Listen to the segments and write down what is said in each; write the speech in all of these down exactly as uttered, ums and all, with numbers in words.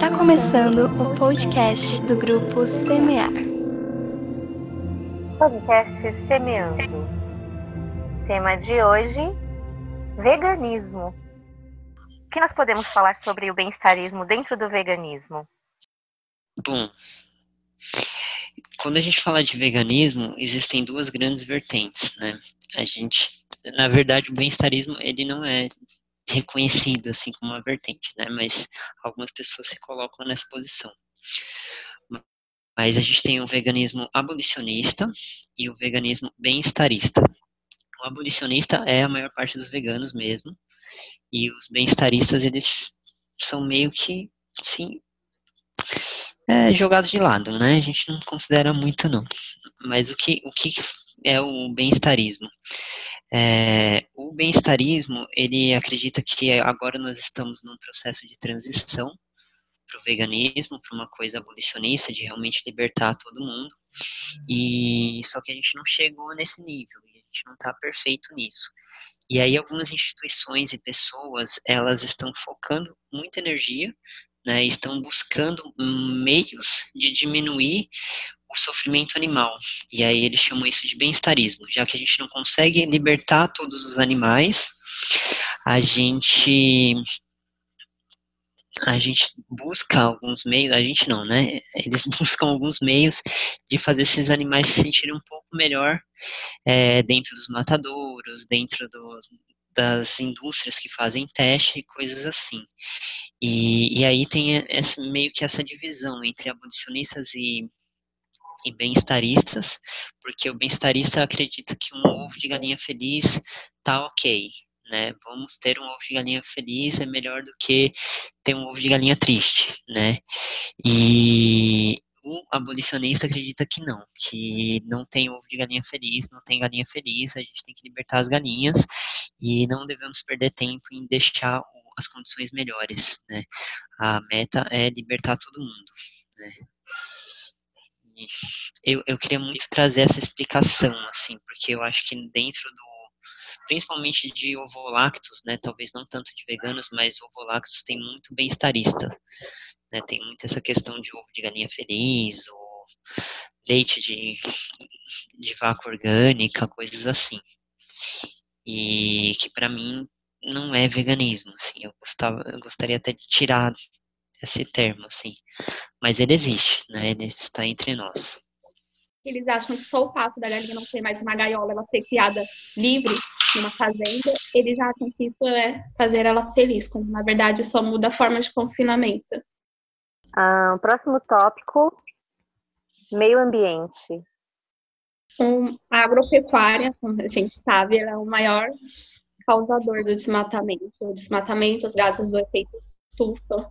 Está começando o podcast do grupo Semear. Podcast Semeando. Tema de hoje: veganismo. O que nós podemos falar sobre o bem-estarismo dentro do veganismo? Bom, quando a gente fala de veganismo, existem duas grandes vertentes, né? A gente, na verdade, o bem-estarismo, ele não é reconhecido assim como uma vertente, né? Mas algumas pessoas se colocam nessa posição. Mas a gente tem o veganismo abolicionista e o veganismo bem-estarista. O abolicionista é a maior parte dos veganos mesmo, e os bem-estaristas, eles são meio que, sim, é, jogados de lado, né? A gente não considera muito, não. Mas o que, o que é o bem-estarismo? É, o bem-estarismo, ele acredita que agora nós estamos num processo de transição para o veganismo, para uma coisa abolicionista, de realmente libertar todo mundo, e só que a gente não chegou nesse nível, e a gente não está perfeito nisso. E aí algumas instituições e pessoas, elas estão focando muita energia, né, estão buscando meios de diminuir o sofrimento animal, e aí eles chamam isso de bem-estarismo, já que a gente não consegue libertar todos os animais, a gente a gente busca alguns meios, a gente não, né, eles buscam alguns meios de fazer esses animais se sentirem um pouco melhor é, dentro dos matadouros, dentro do, das indústrias que fazem teste e coisas assim. E, e aí tem essa, meio que essa divisão entre abolicionistas e e bem-estaristas, porque o bem-estarista acredita que um ovo de galinha feliz tá ok, né? Vamos ter um ovo de galinha feliz é melhor do que ter um ovo de galinha triste, né? E o abolicionista acredita que não, que não tem ovo de galinha feliz, não tem galinha feliz, a gente tem que libertar as galinhas e não devemos perder tempo em deixar as condições melhores, né? A meta é libertar todo mundo, né? Eu, eu queria muito trazer essa explicação, assim, porque eu acho que dentro do, principalmente de ovolactos, né, talvez não tanto de veganos, mas ovolactos tem muito bem-estarista, né, tem muito essa questão de ovo de galinha feliz, ou leite de, de vaca orgânica, coisas assim, e que para mim não é veganismo, assim, eu, gostava, eu gostaria até de tirar esse termo, assim, mas ele existe, né, ele está entre nós. Eles acham que só o fato da galinha não ter mais uma gaiola, ela ser criada livre numa fazenda, eles acham que isso é fazer ela feliz, quando na verdade só muda a forma de confinamento. Ah, próximo tópico: meio ambiente. Um, a agropecuária, como a gente sabe, ela é o maior causador do desmatamento. O desmatamento, os gases do efeito estufa.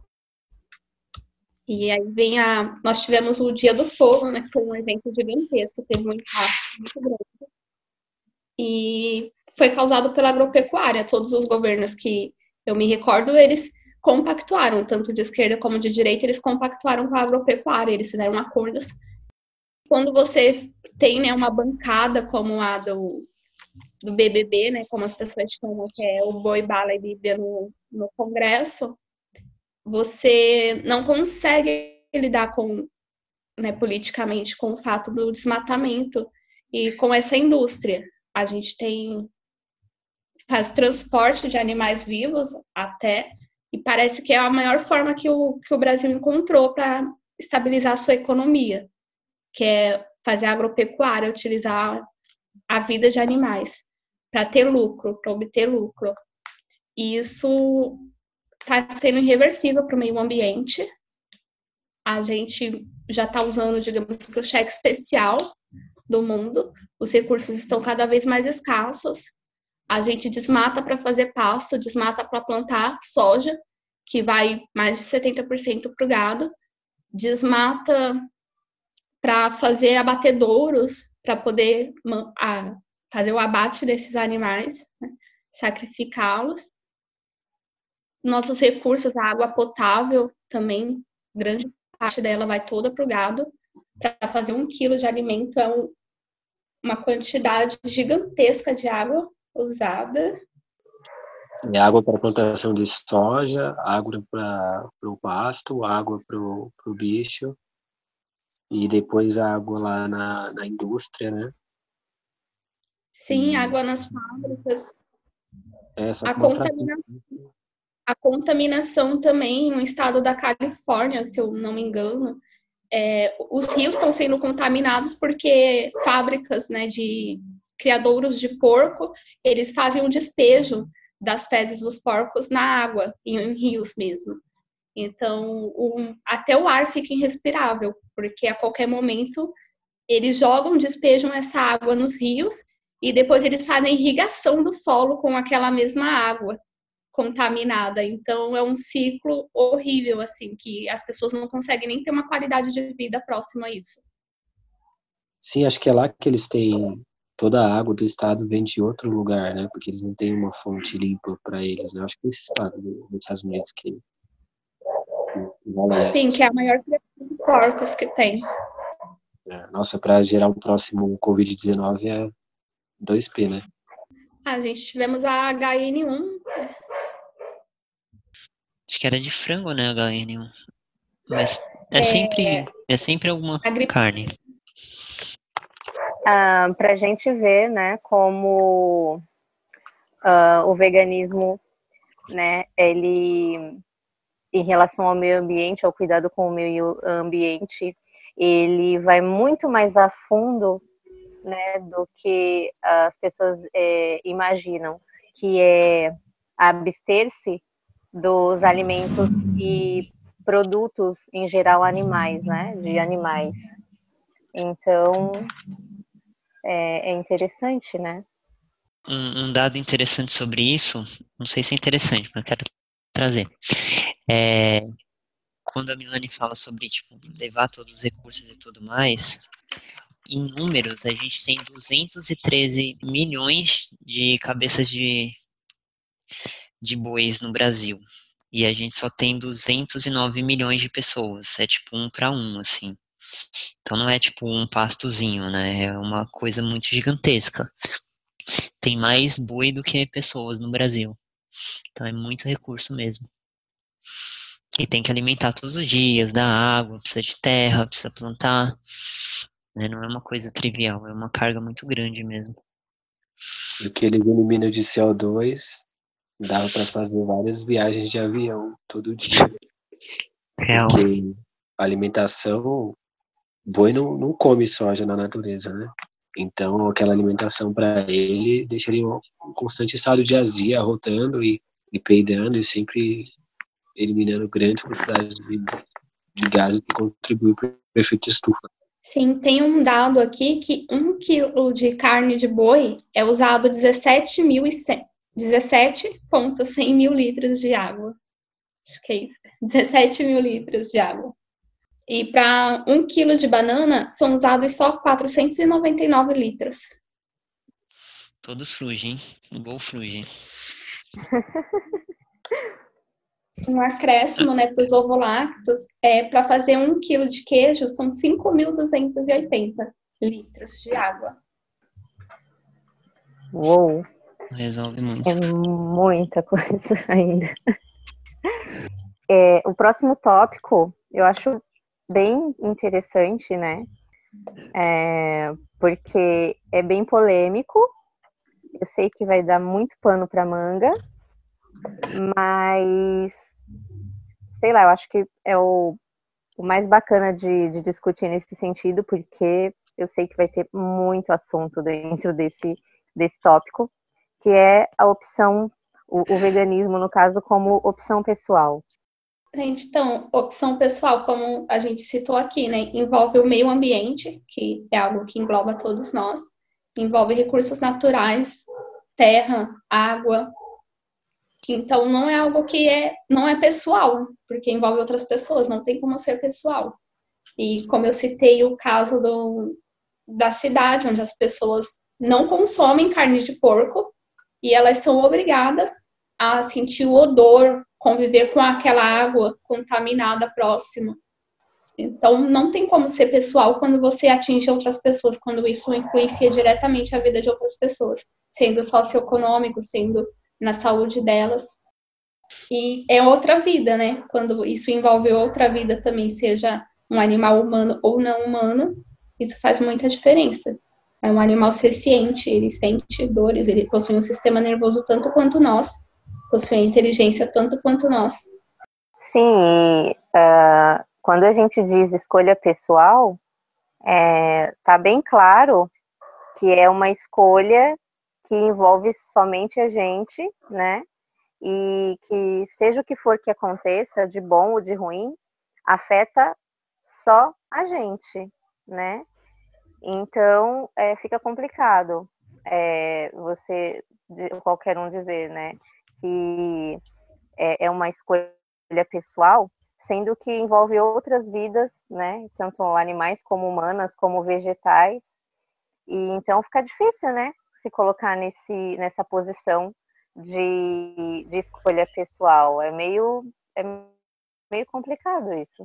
E aí vem a... Nós tivemos o Dia do Fogo, né, que foi um evento gigantesco, teve um impacto muito grande. E foi causado pela agropecuária. Todos os governos que eu me recordo, eles compactuaram, tanto de esquerda como de direita, eles compactuaram com a agropecuária, eles fizeram acordos. Quando você tem, né, uma bancada como a do, do B B B, né, como as pessoas chamam, que é o boi, bala e bíblia no, no Congresso, você não consegue lidar com, né, politicamente com o fato do desmatamento e com essa indústria. A gente tem faz transporte de animais vivos até, e parece que é a maior forma que o, que o Brasil encontrou para estabilizar a sua economia, que é fazer agropecuária, utilizar a vida de animais para ter lucro, para obter lucro. E isso está sendo irreversível para o meio ambiente. A gente já está usando, digamos, o cheque especial do mundo. Os recursos estão cada vez mais escassos. A gente desmata para fazer pasto, desmata para plantar soja, que vai mais de setenta por cento para o gado. Desmata para fazer abatedouros, para poder a, fazer o abate desses animais, né? Sacrificá-los. Nossos recursos, a água potável também, grande parte dela vai toda para o gado. Para fazer um quilo de alimento é um, uma quantidade gigantesca de água usada. É água para plantação de soja, água para o pasto, água para o bicho, e depois a água lá na, na indústria, né? Sim, E água nas fábricas. é só A que uma fração. contaminação, a contaminação também no estado da Califórnia, se eu não me engano, é, os rios estão sendo contaminados porque fábricas, né, de criadouros de porco, eles fazem um despejo das fezes dos porcos na água, em, em rios mesmo. Então, um, até o ar fica irrespirável, porque a qualquer momento eles jogam, despejam essa água nos rios e depois eles fazem irrigação do solo com aquela mesma água contaminada. Então, é um ciclo horrível, assim, que as pessoas não conseguem nem ter uma qualidade de vida próxima a isso. Sim, acho que é lá que eles têm toda a água do estado vem de outro lugar, né? Porque eles não têm uma fonte limpa para eles, né? Acho que esse estado dos Estados Unidos que, que rola Sim, isso. que é a maior criação de porcos que tem. É, nossa, para gerar o próximo covid dezenove é dois P, né? A gente tivemos a H N um. Acho que era de frango, né, H N um. Mas é sempre, é sempre alguma gripe... carne. Ah, para a gente ver, né, como uh, o veganismo, né, ele, em relação ao meio ambiente, ao cuidado com o meio ambiente, ele vai muito mais a fundo, né, do que as pessoas é, imaginam, que é abster-se dos alimentos e produtos, em geral, animais, né, de animais. Então, é, é interessante, né? Um, um dado interessante sobre isso, não sei se é interessante, mas eu quero trazer. É, quando a Milani fala sobre tipo, levar todos os recursos e tudo mais, em números, a gente tem duzentos e treze milhões de cabeças de, de bois no Brasil. E a gente só tem duzentos e nove milhões de pessoas. É tipo um para um, assim. Então não é tipo um pastozinho, né? É uma coisa muito gigantesca. Tem mais boi do que pessoas no Brasil. Então é muito recurso mesmo. E tem que alimentar todos os dias, dar água, precisa de terra, precisa plantar. Né? Não é uma coisa trivial, é uma carga muito grande mesmo. E o que eles eliminam de C O dois dava para fazer várias viagens de avião todo dia. Real. Porque a alimentação, boi não, não come soja na natureza, né? Então, aquela alimentação para ele deixaria um constante estado de azia, rotando e, e peidando e sempre eliminando grandes quantidades de, de gases que contribuem para o efeito estufa. Sim, tem um dado aqui que um quilo de carne de boi é usado dezessete vírgula cem mil litros de água. Acho que é isso. dezessete mil litros de água. E para um quilo de banana são usados só quatrocentos e noventa e nove litros. Todos flugem, o gol fluge. Um acréscimo, né, para os ovolácteos, é, para fazer um quilo de queijo, são cinco mil duzentos e oitenta litros de água. Uou! Resolve muito. É muita coisa ainda. É, o próximo tópico, eu acho bem interessante, né? É, porque é bem polêmico. Eu sei que vai dar muito pano para manga, mas sei lá, eu acho que é o, o mais bacana de, de discutir nesse sentido, porque eu sei que vai ter muito assunto dentro desse, desse tópico, que é a opção, o, o veganismo, no caso, como opção pessoal. Gente, então, opção pessoal, como a gente citou aqui, né, envolve o meio ambiente, que é algo que engloba todos nós, envolve recursos naturais, terra, água. Então, não é algo que é, não é pessoal, porque envolve outras pessoas, não tem como ser pessoal. E como eu citei o caso do, da cidade, onde as pessoas não consomem carne de porco e elas são obrigadas a sentir o odor, conviver com aquela água contaminada próxima. Então, não tem como ser pessoal quando você atinge outras pessoas, quando isso influencia diretamente a vida de outras pessoas, sendo socioeconômico, sendo na saúde delas. E é outra vida, né? Quando isso envolve outra vida também, seja um animal humano ou não humano, isso faz muita diferença. É um animal senciente, ele sente dores, ele possui um sistema nervoso tanto quanto nós, possui inteligência tanto quanto nós. Sim, e, uh, quando a gente diz escolha pessoal, é, tá bem claro que é uma escolha que envolve somente a gente, né? E que seja o que for que aconteça, de bom ou de ruim, afeta só a gente, né? Então, é, fica complicado é, você, qualquer um dizer, né, que é, é uma escolha pessoal, sendo que envolve outras vidas, né, tanto animais como humanas, como vegetais, e então fica difícil, né, se colocar nesse, nessa posição de, de escolha pessoal. É meio, é meio complicado isso.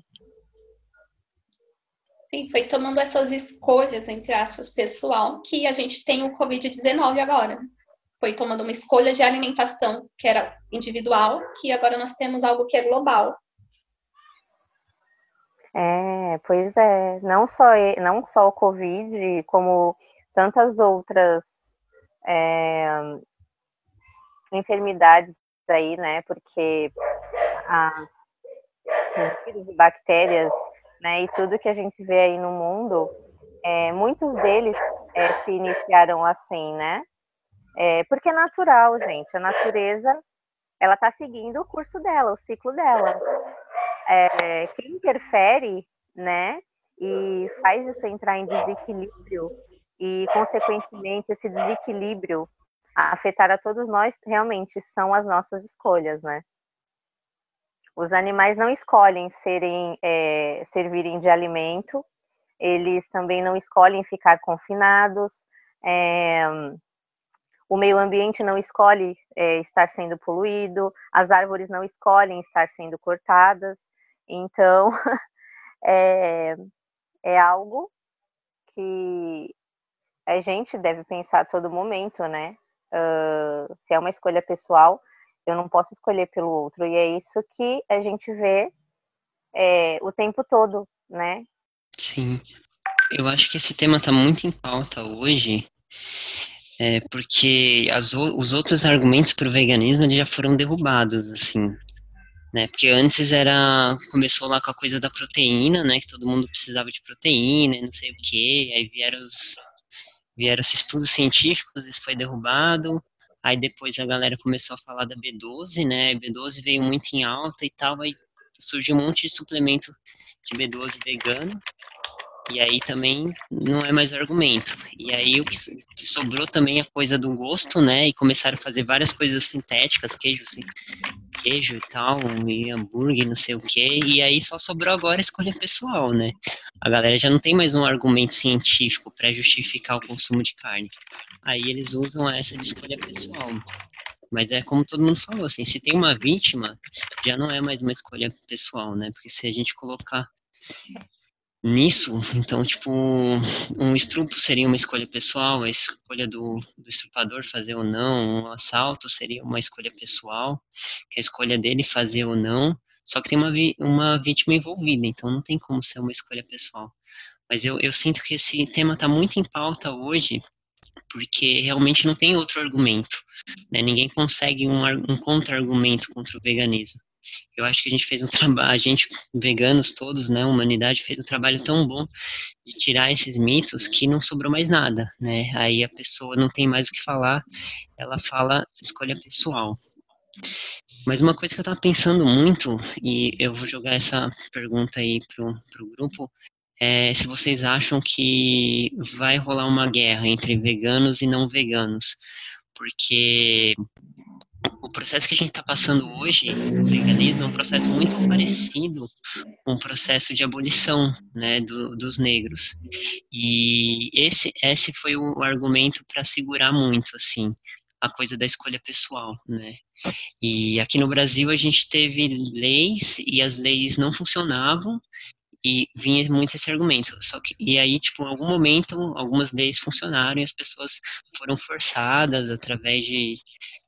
Sim, foi tomando essas escolhas, entre aspas, pessoal, que a gente tem o covid dezenove agora. Foi tomando uma escolha de alimentação que era individual, que agora nós temos algo que é global. É, pois é. Não só, não só o Covid, como tantas outras é, enfermidades aí, né? Porque as os vírus e bactérias, né, e tudo que a gente vê aí no mundo, é, muitos deles é, se iniciaram assim, né? É, porque é natural, gente. A natureza, ela está seguindo o curso dela, o ciclo dela. É, quem interfere, né, e faz isso entrar em desequilíbrio e, consequentemente, esse desequilíbrio afetar a todos nós, realmente são as nossas escolhas, né? Os animais não escolhem serem, é, servirem de alimento, eles também não escolhem ficar confinados, é, o meio ambiente não escolhe é, estar sendo poluído, as árvores não escolhem estar sendo cortadas, então é, é algo que a gente deve pensar a todo momento, né? Uh, se é uma escolha pessoal, eu não posso escolher pelo outro, e é isso que a gente vê é, o tempo todo, né? Sim, eu acho que esse tema está muito em pauta hoje, é, porque as, os outros argumentos para o veganismo eles já foram derrubados, assim, né? Porque antes era, começou lá com a coisa da proteína, né? Que todo mundo precisava de proteína, e não sei o quê, aí vieram os, vieram os estudos científicos, isso foi derrubado. Aí depois a galera começou a falar da B doze, né? A B doze veio muito em alta e tal, aí surgiu um monte de suplemento de B doze vegano. E aí também não é mais argumento. E aí o que sobrou também a coisa do gosto, né? E começaram a fazer várias coisas sintéticas, queijo, assim, queijo e tal, e hambúrguer, não sei o quê. E aí só sobrou agora a escolha pessoal, né? A galera já não tem mais um argumento científico para justificar o consumo de carne. Aí eles usam essa de escolha pessoal. Mas é como todo mundo falou, assim, se tem uma vítima, já não é mais uma escolha pessoal, né? Porque se a gente colocar nisso, então, tipo, um estupro seria uma escolha pessoal, a escolha do, do estrupador fazer ou não, um assalto seria uma escolha pessoal, que é a escolha dele fazer ou não, só que tem uma, uma vítima envolvida, então não tem como ser uma escolha pessoal. Mas eu, eu sinto que esse tema está muito em pauta hoje, porque realmente não tem outro argumento, né? Ninguém consegue um, um contra-argumento contra o veganismo. Eu acho que a gente fez um trabalho, a gente, veganos todos, né, a humanidade fez um trabalho tão bom de tirar esses mitos que não sobrou mais nada, né? Aí a pessoa não tem mais o que falar, ela fala escolha pessoal. Mas uma coisa que eu estava pensando muito, e eu vou jogar essa pergunta aí pro, pro grupo, é se vocês acham que vai rolar uma guerra entre veganos e não veganos, porque o processo que a gente está passando hoje, o veganismo, é um processo muito parecido com o processo de abolição, né, do, dos negros. E esse, esse foi o argumento para segurar muito, assim, a coisa da escolha pessoal, né. E aqui no Brasil a gente teve leis e as leis não funcionavam e vinha muito esse argumento. Só que, e aí, tipo, em algum momento, algumas leis funcionaram e as pessoas foram forçadas através de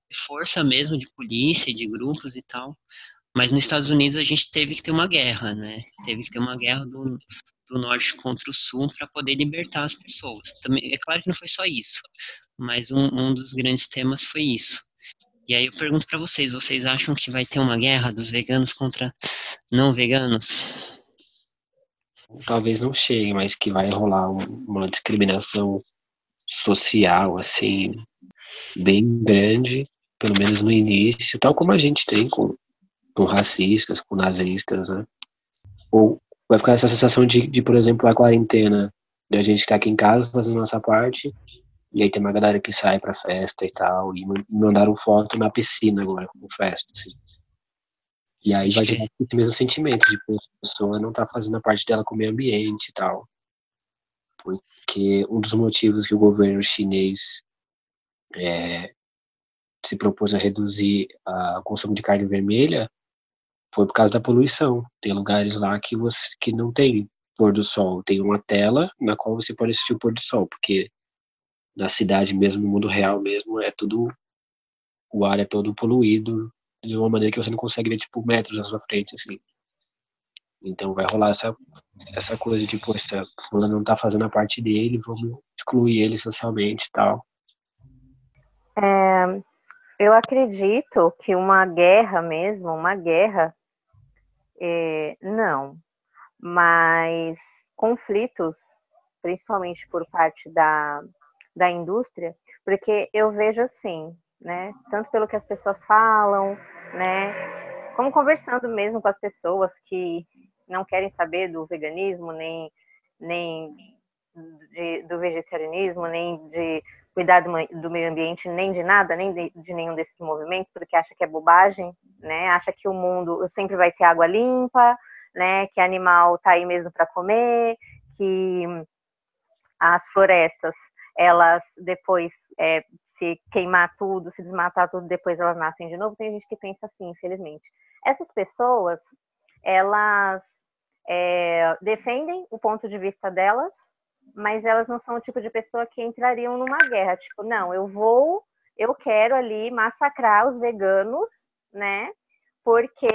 força mesmo de polícia, de grupos e tal. Mas nos Estados Unidos a gente teve que ter uma guerra, né? Teve que ter uma guerra do, do norte contra o sul para poder libertar as pessoas. Também, é claro que não foi só isso, mas um, um dos grandes temas foi isso. E aí eu pergunto para vocês, vocês acham que vai ter uma guerra dos veganos contra não veganos? Talvez não chegue, mas que vai rolar um- uma discriminação social, assim, bem grande, pelo menos no início, tal como a gente tem com, com racistas, com nazistas, né? Ou vai ficar essa sensação de, de, por exemplo, a quarentena, da gente estar aqui em casa fazendo nossa parte, e aí tem uma galera que sai pra festa e tal, e man- mandaram foto na piscina agora, como festa, assim. E aí vai gerar esse mesmo sentimento de pô, a pessoa não tá fazendo a parte dela com o meio ambiente e tal. Porque um dos motivos que o governo chinês é, se propôs a reduzir a- o consumo de carne vermelha foi por causa da poluição. Tem lugares lá que, você, que não tem pôr do sol, tem uma tela na qual você pode assistir o pôr do sol, porque na cidade mesmo, no mundo real mesmo, é tudo, o ar é todo poluído de uma maneira que você não consegue ver, tipo, metros à sua frente, assim. Então vai rolar essa, essa coisa de, pô, essa fulano não tá fazendo a parte dele, vamos excluir ele socialmente e tal. É, eu acredito que uma guerra mesmo, uma guerra, é, não, mas conflitos, principalmente por parte da, da indústria, porque eu vejo assim, né, tanto pelo que as pessoas falam, né, como conversando mesmo com as pessoas que não querem saber do veganismo, nem, nem de, do vegetarianismo, nem de cuidar do, do meio ambiente, nem de nada, nem de, de nenhum desses movimentos, porque acha que é bobagem, né? Acha que o mundo sempre vai ter água limpa, né? Que animal tá aí mesmo para comer, que as florestas, elas depois, é, se queimar tudo, se desmatar tudo, depois elas nascem de novo. Tem gente que pensa assim, infelizmente. Essas pessoas, elas é, defendem o ponto de vista delas, mas elas não são o tipo de pessoa que entrariam numa guerra. Tipo, não, eu vou, eu quero ali massacrar os veganos, né? Porque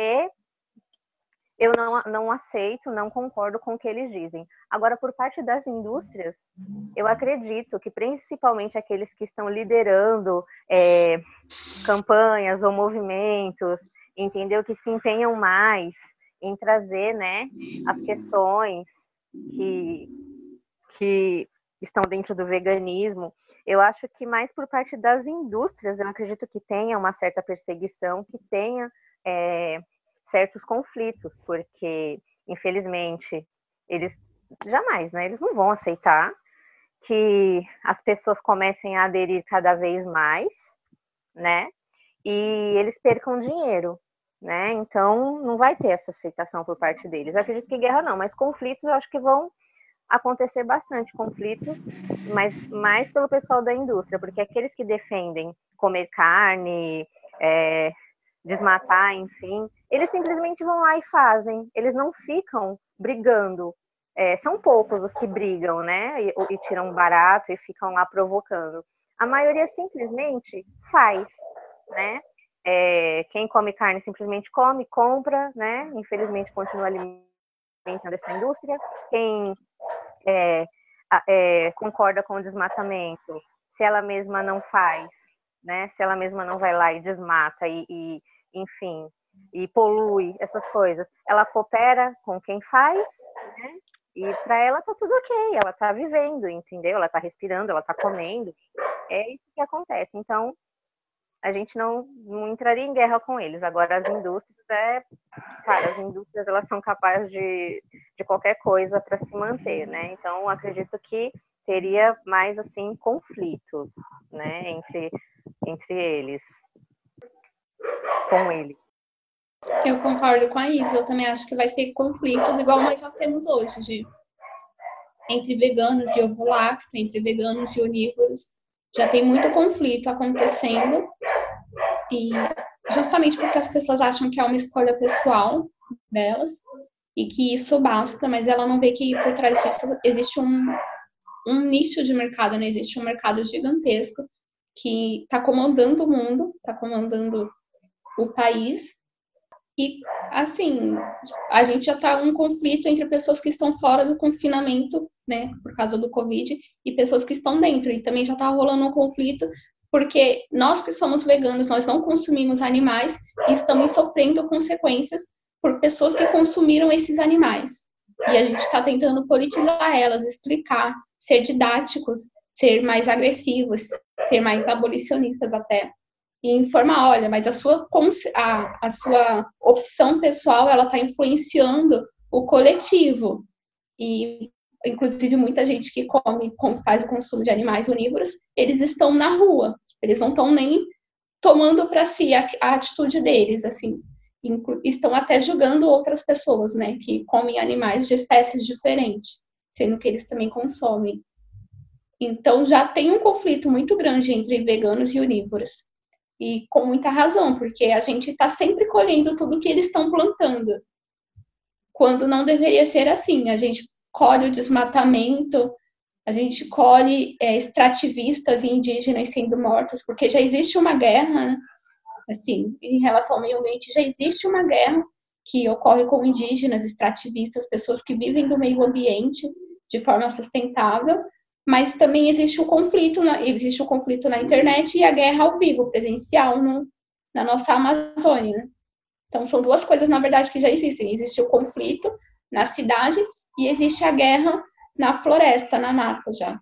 eu não, não aceito, não concordo com o que eles dizem. Agora, por parte das indústrias, eu acredito que principalmente aqueles que estão liderando é, campanhas ou movimentos, entendeu? Que se empenham mais em trazer, né, as questões que, que estão dentro do veganismo. Eu acho que mais por parte das indústrias, eu acredito que tenha uma certa perseguição, que tenha é, certos conflitos, porque, infelizmente, eles jamais, né? Eles não vão aceitar que as pessoas comecem a aderir cada vez mais, né? E eles percam dinheiro, né? Então, não vai ter essa aceitação por parte deles. Eu acredito que guerra não, mas conflitos eu acho que vão acontecer bastante conflitos, mas mais pelo pessoal da indústria, porque aqueles que defendem comer carne, é, desmatar, enfim, eles simplesmente vão lá e fazem. Eles não ficam brigando. É, são poucos os que brigam, né? E, e tiram barato e ficam lá provocando. A maioria simplesmente faz, né? É, quem come carne simplesmente come, compra, né? Infelizmente continua alimentando essa indústria. Quem é, é, concorda com o desmatamento, se ela mesma não faz, né? Se ela mesma não vai lá e desmata e, e enfim, e polui essas coisas, ela coopera com quem faz, né? E para ela tá tudo ok, ela tá vivendo, entendeu? Ela tá respirando, ela tá comendo. É isso que acontece. Então, a gente não, não entraria em guerra com eles. Agora, as indústrias, é, cara, as indústrias, elas são capazes de, de qualquer coisa para se manter, né? Então, acredito que teria mais, assim, conflitos, né, entre, entre eles, com ele. Eu concordo com a Isa, eu também acho que vai ser conflitos igual nós já temos hoje, de, entre veganos e ovo-lacto, entre veganos e onívoros. Já tem muito conflito acontecendo, e justamente porque as pessoas acham que é uma escolha pessoal delas, e que isso basta, mas ela não vê que por trás disso existe um, um nicho de mercado, né? Existe um mercado gigantesco que está comandando o mundo, está comandando o país. E, assim, a gente já está em um conflito entre pessoas que estão fora do confinamento, né, por causa do Covid, e pessoas que estão dentro. E também já está rolando um conflito porque nós que somos veganos, nós não consumimos animais e estamos sofrendo consequências por pessoas que consumiram esses animais. E a gente está tentando politizar elas, explicar, ser didáticos, ser mais agressivos, ser mais abolicionistas até. E informar, olha, mas a sua, a, a sua opção pessoal, ela está influenciando o coletivo. E, inclusive, muita gente que come, faz o consumo de animais onívoros, eles estão na rua. Eles não estão nem tomando para si a, a atitude deles, assim. Estão até julgando outras pessoas, né, que comem animais de espécies diferentes, sendo que eles também consomem. Então, já tem um conflito muito grande entre veganos e onívoros. E com muita razão, porque a gente está sempre colhendo tudo que eles estão plantando. Quando não deveria ser assim. A gente colhe o desmatamento, a gente colhe é, extrativistas e indígenas sendo mortos, porque já existe uma guerra, né? Assim, em relação ao meio ambiente, já existe uma guerra que ocorre com indígenas, extrativistas, pessoas que vivem do meio ambiente de forma sustentável, mas também existe o conflito na, existe o conflito na internet e a guerra ao vivo, presencial, no, na nossa Amazônia. Né? Então, são duas coisas, na verdade, que já existem. Existe o conflito na cidade e existe a guerra na floresta, na mata já.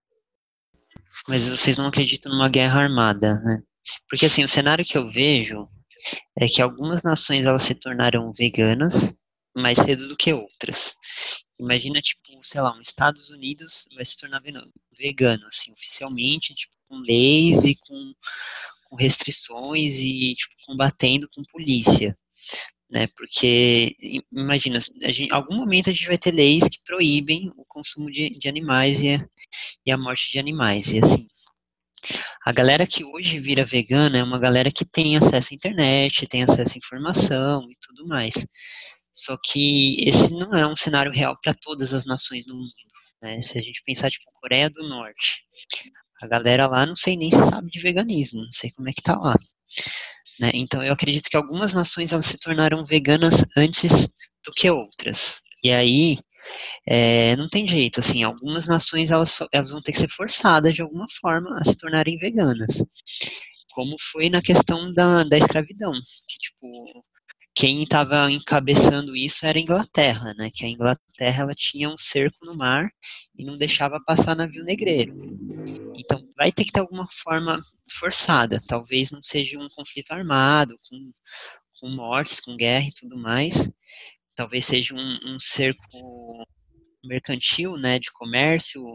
Mas vocês não acreditam numa guerra armada, né? Porque, assim, o cenário que eu vejo é que algumas nações elas se tornaram veganas mais cedo do que outras. Imagina, tipo, sei lá, um Estados Unidos vai se tornar vegano, assim, oficialmente, tipo, com leis e com, com restrições e, tipo, combatendo com polícia, né, porque, imagina, a gente, em algum momento a gente vai ter leis que proíbem o consumo de, de animais e a, e a morte de animais, e assim, a galera que hoje vira vegana é uma galera que tem acesso à internet, tem acesso à informação e tudo mais. Só que esse não é um cenário real para todas as nações do mundo, né? Se a gente pensar, tipo, Coreia do Norte, a galera lá não sei nem se sabe de veganismo, não sei como é que tá lá, né? Então eu acredito que algumas nações elas se tornaram veganas antes do que outras. E aí, é, não tem jeito, assim, algumas nações elas, elas vão ter que ser forçadas de alguma forma a se tornarem veganas. Como foi na questão da, da escravidão, que, tipo, quem estava encabeçando isso era a Inglaterra, né? Que a Inglaterra ela tinha um cerco no mar e não deixava passar navio negreiro. Então vai ter que ter alguma forma forçada. Talvez não seja um conflito armado, com, com mortes, com guerra e tudo mais. Talvez seja um, um cerco mercantil, né? De comércio,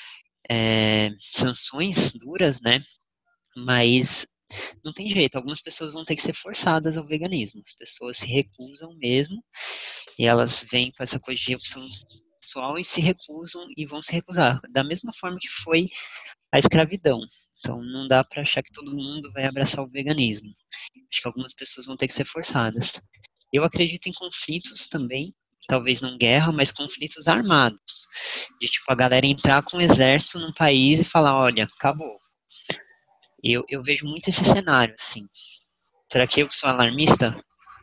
é, sanções duras, né? Mas não tem jeito, algumas pessoas vão ter que ser forçadas ao veganismo. As pessoas se recusam mesmo, e elas vêm com essa coisa de opção pessoal e se recusam e vão se recusar. Da mesma forma que foi a escravidão. Então não dá para achar que todo mundo vai abraçar o veganismo. Acho que algumas pessoas vão ter que ser forçadas. Eu acredito em conflitos também, talvez não guerra, mas conflitos armados. De tipo a galera entrar com o exército num país e falar, olha, acabou. Eu, eu vejo muito esse cenário, assim. Será que eu que sou alarmista?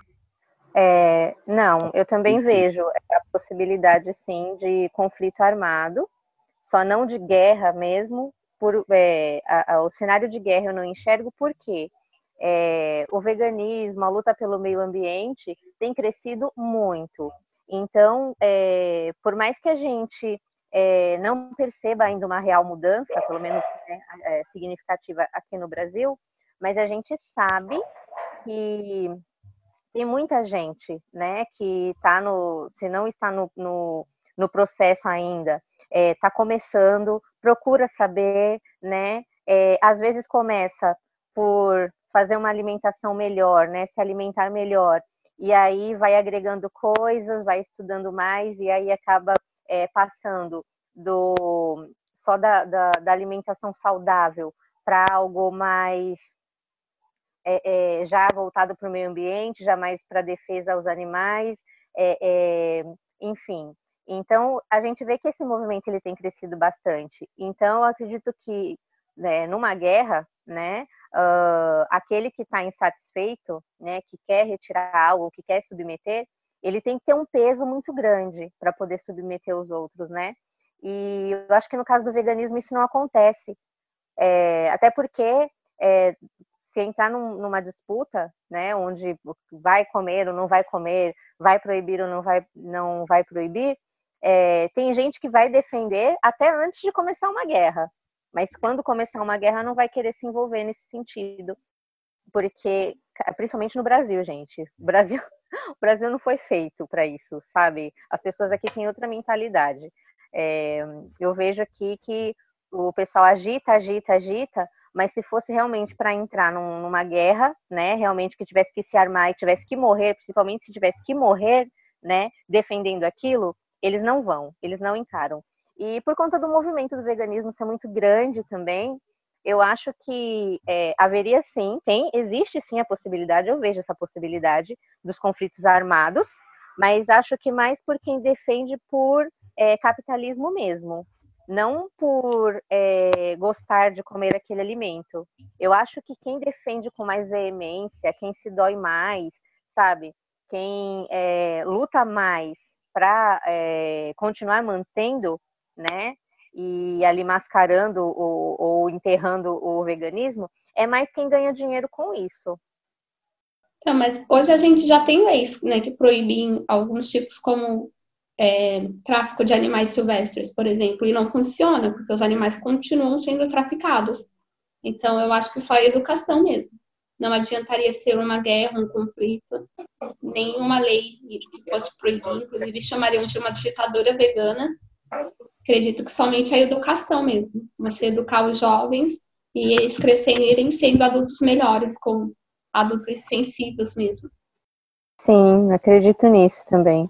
É, não, eu também vejo a possibilidade, sim, de conflito armado, só não de guerra mesmo. Por, é, a, a, o cenário de guerra eu não enxergo porque é, o veganismo, a luta pelo meio ambiente tem crescido muito. Então, é, por mais que a gente é, não perceba ainda uma real mudança, pelo menos né, é, significativa aqui no Brasil, mas a gente sabe que tem muita gente, né, que está no, se não está no, no, no processo ainda, está é, começando, procura saber, né, é, às vezes começa por fazer uma alimentação melhor, né, se alimentar melhor, e aí vai agregando coisas, vai estudando mais, e aí acaba é, passando do, só da, da, da alimentação saudável para algo mais É, é, já voltado para o meio ambiente, já mais para a defesa aos animais, é, é, enfim. Então, a gente vê que esse movimento ele tem crescido bastante. Então, eu acredito que, né, numa guerra, né, uh, aquele que está insatisfeito, né, que quer retirar algo, que quer submeter, ele tem que ter um peso muito grande para poder submeter os outros, né? E eu acho que no caso do veganismo isso não acontece. É, até porque é, se entrar num, numa disputa, né, onde vai comer ou não vai comer, vai proibir ou não vai, não vai proibir, é, tem gente que vai defender até antes de começar uma guerra. Mas quando começar uma guerra não vai querer se envolver nesse sentido. Porque, principalmente no Brasil, gente, o Brasil, o Brasil não foi feito para isso, sabe? As pessoas aqui têm outra mentalidade. É, eu vejo aqui que o pessoal agita, agita, agita, mas se fosse realmente para entrar num, numa guerra, né, realmente que tivesse que se armar e tivesse que morrer, principalmente se tivesse que morrer, né, defendendo aquilo, eles não vão, eles não encaram. E por conta do movimento do veganismo ser muito grande também, eu acho que é, haveria sim, tem, existe sim a possibilidade, eu vejo essa possibilidade dos conflitos armados, mas acho que mais por quem defende por é, capitalismo mesmo, não por é, gostar de comer aquele alimento. Eu acho que quem defende com mais veemência, quem se dói mais, sabe, quem é, luta mais para é, continuar mantendo, né, e ali mascarando ou, ou enterrando o veganismo, é mais quem ganha dinheiro com isso. Então, mas hoje a gente já tem leis, né, que proíbem alguns tipos como é, tráfico de animais silvestres, por exemplo, e não funciona, porque os animais continuam sendo traficados. Então, eu acho que só é educação mesmo. Não adiantaria ser uma guerra, um conflito, nenhuma lei que fosse proibir, inclusive chamariam de uma ditadura vegana. Acredito que somente a educação mesmo. Você educar os jovens e eles crescerem sendo adultos melhores, com adultos sensíveis mesmo. Sim, acredito nisso também.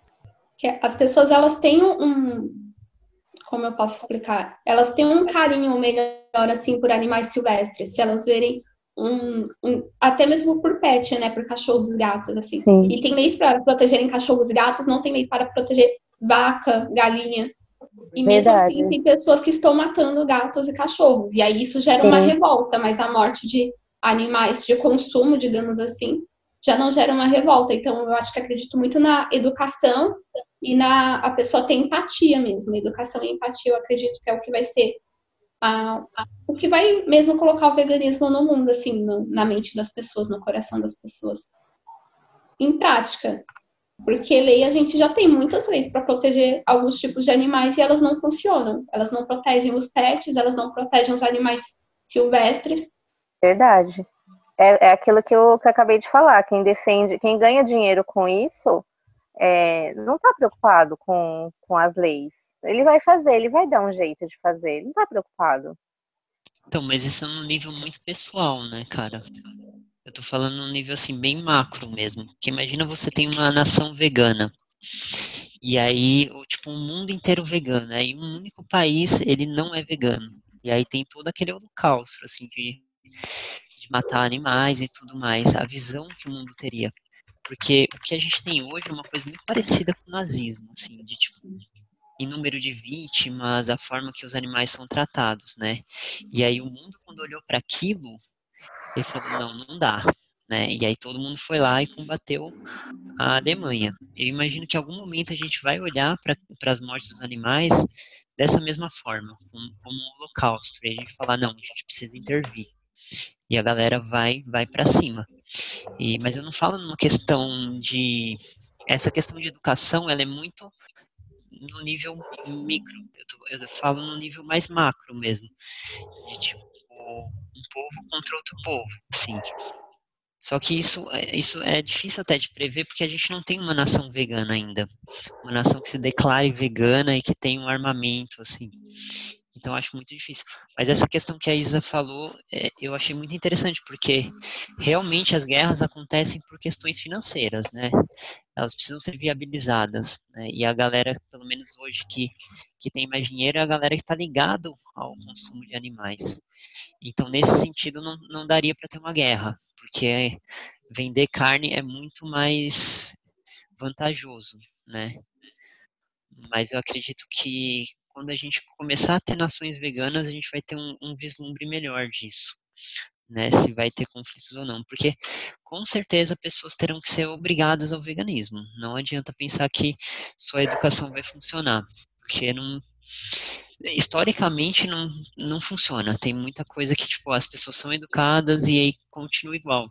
Que as pessoas, elas têm um... Como eu posso explicar? Elas têm um carinho melhor, assim, por animais silvestres. Se elas verem um... um até mesmo por pet, né? Por cachorros, gatos, assim. Sim. E tem leis para protegerem cachorros, gatos, não tem lei para proteger vaca, galinha. E mesmo Verdade. assim, tem pessoas que estão matando gatos e cachorros. E aí isso gera Sim. uma revolta, mas a morte de animais de consumo, digamos assim, já não gera uma revolta. Então, eu acho que acredito muito na educação e na a pessoa ter empatia mesmo. Educação e empatia, eu acredito que é o que vai ser a, a, o que vai mesmo colocar o veganismo no mundo, assim, no, na mente das pessoas, no coração das pessoas. Em prática. Porque lei, a gente já tem muitas leis para proteger alguns tipos de animais e elas não funcionam. Elas não protegem os pets, elas não protegem os animais silvestres. Verdade. É, é aquilo que eu, que eu acabei de falar. Quem defende, quem ganha dinheiro com isso, é, não está preocupado com, com as leis. Ele vai fazer, ele vai dar um jeito de fazer. Ele não está preocupado. Então, mas isso é num nível muito pessoal, né, cara? Eu tô falando num nível, assim, bem macro mesmo. Porque imagina você tem uma nação vegana. E aí, tipo, um mundo inteiro vegano. Aí um único país, ele não é vegano. E aí tem todo aquele holocausto, assim, de, de matar animais e tudo mais. A visão que o mundo teria. Porque o que a gente tem hoje é uma coisa muito parecida com o nazismo, assim, de, tipo, em número de vítimas, a forma que os animais são tratados, né? E aí o mundo, quando olhou para aquilo, ele falou, não, não dá, né? E aí todo mundo foi lá e combateu a Alemanha. Eu imagino que em algum momento a gente vai olhar para as mortes dos animais dessa mesma forma, como, como um holocausto, e a gente falar, não, a gente precisa intervir. E a galera vai, vai para cima. E, mas eu não falo numa questão de... Essa questão de educação, ela é muito no nível micro, eu, tô, eu falo no nível mais macro mesmo, de tipo, um povo contra outro povo, assim. Só que isso, isso é difícil até de prever, porque a gente não tem uma nação vegana ainda, uma nação que se declare vegana e que tem um armamento, assim. Então, eu acho muito difícil. Mas essa questão que a Isa falou, é, eu achei muito interessante, porque realmente as guerras acontecem por questões financeiras, né? Elas precisam ser viabilizadas, né? E a galera, pelo menos hoje, que, que tem mais dinheiro, é a galera que está ligado ao consumo de animais. Então, nesse sentido, não, não daria para ter uma guerra, porque vender carne é muito mais vantajoso, né? Mas eu acredito que quando a gente começar a ter nações veganas, a gente vai ter um, um vislumbre melhor disso. né, se vai ter conflitos ou não, porque com certeza pessoas terão que ser obrigadas ao veganismo. Não adianta pensar que só a educação vai funcionar, porque não, historicamente não, não funciona. Tem muita coisa que tipo as pessoas são educadas e aí continua igual.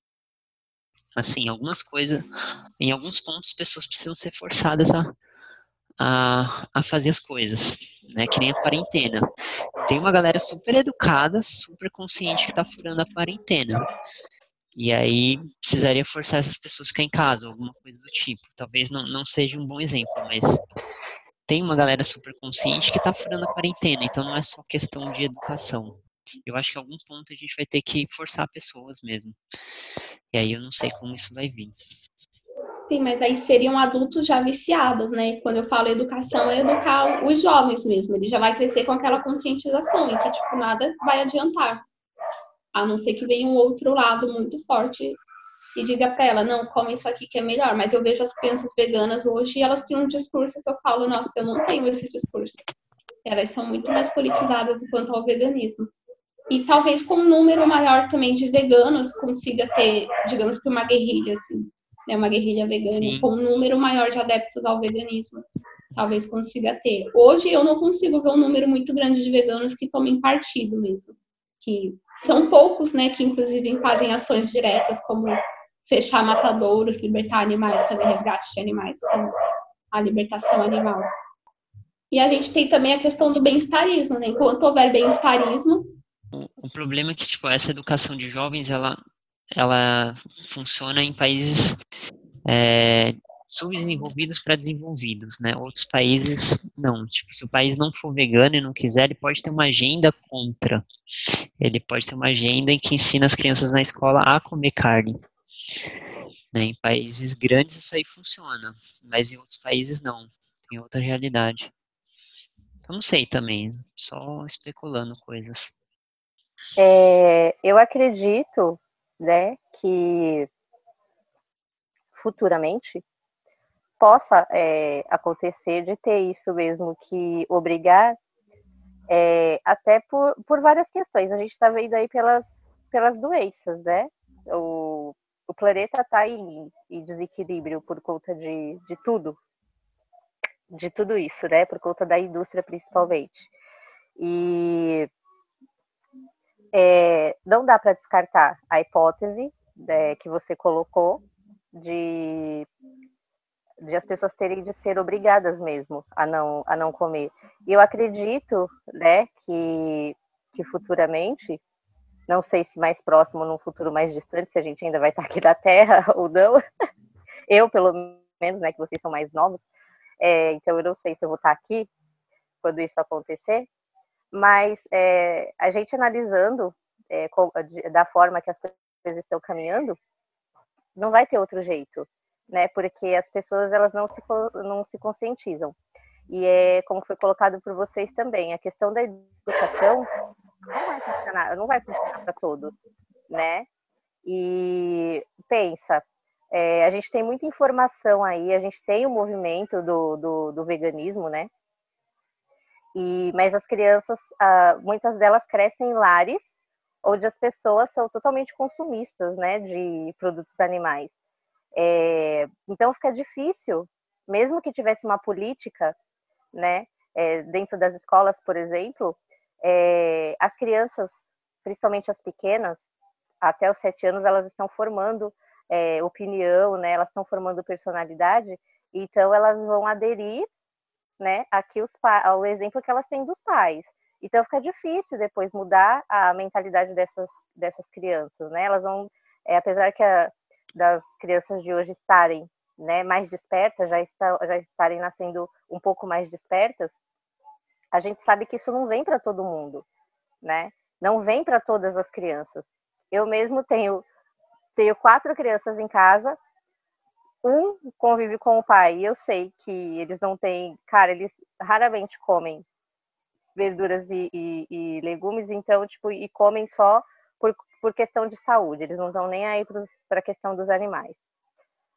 Assim, algumas coisas, em alguns pontos, pessoas precisam ser forçadas a, a, a fazer as coisas, né? Que nem a quarentena. Tem uma galera super educada, super consciente que está furando a quarentena. E aí precisaria forçar essas pessoas a ficar em casa, alguma coisa do tipo. Talvez não, não seja um bom exemplo, mas tem uma galera super consciente que está furando a quarentena, então não é só questão de educação. Eu acho que em algum ponto a gente vai ter que forçar pessoas mesmo. E aí eu não sei como isso vai vir. Sim, mas aí seriam adultos já viciados, né? Quando eu falo educação, é educar os jovens mesmo. Ele já vai crescer com aquela conscientização em que, tipo, nada vai adiantar. A não ser que venha um outro lado muito forte e diga para ela, não, come isso aqui que é melhor. Mas eu vejo as crianças veganas hoje e elas têm um discurso que eu falo, nossa, eu não tenho esse discurso. Elas são muito mais politizadas quanto ao veganismo. E talvez com um número maior também de veganos consiga ter, digamos que uma guerrilha, assim, né, uma guerrilha vegana, Sim. com um número maior de adeptos ao veganismo. Talvez consiga ter. Hoje eu não consigo ver um número muito grande de veganos que tomem partido mesmo. Que são poucos, né, que inclusive fazem ações diretas, como fechar matadouros, libertar animais, fazer resgate de animais, como a libertação animal. E a gente tem também a questão do bem-estarismo, né? Enquanto houver bem-estarismo, O problema é que, tipo, essa educação de jovens, ela, ela funciona em países é, subdesenvolvidos para desenvolvidos, né? Outros países, não. Tipo, se o país não for vegano e não quiser, ele pode ter uma agenda contra. Ele pode ter uma agenda em que ensina as crianças na escola a comer carne. Né? Em países grandes isso aí funciona, mas em outros países não. Tem outra realidade. Eu não sei também, só especulando coisas. É, eu acredito, né, que futuramente possa é, acontecer de ter isso mesmo, que obrigar, é, até por, por várias questões. A gente está vendo aí pelas, pelas doenças, né? O, o planeta está em, em desequilíbrio por conta de, de tudo, de tudo isso, né? Por conta da indústria principalmente. E é, não dá para descartar a hipótese, né, que você colocou de, de as pessoas terem de ser obrigadas mesmo a não, a não comer. E eu acredito, né, que, que futuramente, não sei se mais próximo, num futuro mais distante, se a gente ainda vai estar aqui na Terra ou não, eu pelo menos, né, que vocês são mais novos, é, então eu não sei se eu vou estar aqui quando isso acontecer, mas é, a gente analisando é, da forma que as coisas estão caminhando, não vai ter outro jeito, né? Porque as pessoas elas não se, não se conscientizam. E é como foi colocado por vocês também, a questão da educação não vai funcionar, não vai funcionar para todos, né? E pensa, é, a gente tem muita informação aí, a gente tem o movimento do, do, do veganismo, né? E, mas as crianças, ah, muitas delas crescem em lares onde as pessoas são totalmente consumistas, né, de produtos animais. É, então fica difícil, mesmo que tivesse uma política, né, é, dentro das escolas, por exemplo, é, as crianças, principalmente as pequenas, até os sete anos, elas estão formando é, opinião, né, elas estão formando personalidade, então elas vão aderir, né, aqui os ao exemplo que elas têm dos pais. Então fica difícil depois mudar a mentalidade dessas, dessas crianças, né? Elas vão, é, apesar que a, das crianças de hoje estarem, né, mais despertas, já, está, já estarem nascendo um pouco mais despertas, a gente sabe que isso não vem para todo mundo, né? Não vem para todas as crianças. Eu mesmo tenho, tenho quatro crianças em casa, um convive com o pai, e eu sei que eles não têm, cara, eles raramente comem verduras e, e, e legumes, então, tipo, e comem só por, por questão de saúde, eles não estão nem aí para a questão dos animais.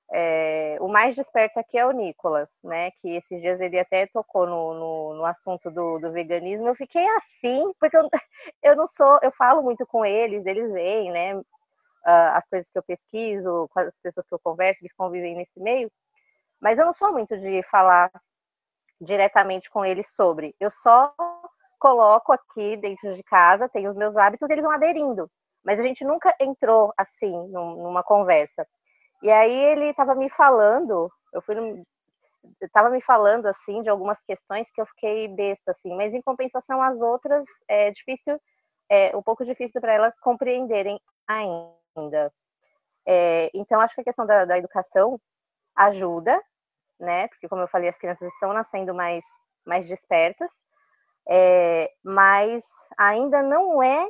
É, o mais desperto aqui é o Nicolas, né? Que esses dias ele até tocou no, no, no assunto do, do veganismo. Eu fiquei assim, porque eu, eu não sou, eu falo muito com eles, eles veem, né? Uh, as coisas que eu pesquiso, com as pessoas que eu converso, que convivem nesse meio, mas eu não sou muito de falar diretamente com eles sobre. Eu só coloco aqui dentro de casa, tenho os meus hábitos, eles vão aderindo. Mas a gente nunca entrou assim numa conversa. E aí ele estava me falando, eu fui no, estava me falando assim de algumas questões que eu fiquei besta assim, mas em compensação as outras é difícil, é um pouco difícil para elas compreenderem ainda. É, então acho que a questão da, da educação ajuda, né? Porque como eu falei, as crianças estão nascendo mais mais despertas, é, mas ainda não é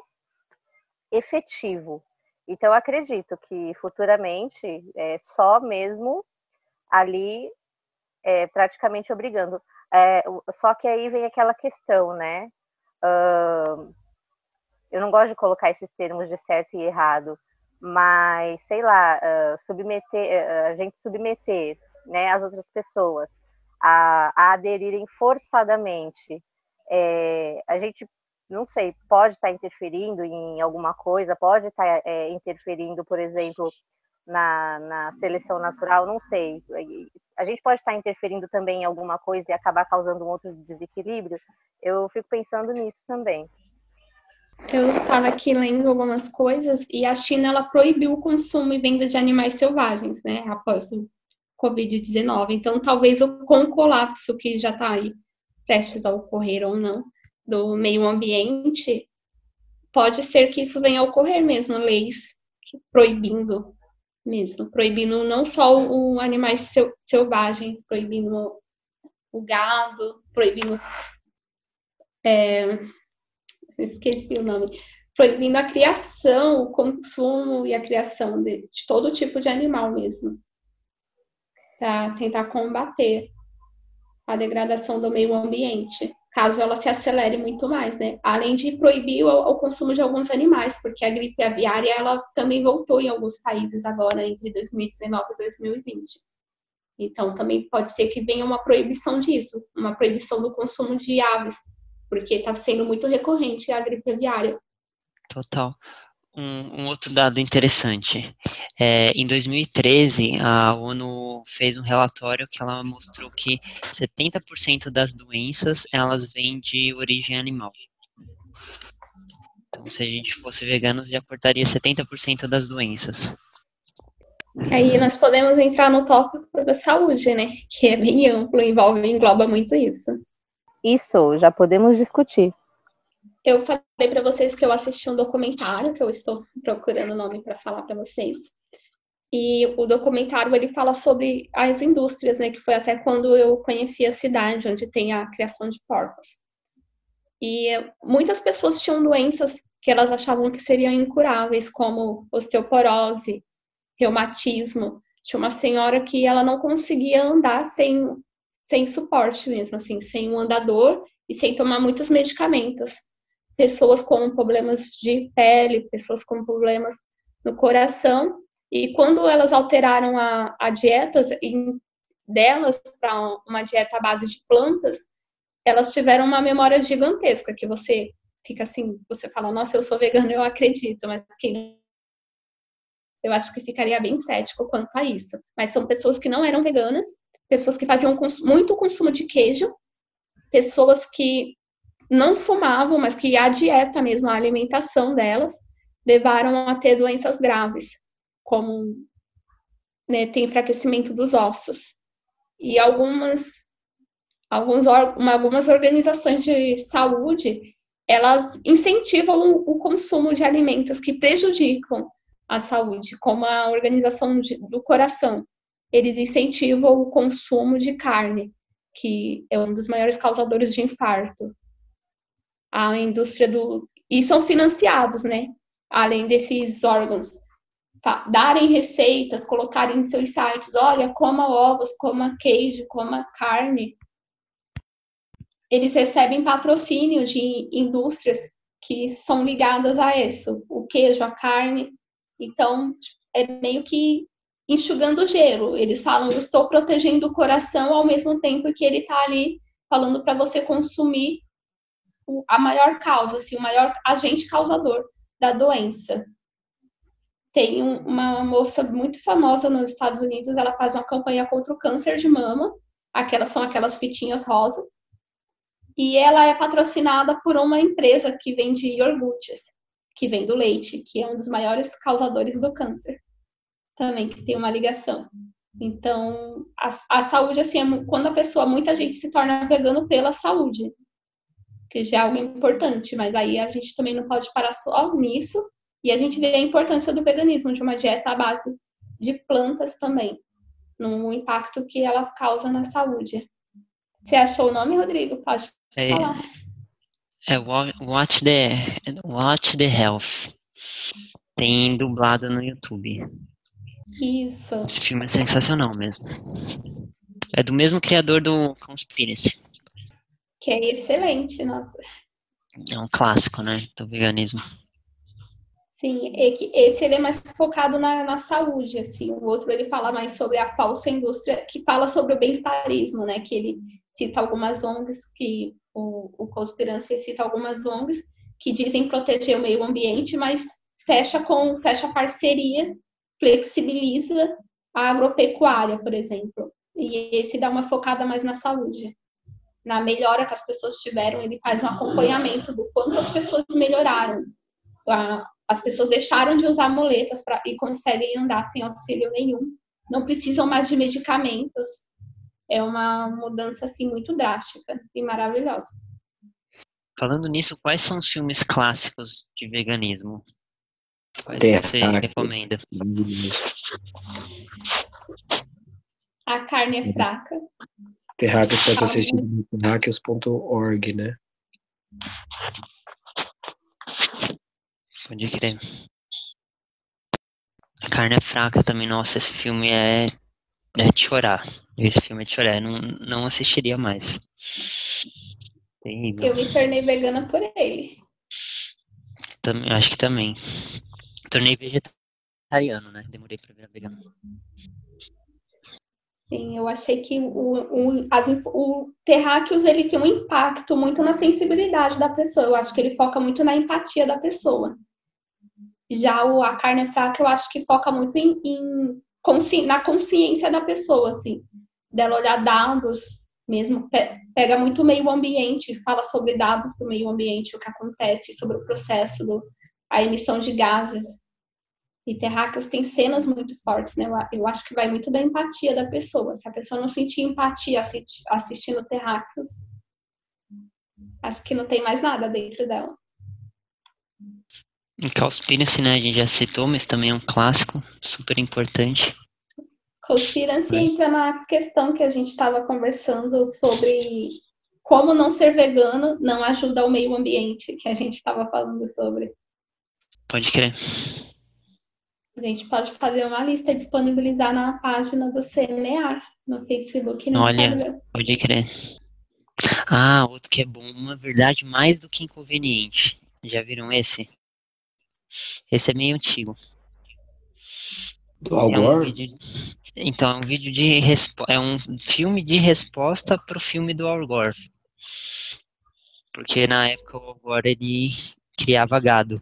efetivo. Então, eu acredito que futuramente é só mesmo ali é, praticamente obrigando. É, só que aí vem aquela questão, né? Uh, eu não gosto de colocar esses termos de certo e errado, mas, sei lá, uh, submeter, uh, a gente submeter, né, as outras pessoas a, a aderirem forçadamente. É, a gente não sei, pode estar interferindo em alguma coisa, pode estar é, interferindo, por exemplo, na, na seleção natural, não sei. A gente pode estar interferindo também em alguma coisa e acabar causando um outro desequilíbrio. Eu fico pensando nisso também. Eu estava aqui lendo algumas coisas e a China ela proibiu o consumo e venda de animais selvagens, né, após o covid dezenove. Então, talvez com o colapso que já está aí prestes a ocorrer ou não, do meio ambiente, pode ser que isso venha a ocorrer mesmo, leis proibindo mesmo, proibindo não só os animais selvagens, proibindo o gado, proibindo, é, esqueci o nome, proibindo a criação, o consumo e a criação de, de todo tipo de animal mesmo, para tentar combater a degradação do meio ambiente, caso ela se acelere muito mais, né? Além de proibir o, o consumo de alguns animais, porque a gripe aviária, ela também voltou em alguns países agora, entre dois mil e dezenove e dois mil e vinte. Então, também pode ser que venha uma proibição disso, uma proibição do consumo de aves, porque está sendo muito recorrente a gripe aviária. Total. Um, um outro dado interessante. É, em dois mil e treze, a ONU fez um relatório que ela mostrou que setenta por cento das doenças, elas vêm de origem animal. Então, se a gente fosse vegano, já cortaria setenta por cento das doenças. Aí nós podemos entrar no tópico da saúde, né? Que é bem amplo, envolve, engloba muito isso. Isso, já podemos discutir. Eu falei para vocês que eu assisti um documentário, que eu estou procurando o nome para falar para vocês. E o documentário, ele fala sobre as indústrias, né? Que foi até quando eu conheci a cidade onde tem a criação de porcos. E muitas pessoas tinham doenças que elas achavam que seriam incuráveis, como osteoporose, reumatismo. Tinha uma senhora que ela não conseguia andar sem, sem suporte mesmo, assim, sem um andador e sem tomar muitos medicamentos. Pessoas com problemas de pele, pessoas com problemas no coração. E quando elas alteraram a, a dieta delas para uma dieta à base de plantas, elas tiveram uma memória gigantesca, que você fica assim, você fala, nossa, eu sou vegana, eu acredito, mas quem... eu acho que ficaria bem cético quanto a isso. Mas são pessoas que não eram veganas, pessoas que faziam cons- muito consumo de queijo, pessoas que não fumavam, mas que a dieta mesmo, a alimentação delas, levaram a ter doenças graves, como, né, tem enfraquecimento dos ossos. E algumas, alguns, algumas organizações de saúde, elas incentivam o, o consumo de alimentos que prejudicam a saúde, como a Organização de, do Coração. Eles incentivam o consumo de carne, que é um dos maiores causadores de infarto. A indústria do... E são financiados, né? Além desses órgãos tá, darem receitas, colocarem em seus sites, olha, coma ovos, coma queijo, coma carne. Eles recebem patrocínio de indústrias que são ligadas a isso, o queijo, a carne. Então, é meio que enxugando o gelo. Eles falam, eu estou protegendo o coração ao mesmo tempo que ele está ali falando para você consumir a maior causa, assim, o maior agente causador da doença. Tem um, uma moça muito famosa nos Estados Unidos, ela faz uma campanha contra o câncer de mama, aquelas são aquelas fitinhas rosas, e ela é patrocinada por uma empresa que vende iogurtes, que vende o leite, que é um dos maiores causadores do câncer, também, que tem uma ligação. Então, a, a saúde, assim, é, quando a pessoa, muita gente se torna vegano pela saúde, que já é algo importante, mas aí a gente também não pode parar só nisso, e a gente vê a importância do veganismo, de uma dieta à base de plantas também, no impacto que ela causa na saúde. Você achou o nome, Rodrigo? Pode É, falar. é Watch the, Watch the Health. Tem dublado no YouTube. Isso. Esse filme é sensacional mesmo. É do mesmo criador do Conspiracy. Que é excelente, nossa. É um clássico, né, do veganismo. Sim, é que esse ele é mais focado na, na saúde, assim. O outro ele fala mais sobre a falsa indústria, que fala sobre o bem-estarismo, né? Que ele cita algumas O N Gs, que o, o Conspiracy cita algumas O N Gs que dizem proteger o meio ambiente, mas fecha com fecha parceria, flexibiliza a agropecuária, por exemplo. E esse dá uma focada mais na saúde. Na melhora que as pessoas tiveram, ele faz um acompanhamento do quanto as pessoas melhoraram. As pessoas deixaram de usar muletas pra, e conseguem andar sem auxílio nenhum. Não precisam mais de medicamentos. É uma mudança assim muito drástica e maravilhosa. Falando nisso, quais são os filmes clássicos de veganismo? Quais Tem você a- recomenda? A carne é fraca. Terráqueos pode Fala assistir no terráqueos ponto org, né? Pode crer. A Carne é Fraca também, nossa, esse filme é, é de chorar. Esse filme é de chorar, eu não, não assistiria mais. Terrível. Eu me tornei vegana por ele. Também, acho que também. Tornei vegetariano, né? Demorei pra virar vegano. Sim, eu achei que o, o, as, o Terráqueos ele tem um impacto muito na sensibilidade da pessoa. Eu acho que ele foca muito na empatia da pessoa. Já o A Carne é Fraca, eu acho que foca muito em, em consci, na consciência da pessoa, assim. Dela olhar dados mesmo, pe, pega muito o meio ambiente, fala sobre dados do meio ambiente, o que acontece, sobre o processo, do, a emissão de gases. E Terráqueos tem cenas muito fortes, né? Eu, eu acho que vai muito da empatia da pessoa. Se a pessoa não sentir empatia assisti, assistindo Terráqueos, acho que não tem mais nada dentro dela. Em Conspiracy, né, a gente já citou, mas também é um clássico, super importante. Conspiracy É. entra na questão que a gente estava conversando sobre como não ser vegano não ajuda ao meio ambiente, que a gente estava falando sobre. Pode crer. A gente pode fazer uma lista e disponibilizar na página do C M A, no Facebook e no Olha, Instagram. pode crer. Ah, outro que é bom, Uma Verdade Mais do que Inconveniente. Já viram esse? Esse é meio antigo. Do Al É um Gore? vídeo. Então, é um vídeo de respo... é um filme de resposta pro filme do Al Gore. Porque na época o Al Gore ele criava gado.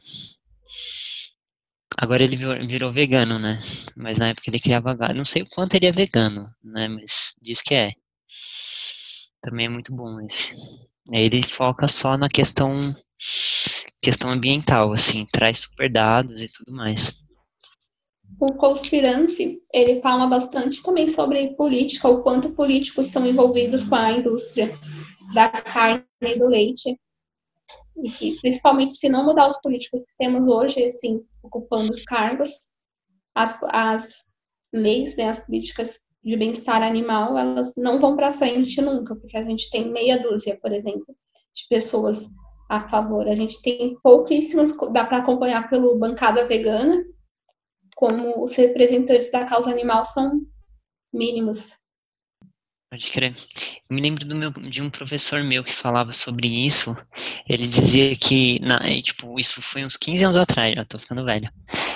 Agora ele virou, virou vegano, né? Mas na época ele criava gado. Não sei o quanto ele é vegano, né? Mas diz que é. Também é muito bom esse. Ele foca só na questão questão ambiental, assim, traz super dados e tudo mais. O Conspiracy, ele fala bastante também sobre política, o quanto políticos são envolvidos com a indústria da carne e do leite. E que, principalmente, se não mudar os políticos que temos hoje, assim, ocupando os cargos, as, as leis, né, as políticas de bem-estar animal, elas não vão para frente nunca, porque a gente tem meia dúzia, por exemplo, de pessoas a favor. A gente tem pouquíssimas, dá para acompanhar pelo Bancada Vegana, como os representantes da causa animal são mínimos. Pode crer. Eu me lembro do meu, de um professor meu que falava sobre isso. Ele dizia que, na, tipo, isso foi uns quinze anos atrás, já tô ficando velho.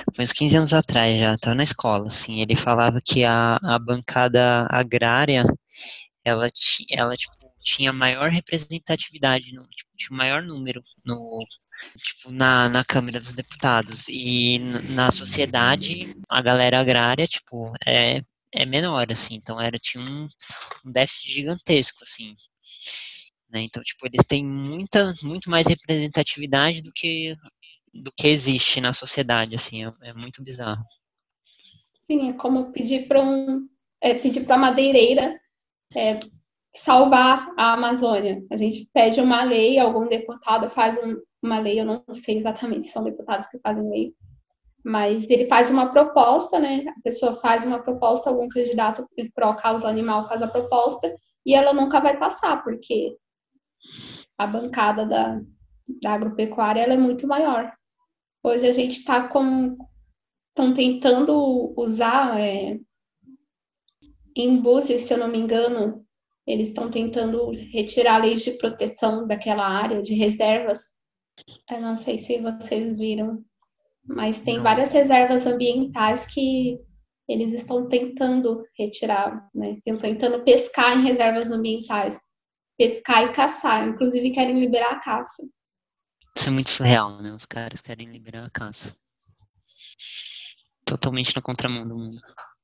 foi uns quinze anos atrás já, estava na escola, assim, ele falava que a, a bancada agrária, ela, ti, ela tipo, tinha maior representatividade, no, tipo, tinha o maior número no, tipo, na, na Câmara dos Deputados, e n- na sociedade, a galera agrária, tipo, é, é menor, assim, então era, tinha um, um déficit gigantesco, assim, né, então, tipo, eles têm muita, muito mais representatividade do que do que existe na sociedade, assim, é, é muito bizarro. Sim, é como pedir para um, é, pedir para a madeireira é, salvar a Amazônia. A gente pede uma lei, algum deputado faz um, uma lei, eu não sei exatamente se são deputados que fazem lei, mas ele faz uma proposta, né? A pessoa faz uma proposta, algum candidato pró causa animal faz a proposta e ela nunca vai passar, porque a bancada da, da agropecuária ela é muito maior. Hoje a gente está com estão tentando usar é, em Búzios, se eu não me engano, eles estão tentando retirar leis de proteção daquela área de reservas. Eu não sei se vocês viram, mas tem Não. várias reservas ambientais que eles estão tentando retirar, né? Estão tentando pescar em reservas ambientais, pescar e caçar, inclusive querem liberar a caça. Isso é muito surreal, né? Os caras querem liberar a caça. Totalmente na contramão do mundo.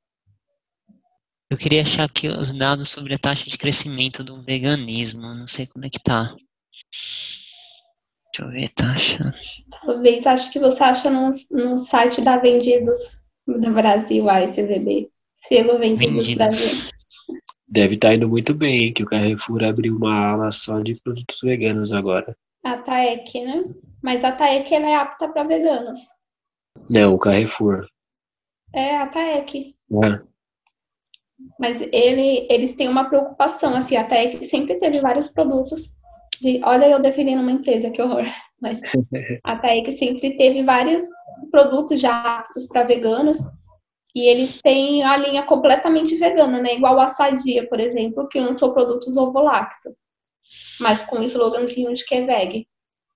Eu queria achar aqui os dados sobre a taxa de crescimento do veganismo. Eu não sei como é que tá. Deixa eu ver, taxa. Talvez, acho que você acha no, no site da Vendidos do Brasil, a S V B. Selo Vendidos Brasil. Vendidos. Deve estar indo muito bem, que o Carrefour abriu uma ala só de produtos veganos agora. A Taek, né? Mas a Taek ela é apta para veganos. Não, o Carrefour. É a Taek. É. Mas ele, eles têm uma preocupação, assim, a Taek sempre teve vários produtos de, olha eu definindo uma empresa, que horror. Mas a Taek sempre teve vários produtos já aptos para veganos e eles têm a linha completamente vegana, né? Igual a Sadia, por exemplo, que lançou produtos ovo-lacto, mas com o sloganzinho de que é veg.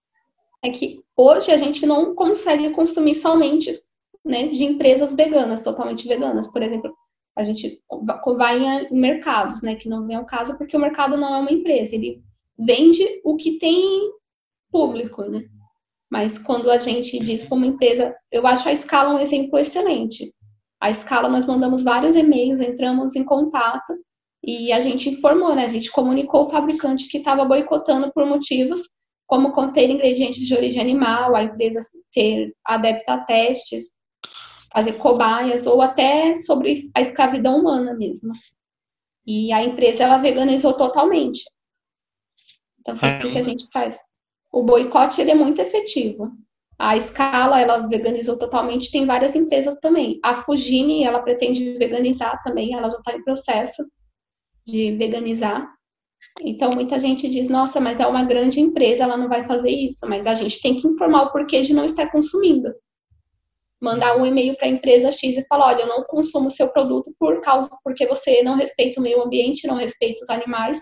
É que hoje a gente não consegue consumir somente, né, de empresas veganas, totalmente veganas. Por exemplo, a gente vai em mercados, né, que não é o caso porque o mercado não é uma empresa, ele vende o que tem público, né? Mas quando a gente diz para uma empresa, eu acho a Scala um exemplo excelente. A Scala, nós mandamos vários e-mails, entramos em contato e a gente informou, né? A gente comunicou o fabricante que estava boicotando por motivos como conter ingredientes de origem animal, a empresa ser adepta a testes, fazer cobaias, ou até sobre a escravidão humana mesmo. E a empresa, ela veganizou totalmente. Então, sempre que a gente faz o boicote, ele é muito efetivo. A Scala, ela veganizou totalmente, tem várias empresas também. A Fugini, ela pretende veganizar também, ela já está em processo de veganizar. Então, muita gente diz, nossa, mas é uma grande empresa, ela não vai fazer isso. Mas a gente tem que informar o porquê de não estar consumindo. Mandar um e-mail para a empresa X e falar, olha, eu não consumo o seu produto por causa, porque você não respeita o meio ambiente, não respeita os animais.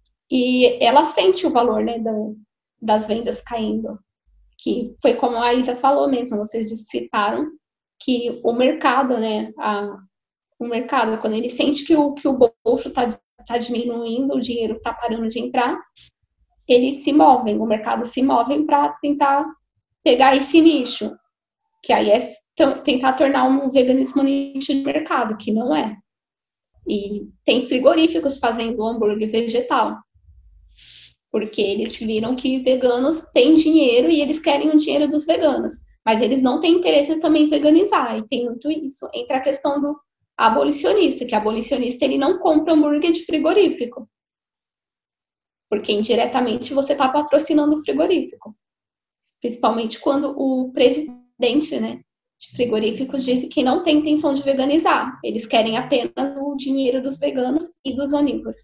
E ela sente o valor, né, do, das vendas caindo. Que foi como a Isa falou mesmo, vocês citaram, que o mercado, né, a, o mercado, quando ele sente que o, que o bolso está tá diminuindo, o dinheiro está parando de entrar, eles se movem, o mercado se move para tentar pegar esse nicho, que aí é tentar tornar um veganismo nicho de mercado, que não é. E tem frigoríficos fazendo hambúrguer vegetal, porque eles viram que veganos têm dinheiro e eles querem o dinheiro dos veganos, mas eles não têm interesse também em veganizar, e tem muito isso. Entra a questão do abolicionista, que abolicionista ele não compra hambúrguer de frigorífico, porque indiretamente você está patrocinando o frigorífico, principalmente quando o presidente, né, de frigoríficos diz que não tem intenção de veganizar, eles querem apenas o dinheiro dos veganos e dos onívoros.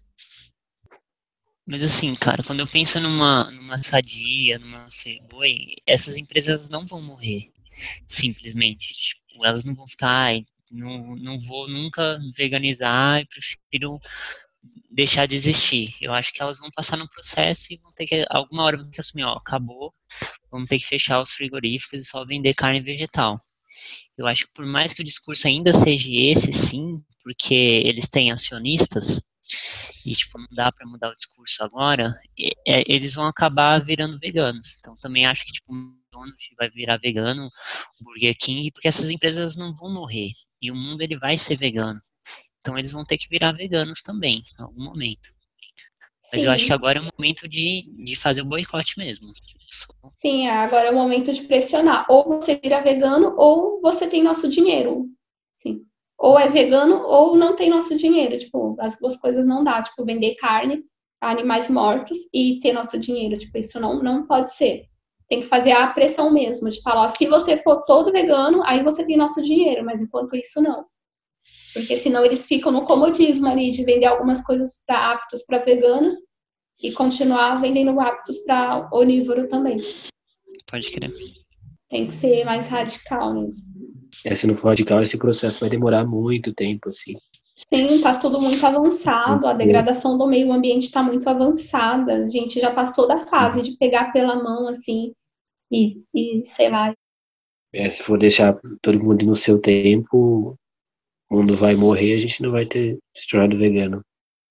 Mas assim, cara, quando eu penso numa, numa Sadia, numa Friboi, essas empresas não vão morrer, simplesmente. Tipo, elas não vão ficar, ai, não, não vou nunca veganizar e prefiro deixar de existir. Eu acho que elas vão passar no processo e vão ter que, alguma hora vão ter que assumir, ó, acabou, vamos ter que fechar os frigoríficos e só vender carne vegetal. Eu acho que por mais que o discurso ainda seja esse, sim, porque eles têm acionistas, e tipo, não dá para mudar o discurso agora, é, eles vão acabar virando veganos. Então também acho que tipo, o McDonald's vai virar vegano, o Burger King, porque essas empresas não vão morrer. E o mundo ele vai ser vegano. Então eles vão ter que virar veganos também, em algum momento. Mas eu acho que Sim, agora é o momento de, de fazer o boicote mesmo. Só- sim, agora é o momento de pressionar. Ou você vira vegano, ou você tem nosso dinheiro. Sim. Ou é vegano, ou não tem nosso dinheiro. Tipo, as duas coisas não dá. Tipo, vender carne, animais mortos e ter nosso dinheiro. Tipo, isso não, não pode ser. Tem que fazer a pressão mesmo, de falar, ó, se você for todo vegano, aí você tem nosso dinheiro, mas enquanto isso, não. Porque senão eles ficam no comodismo ali de vender algumas coisas para aptos para veganos e continuar vendendo aptos para onívoro também. Pode crer. Tem que ser mais radical nisso. É, se não for radical, esse processo vai demorar muito tempo, assim. Sim, tá tudo muito avançado, a degradação do meio ambiente está muito avançada. A gente já passou da fase de pegar pela mão, assim, e, e sei lá. É, se for deixar todo mundo no seu tempo, o mundo vai morrer, a gente não vai ter se tornado vegano.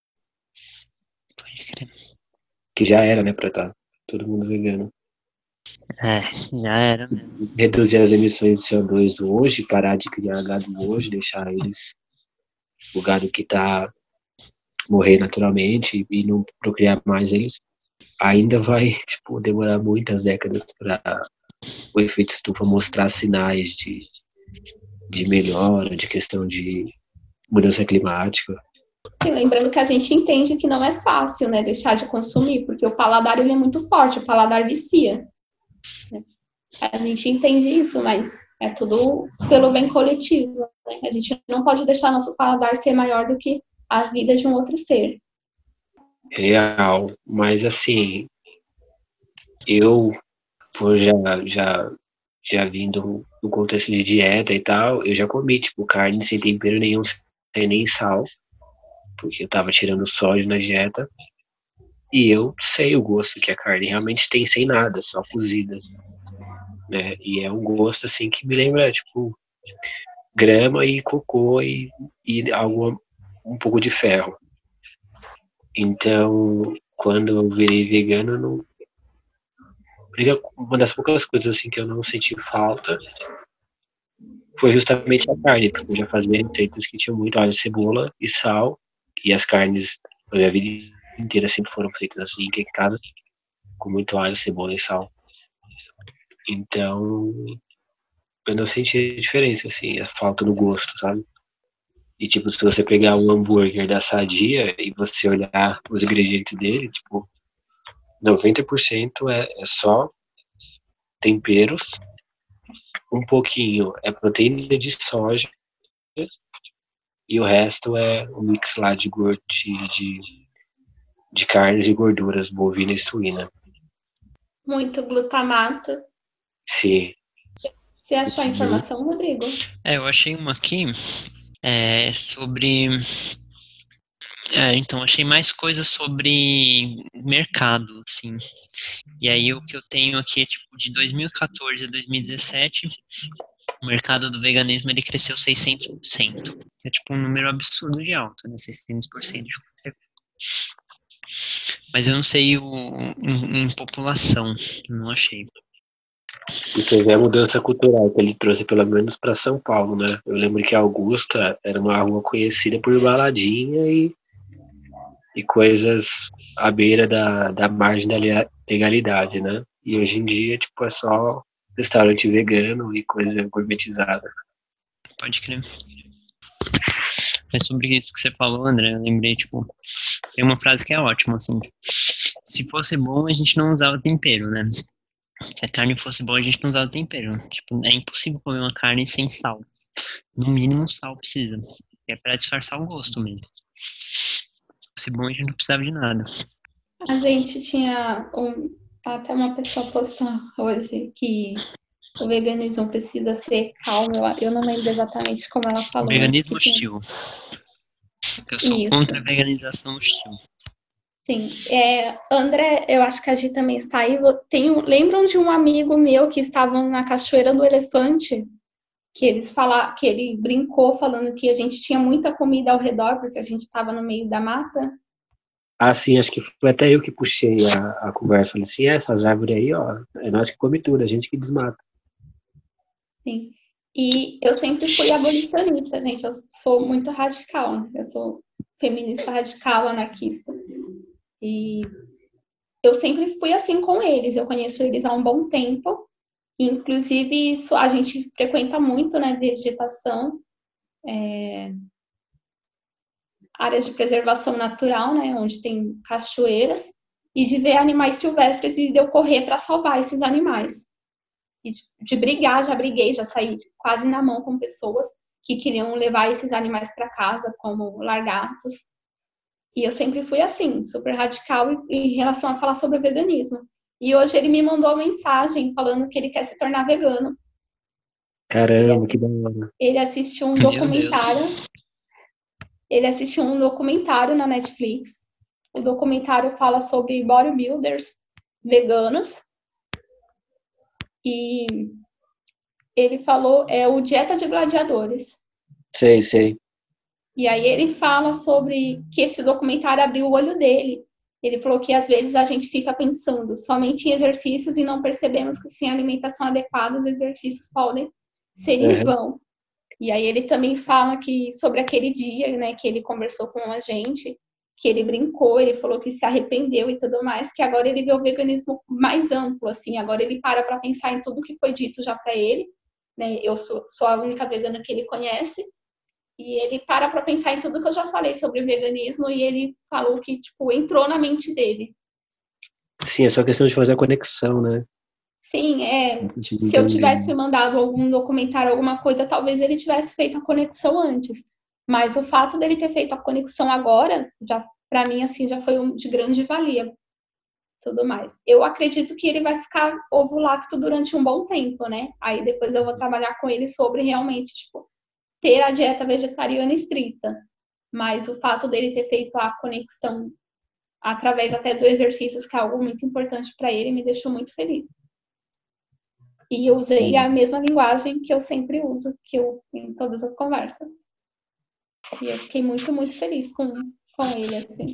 Pode crer. Que já era, né, pra estar todo mundo vegano. É, já era mesmo. Reduzir as emissões de C O dois hoje, parar de criar gado hoje, deixar eles, o gado que tá morrer naturalmente e não procriar mais eles, ainda vai, tipo, demorar muitas décadas para o efeito estufa mostrar sinais de, de melhora, de questão de mudança climática. E lembrando que a gente entende que não é fácil, né, deixar de consumir, porque o paladar ele é muito forte, o paladar vicia. A gente entende isso, mas é tudo pelo bem coletivo, né? A gente não pode deixar nosso paladar ser maior do que a vida de um outro ser. Real, mas assim, eu, por já, já, já vindo no contexto de dieta e tal, eu já comi, tipo, carne sem tempero nenhum, sem nem sal, porque eu tava tirando sódio na dieta, e eu sei o gosto que a carne realmente tem sem nada, só cozida, né? E é um gosto, assim, que me lembra, tipo, grama e cocô e, e algo, um pouco de ferro. Então, quando eu virei vegano, eu não, uma das poucas coisas assim que eu não senti falta foi justamente a carne, porque eu já fazia receitas que tinham muito alho, cebola e sal, e as carnes a minha vida inteira sempre foram feitas assim, em casa, com muito alho, cebola e sal. Então, eu não senti a diferença, assim, a falta no gosto, sabe? E, tipo, se você pegar um hambúrguer da Sadia e você olhar os ingredientes dele, tipo, noventa por cento é, é só temperos, um pouquinho é proteína de soja e o resto é um mix lá de, de, de, de carnes e gorduras bovina e suína. Muito glutamato. Sim. Você achou a informação, Rodrigo? É, eu achei uma aqui é, sobre... É, então, achei mais coisas sobre mercado, assim. E aí o que eu tenho aqui é, tipo, de dois mil e quatorze a dois mil e dezessete, o mercado do veganismo, ele cresceu seiscentos por cento. É, tipo, um número absurdo de alto, né? seiscentos por cento de qualquer coisa. Mas eu não sei o, em, em população, não achei. Porque é a mudança cultural que ele trouxe, pelo menos para São Paulo, né? Eu lembro que Augusta era uma rua conhecida por baladinha e, e coisas à beira da, da margem da legalidade, né? E hoje em dia, tipo, é só restaurante vegano e coisa gourmetizada. Pode crer. Mas sobre isso que você falou, André, eu lembrei, tipo, tem uma frase que é ótima, assim. Se fosse bom, a gente não usava tempero, né? Se a carne fosse boa, a gente não usava tempero. Tipo, é impossível comer uma carne sem sal. No mínimo, sal precisa. É pra disfarçar o gosto mesmo. Se fosse bom, a gente não precisava de nada. A gente tinha um, até uma pessoa postou hoje que o veganismo precisa ser calmo. Eu, eu não lembro exatamente como ela falou. Veganismo mas que hostil. Eu sou Isso. contra a veganização hostil. Sim. É, André, eu acho que a Gi também está aí. Tem, lembram de um amigo meu que estavam na Cachoeira do Elefante? que eles fala, que ele brincou falando que a gente tinha muita comida ao redor, porque a gente estava no meio da mata. Ah, sim, acho que foi até eu que puxei a, a conversa. Falei assim, essas árvores aí, ó, é nós que come tudo, a gente que desmata. Sim. E eu sempre fui abolicionista, gente. Eu sou muito radical, né? Eu sou feminista radical, anarquista. E eu sempre fui assim com eles. Eu conheço eles há um bom tempo. Inclusive, isso, a gente frequenta muito, né, vegetação, é, áreas de preservação natural, né, onde tem cachoeiras, e de ver animais silvestres e de eu correr para salvar esses animais. E de, de brigar, já briguei, já saí quase na mão com pessoas que queriam levar esses animais para casa, como largatos. E eu sempre fui assim, super radical em relação a falar sobre o veganismo. E hoje ele me mandou uma mensagem falando que ele quer se tornar vegano. Ele, Caramba, que da assist... hora. ele assistiu um Meu documentário. Deus. Ele assistiu um documentário na Netflix. O documentário fala sobre bodybuilders veganos. E ele falou, é o Dieta de Gladiadores. Sei, sei. E aí ele fala sobre que esse documentário abriu o olho dele. Ele falou que às vezes a gente fica pensando somente em exercícios e não percebemos que sem alimentação adequada os exercícios podem ser em Uhum. vão. E aí ele também fala que sobre aquele dia, né, que ele conversou com a gente, que ele brincou, ele falou que se arrependeu e tudo mais, que agora ele vê o veganismo mais amplo, assim, agora ele para para pensar em tudo que foi dito já para ele, né? Eu sou, sou a única vegana que ele conhece. E ele para para pensar em tudo que eu já falei sobre o veganismo e ele falou que, tipo, entrou na mente dele. Sim, é só questão de fazer a conexão, né? Sim, é, Não tipo, consigo se eu entender. tivesse mandado algum documentário, alguma coisa, talvez ele tivesse feito a conexão antes. Mas o fato dele ter feito a conexão agora, já para mim, assim, já foi um, de grande valia. Tudo mais. Eu acredito que ele vai ficar ovo lacto durante um bom tempo, né? Aí depois eu vou trabalhar com ele sobre realmente, tipo, ter a dieta vegetariana estrita, mas o fato dele ter feito a conexão através até do exercícios, que é algo muito importante para ele, me deixou muito feliz. E eu usei a mesma linguagem que eu sempre uso, que eu em todas as conversas. E eu fiquei muito, muito feliz com, com ele, assim.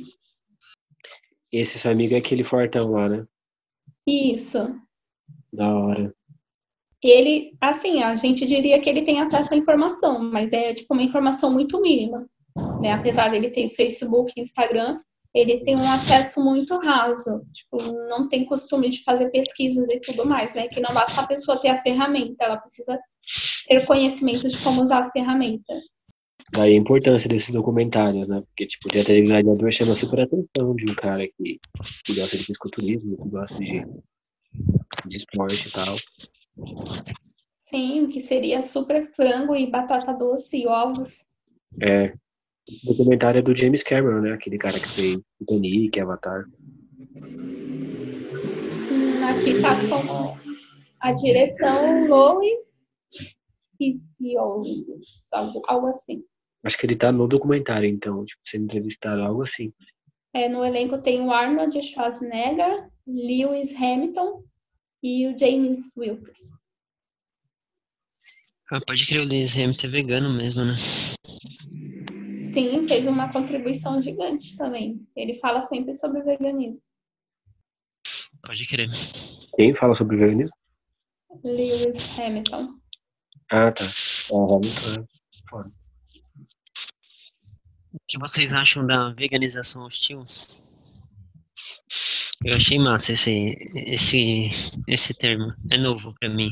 Esse seu amigo é aquele fortão lá, né? Isso. Da hora. Ele, assim, a gente diria que ele tem acesso à informação, mas é tipo uma informação muito mínima, né? Apesar dele ter Facebook, Instagram, ele tem um acesso muito raso, tipo, não tem costume de fazer pesquisas e tudo mais, né? Que não basta a pessoa ter a ferramenta, ela precisa ter conhecimento de como usar a ferramenta. Daí a importância desses documentários, né? Porque, tipo, Dieta de Gladiador chama super atenção de um cara que, que gosta de fisiculturismo, que gosta de, de esporte e tal. Sim, que seria super frango e batata doce e ovos. É. O documentário é do James Cameron, né? Aquele cara que fez Titanic, Avatar. Hum, Aqui tá como a direção Louis Pisiolus, algo, algo assim. Acho que ele tá no documentário, então, tipo, sendo entrevistado, algo assim. É, no elenco tem o Arnold Schwarzenegger, Lewis Hamilton e o James Wilkes. Ah, pode crer, o Lewis Hamilton é vegano mesmo, né? Sim, fez uma contribuição gigante também. Ele fala sempre sobre o veganismo. Pode crer. Quem fala sobre veganismo? Lewis Hamilton. Ah, tá. Ah, Hamilton é foda. O que vocês acham da veganização hostil? Eu achei massa esse, esse, esse termo. É novo pra mim.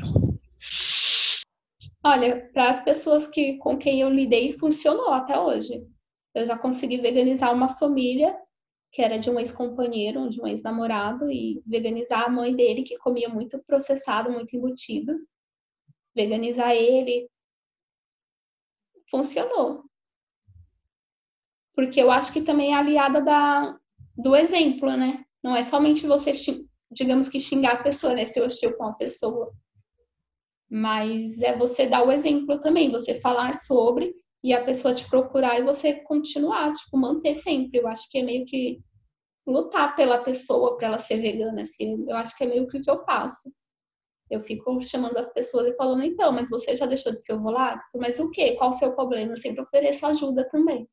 Olha, para as pessoas que, com quem eu lidei, funcionou até hoje. Eu já consegui veganizar uma família que era de um ex-companheiro, de um ex-namorado, e veganizar a mãe dele, que comia muito processado, muito embutido. Veganizar ele. Funcionou. Porque eu acho que também é aliada da, do exemplo, né? Não é somente você, digamos que xingar a pessoa, né? Ser hostil com a pessoa. Mas é você dar o exemplo também, você falar sobre e a pessoa te procurar e você continuar, tipo, manter sempre. Eu acho que é meio que lutar pela pessoa para ela ser vegana, assim. Eu acho que é meio que o que eu faço. Eu fico chamando as pessoas e falando, então, mas você já deixou de ser ovo-lacto? Mas o quê? Qual o seu problema? Eu sempre ofereço ajuda também.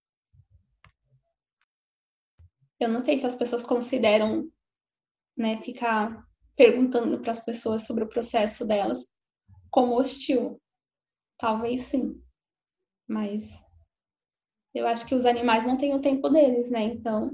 Eu não sei se as pessoas consideram, né, ficar perguntando para as pessoas sobre o processo delas como hostil. Talvez sim. Mas eu acho que os animais não têm o tempo deles, né? Então,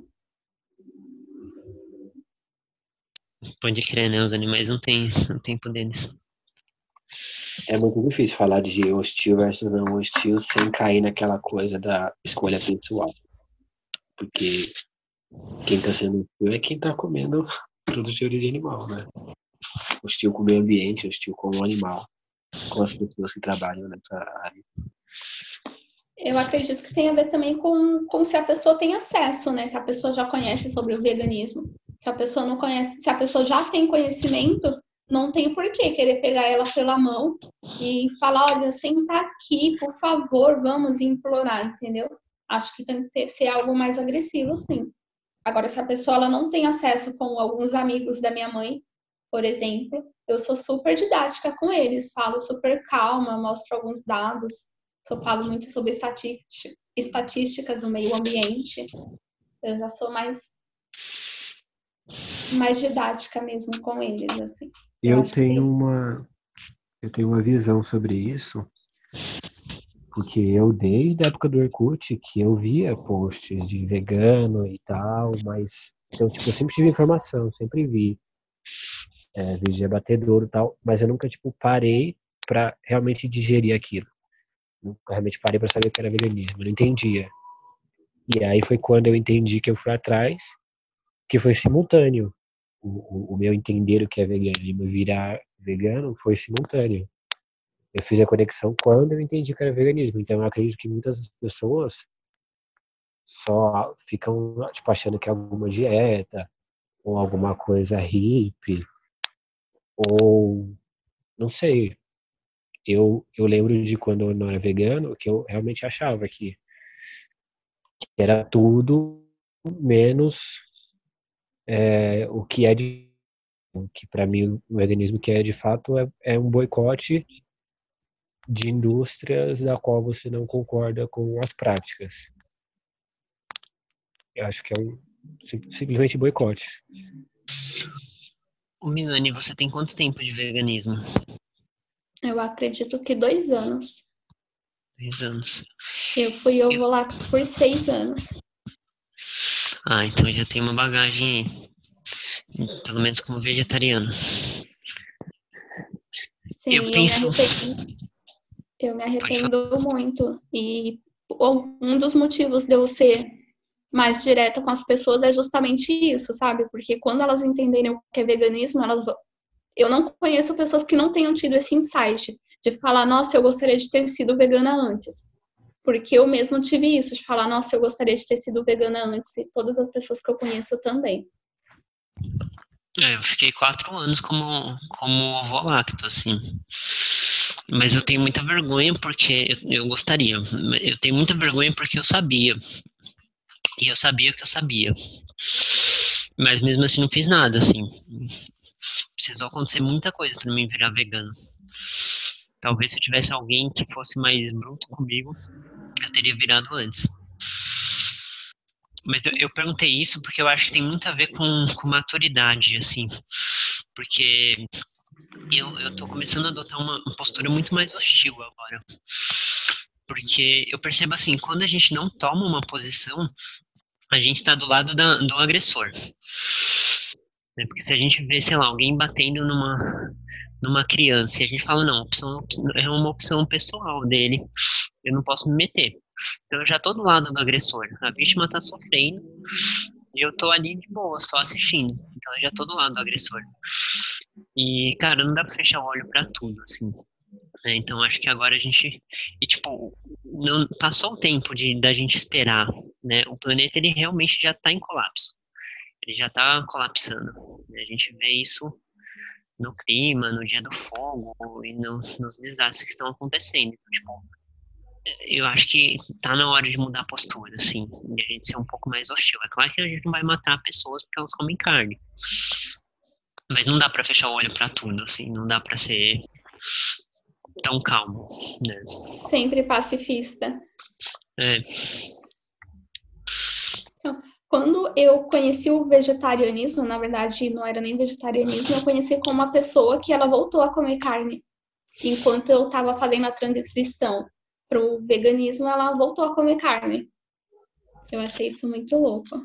Pode crer, né? Os animais não têm o tempo deles. É muito difícil falar de hostil versus não hostil sem cair naquela coisa da escolha pessoal. Porque quem está sendo hostil é quem está comendo produto de origem animal, né? Hostil com o meio ambiente, hostil com o animal, com as pessoas que trabalham nessa área. eu acredito que tem a ver também com, com se a pessoa tem acesso, né? Se a pessoa já conhece sobre o veganismo. Se a pessoa não conhece, se a pessoa já tem conhecimento, não tem por que querer pegar ela pela mão e falar, olha, senta aqui, por favor, vamos implorar, entendeu? Acho que tem que ter, ser algo mais agressivo, sim. Agora, se a pessoa ela não tem acesso com alguns amigos da minha mãe, por exemplo, eu sou super didática com eles, falo super calma, mostro alguns dados, eu falo muito sobre estatísticas no meio ambiente. Eu já sou mais, mais didática mesmo com eles, assim. Eu, Eu eu tenho que... uma eu tenho uma visão sobre isso, porque eu, desde a época do Orkut, que eu via posts de vegano e tal, mas então, tipo, eu sempre tive informação, sempre vi é, vídeo de abatedouro e tal, mas eu nunca, tipo, parei pra realmente digerir aquilo. Nunca realmente parei pra saber o que era veganismo, eu não entendia. E aí foi quando eu entendi que eu fui atrás, que foi simultâneo. O, o, o meu entender o que é vegano e meu virar vegano foi simultâneo. Eu fiz a conexão quando eu entendi que era veganismo. Então eu acredito que muitas pessoas só ficam, tipo, achando que é alguma dieta, ou alguma coisa hippie, ou não sei. Eu, eu lembro de quando eu não era vegano, que eu realmente achava que era tudo menos é, o que é de que para mim o veganismo que é de fato é, é um boicote de indústrias da qual você não concorda com as práticas. Eu acho que é um sim- simplesmente boicote. Ô, Milani, você tem quanto tempo de veganismo? Eu acredito que dois anos. Dois anos. Eu fui ovo-lacto por seis anos. Ah, então já tem uma bagagem aí. Pelo menos como vegetariano. Sim, Eu eu penso... me arrependo. Eu me Pode falar. arrependo muito. E um dos motivos de eu ser mais direta com as pessoas é justamente isso, sabe? Porque quando elas entenderem o que é veganismo, elas vão... Eu não conheço pessoas que não tenham tido esse insight de falar, nossa, eu gostaria de ter sido vegana antes. Porque eu mesmo tive isso, de falar, nossa, eu gostaria de ter sido vegana antes, e todas as pessoas que eu conheço também. É, eu fiquei quatro anos como, como ovo-lacto, assim. Mas eu tenho muita vergonha porque eu, eu gostaria. Eu tenho muita vergonha porque eu sabia. E eu sabia que eu sabia. Mas mesmo assim não fiz nada, assim. Precisou acontecer muita coisa pra mim virar vegano. Talvez se eu tivesse alguém que fosse mais bruto comigo, eu teria virado antes. Mas eu, eu perguntei isso porque eu acho que tem muito a ver com, com maturidade, assim. Porque eu, eu tô começando a adotar uma, uma postura muito mais hostil agora. Porque eu percebo assim, quando a gente não toma uma posição, a gente tá do lado da, do agressor. Né? Porque se a gente vê, sei lá, alguém batendo numa, numa criança e a gente fala, não, opção, é uma opção pessoal dele, eu não posso me meter. Então eu já tô do lado do agressor. A vítima tá sofrendo e eu tô ali de boa, só assistindo. Então eu já tô do lado do agressor. E, cara, não dá pra fechar o olho pra tudo, assim. Né? Então acho que agora a gente... E, tipo, não passou o tempo de da gente esperar, né? O planeta, ele realmente já tá em colapso. Ele já tá colapsando. Né? A gente vê isso no clima, no dia do fogo e no, nos desastres que estão acontecendo. Então, tipo, eu acho que tá na hora de mudar a postura, assim, de a gente ser um pouco mais hostil. É claro que a gente não vai matar pessoas porque elas comem carne. Mas não dá pra fechar o olho pra tudo, assim, não dá pra ser tão calmo, né? Sempre pacifista. É. Então, quando eu conheci o vegetarianismo, na verdade não era nem vegetarianismo, eu conheci como uma pessoa que ela voltou a comer carne. Enquanto eu estava fazendo a transição pro veganismo, ela voltou a comer carne. Eu achei isso muito louco.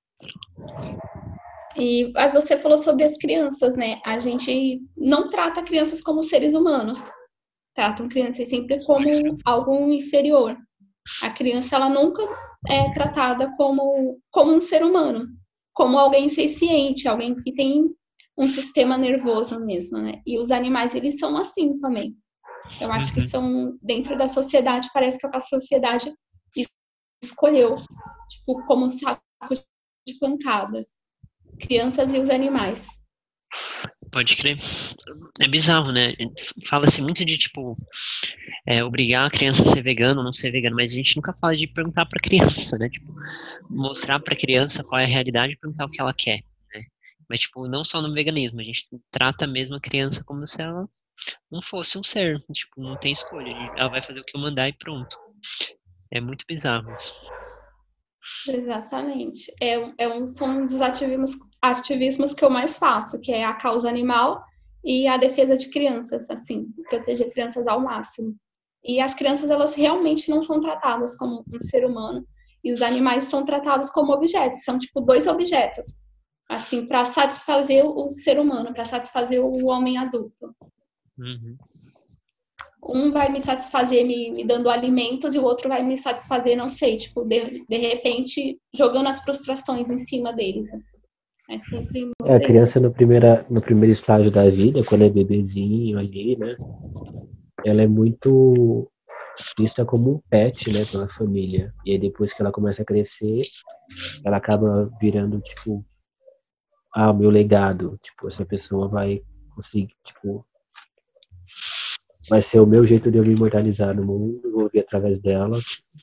E aí você falou sobre as crianças, né? A gente não trata crianças como seres humanos. Tratam crianças sempre como algo inferior. A criança, ela nunca é tratada como, como um ser humano, como alguém senciente, alguém que tem um sistema nervoso mesmo, né? E os animais, eles são assim também. Eu acho que são, dentro da sociedade, parece que a sociedade escolheu, tipo, como um saco de pancadas. Crianças e os animais. Pode crer. É bizarro, né? Fala-se muito de, tipo, é, obrigar a criança a ser vegana ou não ser vegana, mas a gente nunca fala de perguntar pra criança, né? Tipo, mostrar pra criança qual é a realidade e perguntar o que ela quer, né? Mas, tipo, não só no veganismo, a gente trata mesmo a criança como se ela não fosse um ser, tipo, não tem escolha, ela vai fazer o que eu mandar e pronto. É muito bizarro isso. Exatamente. É, é um, são um dos ativismos, ativismos que eu mais faço, que é a causa animal e a defesa de crianças, assim, proteger crianças ao máximo. E as crianças, elas realmente não são tratadas como um ser humano, e os animais são tratados como objetos, são tipo dois objetos, assim, para satisfazer o ser humano, para satisfazer o homem adulto. Uhum. Um vai me satisfazer me, me dando alimentos e o outro vai me satisfazer, não sei, tipo, de, de repente, jogando as frustrações em cima deles. Assim. É sempre É, a criança no, primeira, no primeiro estágio da vida, quando é bebezinho ali, né? Ela é muito vista como um pet, né, pela família. E aí depois que ela começa a crescer, ela acaba virando, tipo, ah, o meu legado. Tipo, essa pessoa vai conseguir, tipo, vai ser o meu jeito de eu me imortalizar no mundo, vou vir através dela.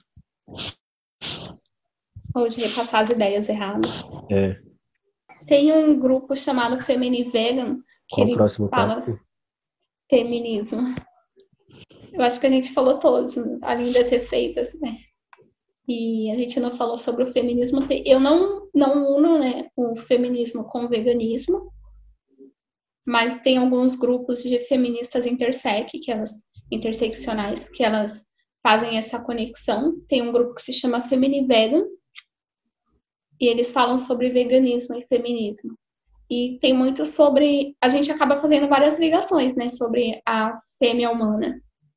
Ou de repassar as ideias erradas. É. Tem um grupo chamado Femini Vegan, que Qual o ele próximo fala tópico? feminismo. Eu acho que a gente falou todos, além das receitas, né? E a gente não falou sobre o feminismo. Eu não, não uno, né, o feminismo com o veganismo, mas tem alguns grupos de feministas intersec, que elas, interseccionais, que elas fazem essa conexão. Tem um grupo que se chama Femini Vegan, e eles falam sobre veganismo e feminismo. E tem muito sobre... A gente acaba fazendo várias ligações, né, sobre a fêmea humana,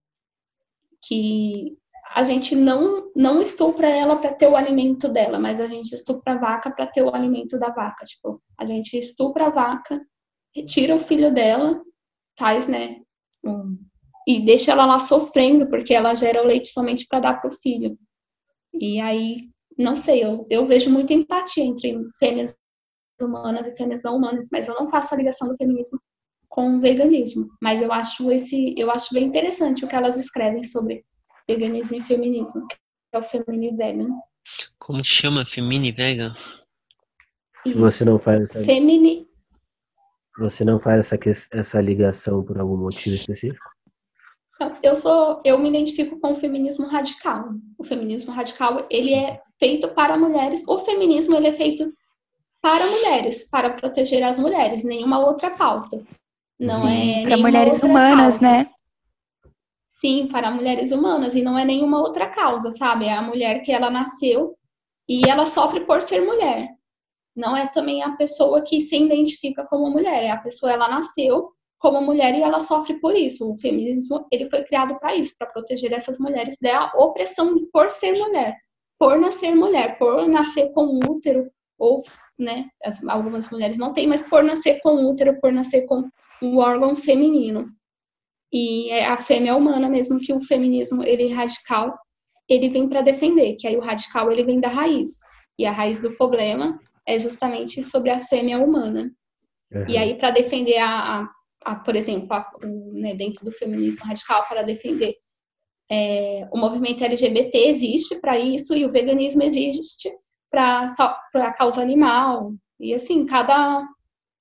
que a gente não, não estupra ela para ter o alimento dela, mas a gente estupra a vaca para ter o alimento da vaca. Tipo, a gente estupra a vaca, retira o filho dela, faz, né, um, e deixa ela lá sofrendo, porque ela gera o leite somente para dar pro filho. E aí, não sei, eu, eu vejo muita empatia entre fêmeas humanas e fêmeas não humanas, mas eu não faço a ligação do feminismo com o veganismo. Mas eu acho esse, eu acho bem interessante o que elas escrevem sobre veganismo e feminismo, que é o Femini Vegan. Como que chama? Femini Vegan? Isso. Você não faz essa, Femini... você não faz essa, essa ligação por algum motivo específico? Eu sou, eu me identifico com o feminismo radical. O feminismo radical, ele é feito para mulheres. O feminismo, ele é feito para mulheres, para proteger as mulheres, nenhuma outra pauta. Não Sim, é para nenhuma mulheres outra humanas, causa. né? Sim, para mulheres humanas, e não é nenhuma outra causa, sabe? É a mulher que ela nasceu e ela sofre por ser mulher. Não é também a pessoa que se identifica como mulher, é a pessoa, ela nasceu como mulher e ela sofre por isso. O feminismo, ele foi criado para isso, para proteger essas mulheres da opressão por ser mulher, por nascer mulher, por nascer com útero, ou, né, as, algumas mulheres não têm, mas por nascer com útero, por nascer com um órgão feminino. E é a fêmea humana mesmo, que o feminismo, ele radical, ele vem para defender, que aí o radical, ele vem da raiz. E a raiz do problema é justamente sobre a fêmea humana. Uhum. E aí, para defender, a, a, a, por exemplo, a, o, né, dentro do feminismo radical, para defender é, o movimento L G B T existe para isso, e o veganismo existe para a causa animal. E assim, cada,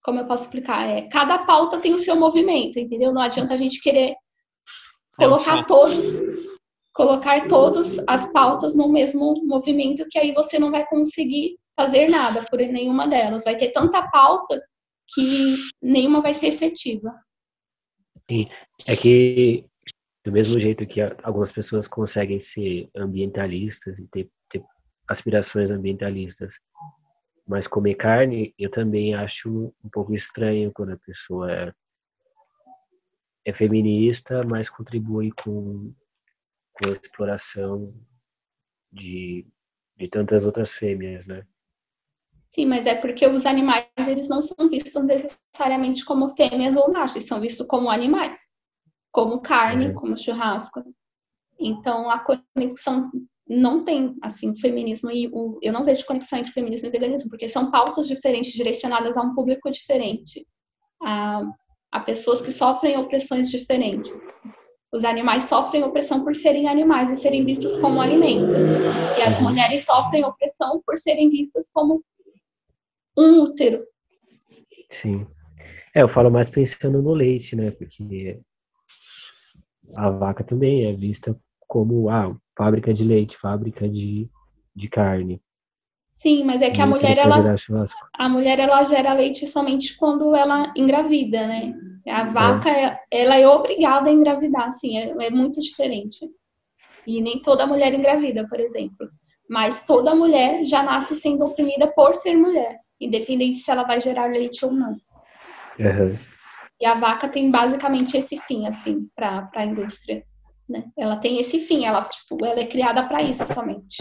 como eu posso explicar? É, cada pauta tem o seu movimento, entendeu? Não adianta a gente querer colocar todos, colocar todas as pautas no mesmo movimento, que aí você não vai conseguir fazer nada por nenhuma delas. Vai ter tanta pauta que nenhuma vai ser efetiva. Sim, é que do mesmo jeito que algumas pessoas conseguem ser ambientalistas e ter, ter aspirações ambientalistas, mas comer carne, eu também acho um pouco estranho quando a pessoa é, é feminista, mas contribui com, com a exploração de, de tantas outras fêmeas, né? Sim, mas é porque os animais, eles não são vistos necessariamente como fêmeas ou machos, são vistos como animais, como carne, uhum. como churrasco. Então, a conexão não tem, assim, o feminismo e o... Eu não vejo conexão entre feminismo e veganismo, porque são pautas diferentes, direcionadas a um público diferente, a, a pessoas que sofrem opressões diferentes. Os animais sofrem opressão por serem animais e serem vistos como alimento. E as mulheres sofrem opressão por serem vistas como um útero. Sim. É, eu falo mais pensando no leite, né? Porque a vaca também é vista como ah, fábrica de leite, fábrica de, de carne. Sim, mas é que a mulher, ela, a mulher, ela gera leite somente quando ela engravida, né? A vaca, é. ela é obrigada a engravidar, assim, é, é muito diferente. E nem toda mulher engravida, por exemplo. Mas toda mulher já nasce sendo oprimida por ser mulher, independente se ela vai gerar leite ou não. Uhum. E a vaca tem basicamente esse fim, assim, para a indústria, né? Ela tem esse fim, ela, tipo, ela é criada para isso somente.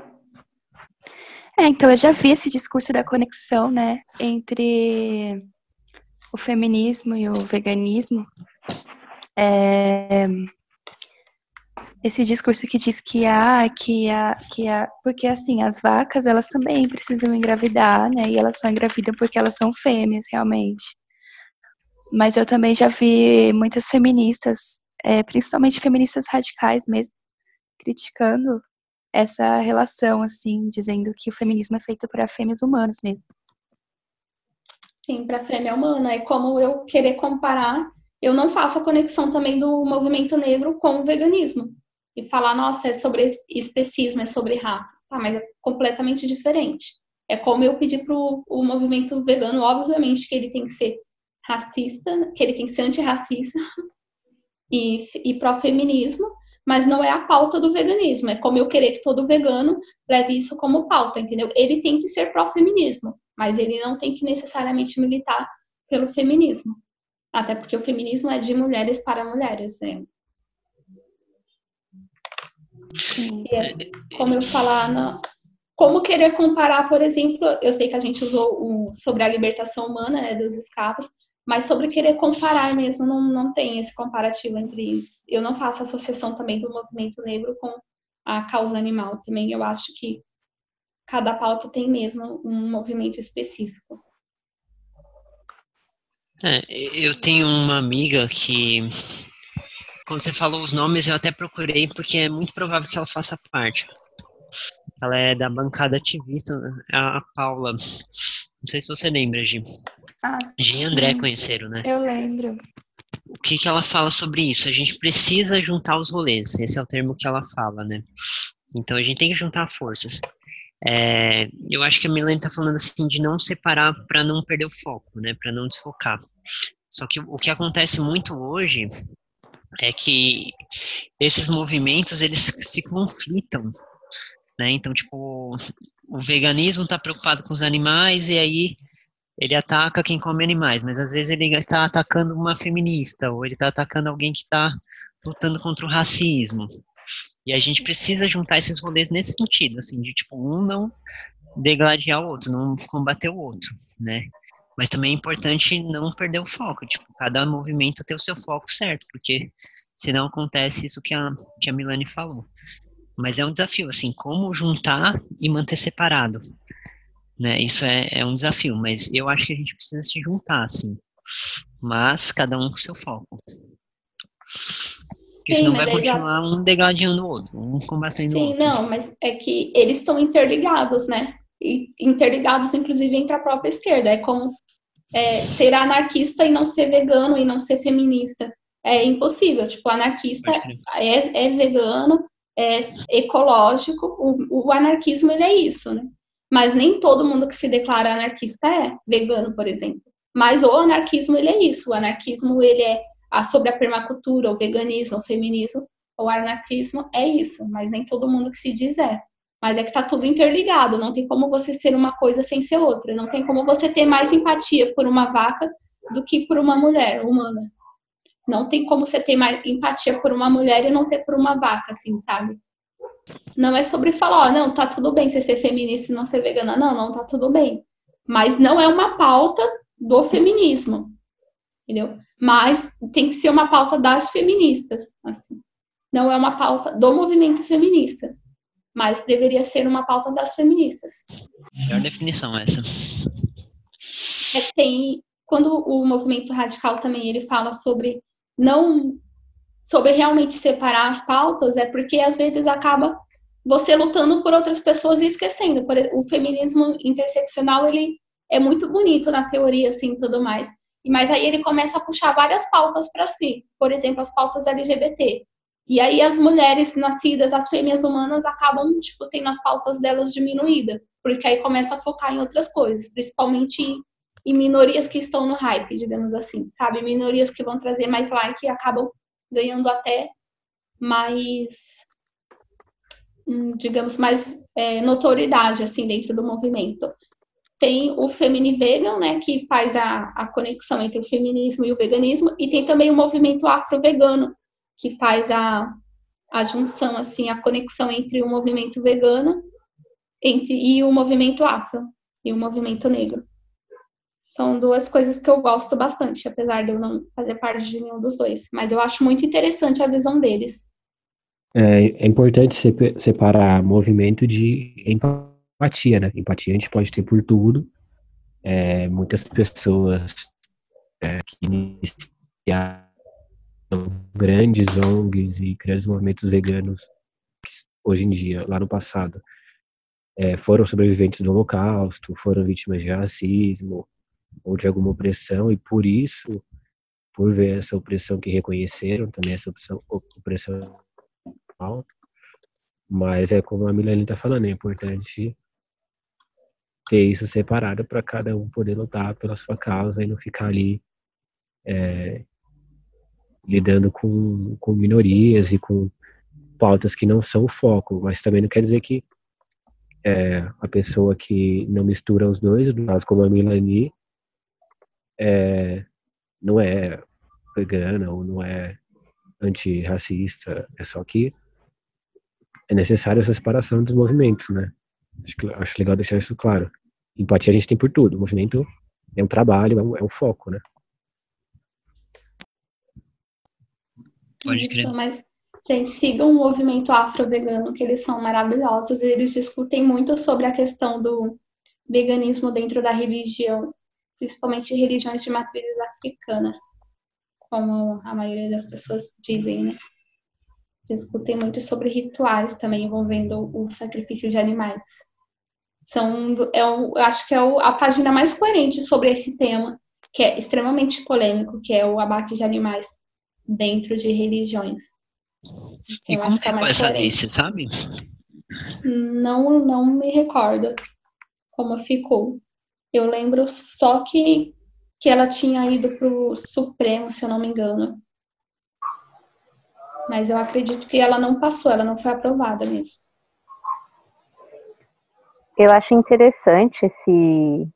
É, então eu já vi esse discurso da conexão, né, entre o feminismo e o veganismo. É... Esse discurso que diz que há, que há, que há, porque assim, as vacas, elas também precisam engravidar, né, e elas só engravidam porque elas são fêmeas, realmente. Mas eu também já vi muitas feministas, é, principalmente feministas radicais mesmo, criticando essa relação, assim, dizendo que o feminismo é feito para fêmeas humanas mesmo. Sim, para a fêmea humana. É como eu querer comparar, eu não faço a conexão também do movimento negro com o veganismo. E falar, nossa, é sobre especismo, é sobre raças. Tá, mas é completamente diferente. É como eu pedir para o movimento vegano, obviamente, que ele tem que ser racista, que ele tem que ser antirracista e, e pró-feminismo, mas não é a pauta do veganismo. É como eu querer que todo vegano leve isso como pauta, entendeu? Ele tem que ser pró-feminismo, mas ele não tem que necessariamente militar pelo feminismo. Até porque o feminismo é de mulheres para mulheres, né? E é, como eu falar, na, como querer comparar, por exemplo, eu sei que a gente usou o, sobre a libertação humana, né, dos escravos, mas sobre querer comparar mesmo, não, não tem esse comparativo entre... Eu não faço associação também do movimento negro com a causa animal. Também eu acho que cada pauta tem mesmo um movimento específico. É, eu tenho uma amiga que, quando você falou os nomes, eu até procurei, porque é muito provável que ela faça parte. Ela é da bancada ativista, a Paula. Não sei se você lembra, Gi. Ah, Gi e André conheceram, né? Eu lembro. O que que ela fala sobre isso? A gente precisa juntar os rolês, esse é o termo que ela fala, né? Então a gente tem que juntar forças. É, eu acho que a Milene está falando assim de não separar para não perder o foco, né? Para não desfocar. Só que o que acontece muito hoje é que esses movimentos eles se conflitam, né? Então, tipo, o veganismo está preocupado com os animais e aí ele ataca quem come animais, mas às vezes ele está atacando uma feminista ou ele está atacando alguém que está lutando contra o racismo. E a gente precisa juntar esses rolês nesse sentido, assim, de tipo, um não degladiar o outro, não combater o outro, né? Mas também é importante não perder o foco, tipo, cada movimento ter o seu foco certo, porque senão acontece isso que a, que a Milane falou. Mas é um desafio, assim, como juntar e manter separado, né? Isso é, é um desafio, mas eu acho que a gente precisa se juntar, assim, mas cada um com seu foco. Porque Sim, senão vai já... continuar um degladiando o outro, um combatendo Sim, o outro. não, mas é que eles estão interligados, né? E interligados, inclusive, entre a própria esquerda. É como é, ser anarquista e não ser vegano e não ser feminista. É impossível. Tipo, anarquista é, é vegano, é ecológico. O, o anarquismo, ele é isso, né? Mas nem todo mundo que se declara anarquista é vegano, por exemplo. Mas o anarquismo, ele é isso. O anarquismo, ele é sobre a permacultura, o veganismo, o feminismo. O anarquismo é isso, mas nem todo mundo que se diz é. Mas é que tá tudo interligado, não tem como você ser uma coisa sem ser outra. Não tem como você ter mais empatia por uma vaca do que por uma mulher humana. Não tem como você ter mais empatia por uma mulher e não ter por uma vaca, assim, sabe? Não é sobre falar, ó, não, tá tudo bem você ser feminista e não ser vegana. Não, não tá tudo bem. Mas não é uma pauta do feminismo, entendeu? Mas tem que ser uma pauta das feministas, assim. Não é uma pauta do movimento feminista, mas deveria ser uma pauta das feministas. Melhor definição essa. É, tem, quando o movimento radical também ele fala sobre não sobre realmente separar as pautas, é porque às vezes acaba você lutando por outras pessoas e esquecendo. O feminismo interseccional, ele é muito bonito na teoria, assim, tudo mais. Mas aí ele começa a puxar várias pautas para si. Por exemplo, as pautas L G B T. E aí as mulheres nascidas, as fêmeas humanas, acabam, tipo, tendo as pautas delas diminuídas. Porque aí começa a focar em outras coisas, principalmente em, em minorias que estão no hype, digamos assim, sabe? Minorias que vão trazer mais like e acabam ganhando até mais, digamos, mais é, notoriedade, assim, dentro do movimento. Tem o Femini Vegan, né, que faz a, a conexão entre o feminismo e o veganismo, e tem também o movimento afro-vegano, que faz a, a junção, assim, a conexão entre o movimento vegano entre, e o movimento afro, e o movimento negro. São duas coisas que eu gosto bastante, apesar de eu não fazer parte de nenhum dos dois. Mas eu acho muito interessante a visão deles. É, é importante separar movimento de empatia, né? Empatia a gente pode ter por tudo. É, muitas pessoas é, que iniciaram grandes O N Gs e grandes movimentos veganos hoje em dia, lá no passado, é, foram sobreviventes do Holocausto, foram vítimas de racismo ou de alguma opressão, e por isso, por ver essa opressão que reconheceram, também essa opressão, opressão mas é como a Milene está falando, é importante ter isso separado para cada um poder lutar pela sua causa e não ficar ali é, lidando com, com minorias e com pautas que não são o foco, mas também não quer dizer que é, a pessoa que não mistura os dois, no caso como a Milani, é, não é vegana ou não é antirracista, é só que é necessário essa separação dos movimentos, né? Acho, que, acho legal deixar isso claro. Empatia a gente tem por tudo. O movimento é um trabalho, é um, é um foco, né? Pode crer. Isso, mas, gente, sigam o movimento afro-vegano, que eles são maravilhosos. E eles discutem muito sobre a questão do veganismo dentro da religião, principalmente religiões de matrizes africanas, como a maioria das pessoas dizem, né? Discutem muito sobre rituais também envolvendo o sacrifício de animais. São, é o, acho que é o, a página mais coerente sobre esse tema, que é extremamente polêmico, que é o abate de animais dentro de religiões. Então, e como ficou é essa lei, você sabe? Não, não me recordo como ficou. Eu lembro só que, que ela tinha ido para o Supremo, se eu não me engano. Mas eu acredito que ela não passou, ela não foi aprovada mesmo. Eu acho interessante esse,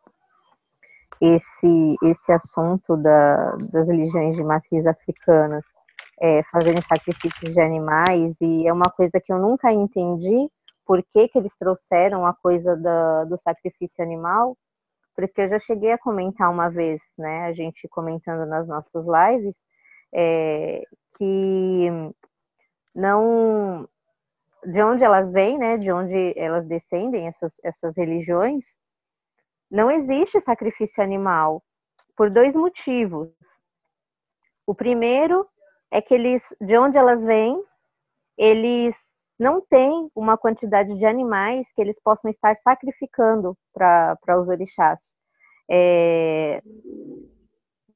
esse, esse assunto da, das religiões de matriz africanas é, fazerem sacrifícios de animais, e é uma coisa que eu nunca entendi por que, que eles trouxeram a coisa da, do sacrifício animal, porque eu já cheguei a comentar uma vez, né, a gente comentando nas nossas lives, é, que não, de onde elas vêm, né, de onde elas descendem, essas, essas religiões, não existe sacrifício animal, por dois motivos. O primeiro é que eles, de onde elas vêm, eles não têm uma quantidade de animais que eles possam estar sacrificando para os orixás. É,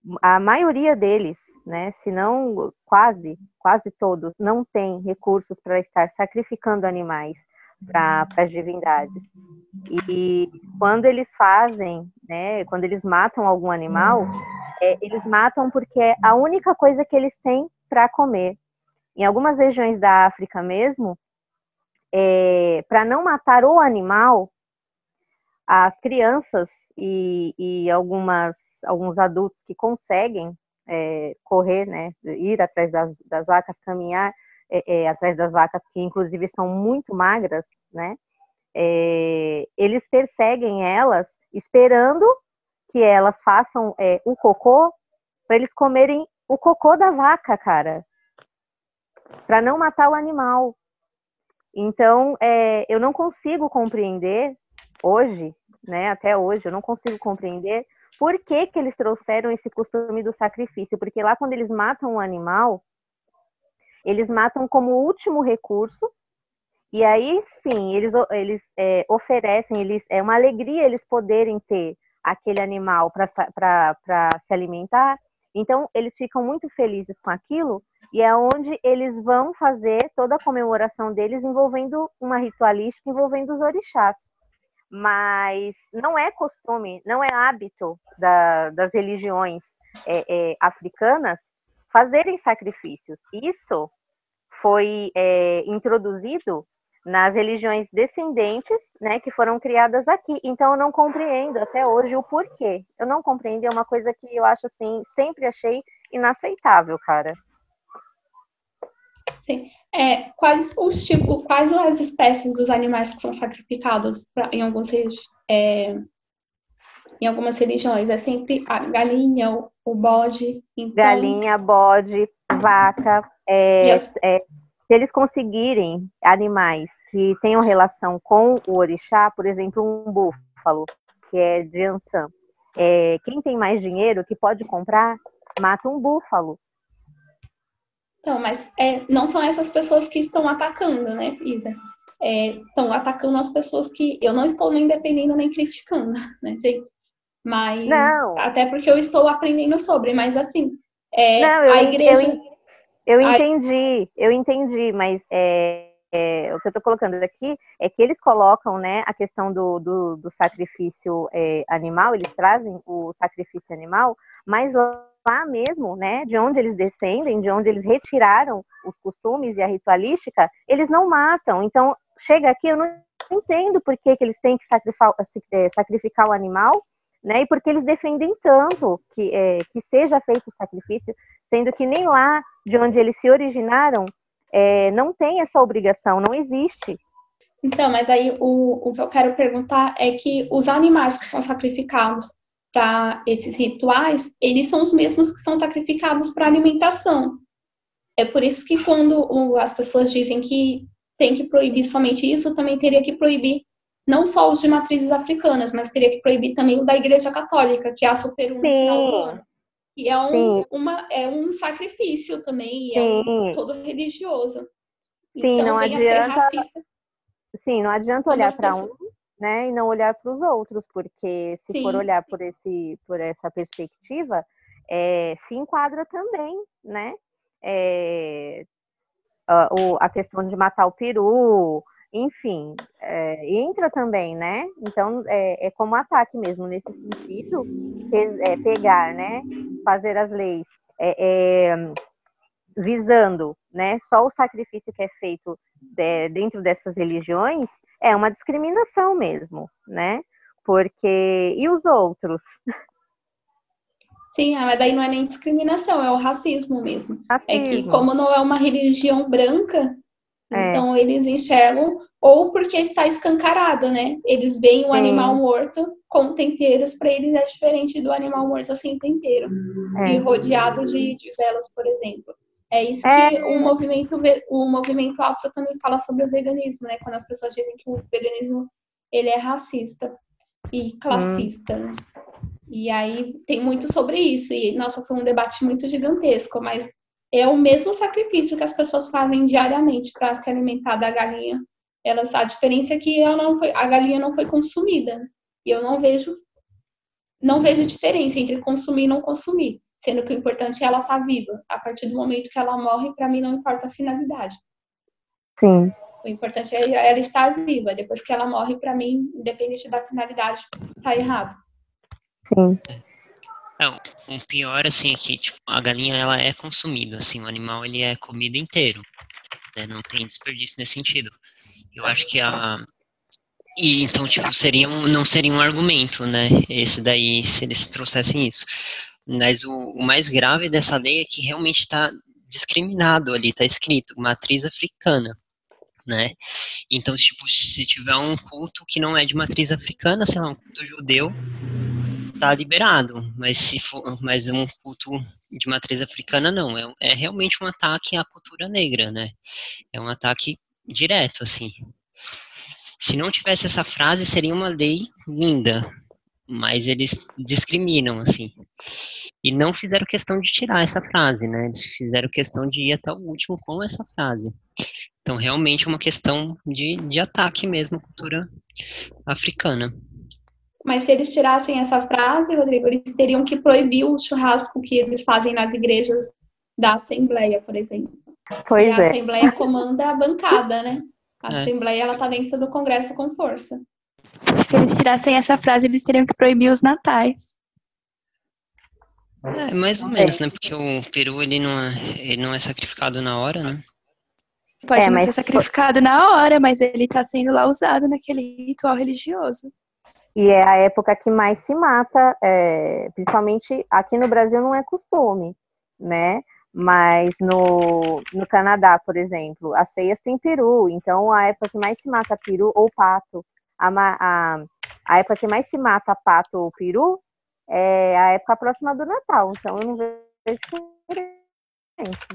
a maioria deles, né, se não quase, quase todos, não tem recursos para estar sacrificando animais para as divindades. E quando eles fazem, né, quando eles matam algum animal, é, eles matam porque é a única coisa que eles têm para comer. Em algumas regiões da África mesmo, é, para não matar o animal, as crianças e, e algumas, alguns adultos que conseguem é, correr, né, ir atrás das, das vacas, caminhar é, é, atrás das vacas, que inclusive são muito magras, né, é, eles perseguem elas esperando que elas façam é, o cocô para eles comerem o cocô da vaca, cara, para não matar o animal. Então, é, eu não consigo compreender hoje, né, até hoje, eu não consigo compreender por que que eles trouxeram esse costume do sacrifício, porque lá quando eles matam um animal, eles matam como último recurso, e aí sim, eles, eles é, oferecem, eles, é uma alegria eles poderem ter aquele animal para se alimentar, então eles ficam muito felizes com aquilo, e é onde eles vão fazer toda a comemoração deles envolvendo uma ritualística, envolvendo os orixás. Mas não é costume, não é hábito da, das religiões é, é, africanas fazerem sacrifícios. Isso foi é, introduzido nas religiões descendentes, né, que foram criadas aqui. Então, eu não compreendo até hoje o porquê. Eu não compreendo, é uma coisa que eu acho assim, sempre achei inaceitável, cara. Sim. É, quais os tipos, quais as espécies dos animais que são sacrificados pra, em alguns é, em algumas religiões? É sempre a galinha, o, o bode. Então... Galinha, bode, vaca. É, as... é, se eles conseguirem animais que tenham relação com o orixá, por exemplo, um búfalo, que é de Ansan. É, quem tem mais dinheiro, que pode comprar, mata um búfalo. Então, mas é, não são essas pessoas que estão atacando, né, Isa? É, estão atacando as pessoas que eu não estou nem defendendo nem criticando, né, gente? Mas não. Até porque eu estou aprendendo sobre, mas assim, é, não, eu, a igreja. Eu, eu entendi, eu entendi, mas é, é, o que eu estou colocando aqui é que eles colocam, né, a questão do, do, do sacrifício é, animal, eles trazem o sacrifício animal, mas lá mesmo, né, de onde eles descendem, de onde eles retiraram os costumes e a ritualística, eles não matam. Então, chega aqui, eu não entendo por que, que eles têm que sacrificar, sacrificar o animal, né, e por que eles defendem tanto que, é, que seja feito o sacrifício, sendo que nem lá de onde eles se originaram, é, não tem essa obrigação, não existe. Então, mas aí o, o que eu quero perguntar é que os animais que são sacrificados para esses rituais, eles são os mesmos que são sacrificados para alimentação. É por isso que quando o, as pessoas dizem que tem que proibir somente isso, também teria que proibir não só os de matrizes africanas, mas teria que proibir também o da Igreja Católica, que é a Super um no final do ano. E é um, uma, é um sacrifício também, e é um todo religioso. Sim, então não vem adianta, a ser racista. Sim, não adianta olhar para um, né, e não olhar para os outros, porque se sim. for olhar por, esse, por essa perspectiva, é, se enquadra também, né? É, a, a questão de matar o peru, enfim, é, entra também, né? Então, é, é como ataque mesmo, nesse sentido, é, pegar, né? Fazer as leis é, é, visando, né? Só o sacrifício que é feito de, dentro dessas religiões é uma discriminação mesmo, né? Porque... E os outros? Sim, mas daí não é nem discriminação, é o racismo mesmo. Racismo. É que como não é uma religião branca, é. então eles enxergam, ou porque está escancarado, né? Eles veem o Sim. animal morto com temperos, para eles é diferente do animal morto sem tempero. É. E rodeado de, de velas, por exemplo. É isso é. que o movimento, o movimento afro também fala sobre o veganismo, né? Quando as pessoas dizem que o veganismo ele é racista e classista, hum. né? E aí tem muito sobre isso. E, nossa, foi um debate muito gigantesco, mas é o mesmo sacrifício que as pessoas fazem diariamente para se alimentar da galinha. Elas, a diferença é que ela não foi, a galinha não foi consumida. E eu não vejo, não vejo diferença entre consumir e não consumir. sendo que o importante é ela estar viva. A partir do momento que ela morre, para mim não importa a finalidade. Sim. O importante é ela estar viva. Depois que ela morre, para mim, independente da finalidade, tá errado. Sim. Não, o pior, assim, é que tipo, a galinha, ela é consumida, assim, o animal, ele é comido inteiro, né? Não tem desperdício nesse sentido. Eu acho que a... E, então, tipo, seria um, não seria um argumento, né, esse daí, se eles trouxessem isso. Mas o, o mais grave dessa lei é que realmente está discriminado ali, está escrito, matriz africana, né? Então, tipo, se tiver um culto que não é de matriz africana, sei lá, um culto judeu, tá liberado, mas se for, mas um culto de matriz africana não, é, é realmente um ataque à cultura negra, né? É um ataque direto, assim. Se não tivesse essa frase, seria uma lei linda, mas eles discriminam, assim. E não fizeram questão de tirar essa frase, né? Eles fizeram questão de ir até o último com essa frase. Então, realmente é uma questão de, de ataque mesmo à cultura africana. Mas se eles tirassem essa frase, Rodrigo, eles teriam que proibir o churrasco que eles fazem nas igrejas da Assembleia, por exemplo. Pois e a é. Assembleia comanda a bancada, né? A É. Assembleia, ela tá dentro do Congresso com força. Se eles tirassem essa frase, eles teriam que proibir os natais. É, mais ou menos, né? Porque o peru, ele não é, ele não é sacrificado na hora, né? Pode É, não mas ser sacrificado na hora, mas ele tá sendo lá usado naquele ritual religioso. E é a época que mais se mata, é, principalmente aqui no Brasil não é costume, né? Mas no, no Canadá, por exemplo, as ceias têm peru, então a época que mais se mata peru ou pato, a, a, a época que mais se mata pato ou peru é a época próxima do Natal, então eu não vejo diferença.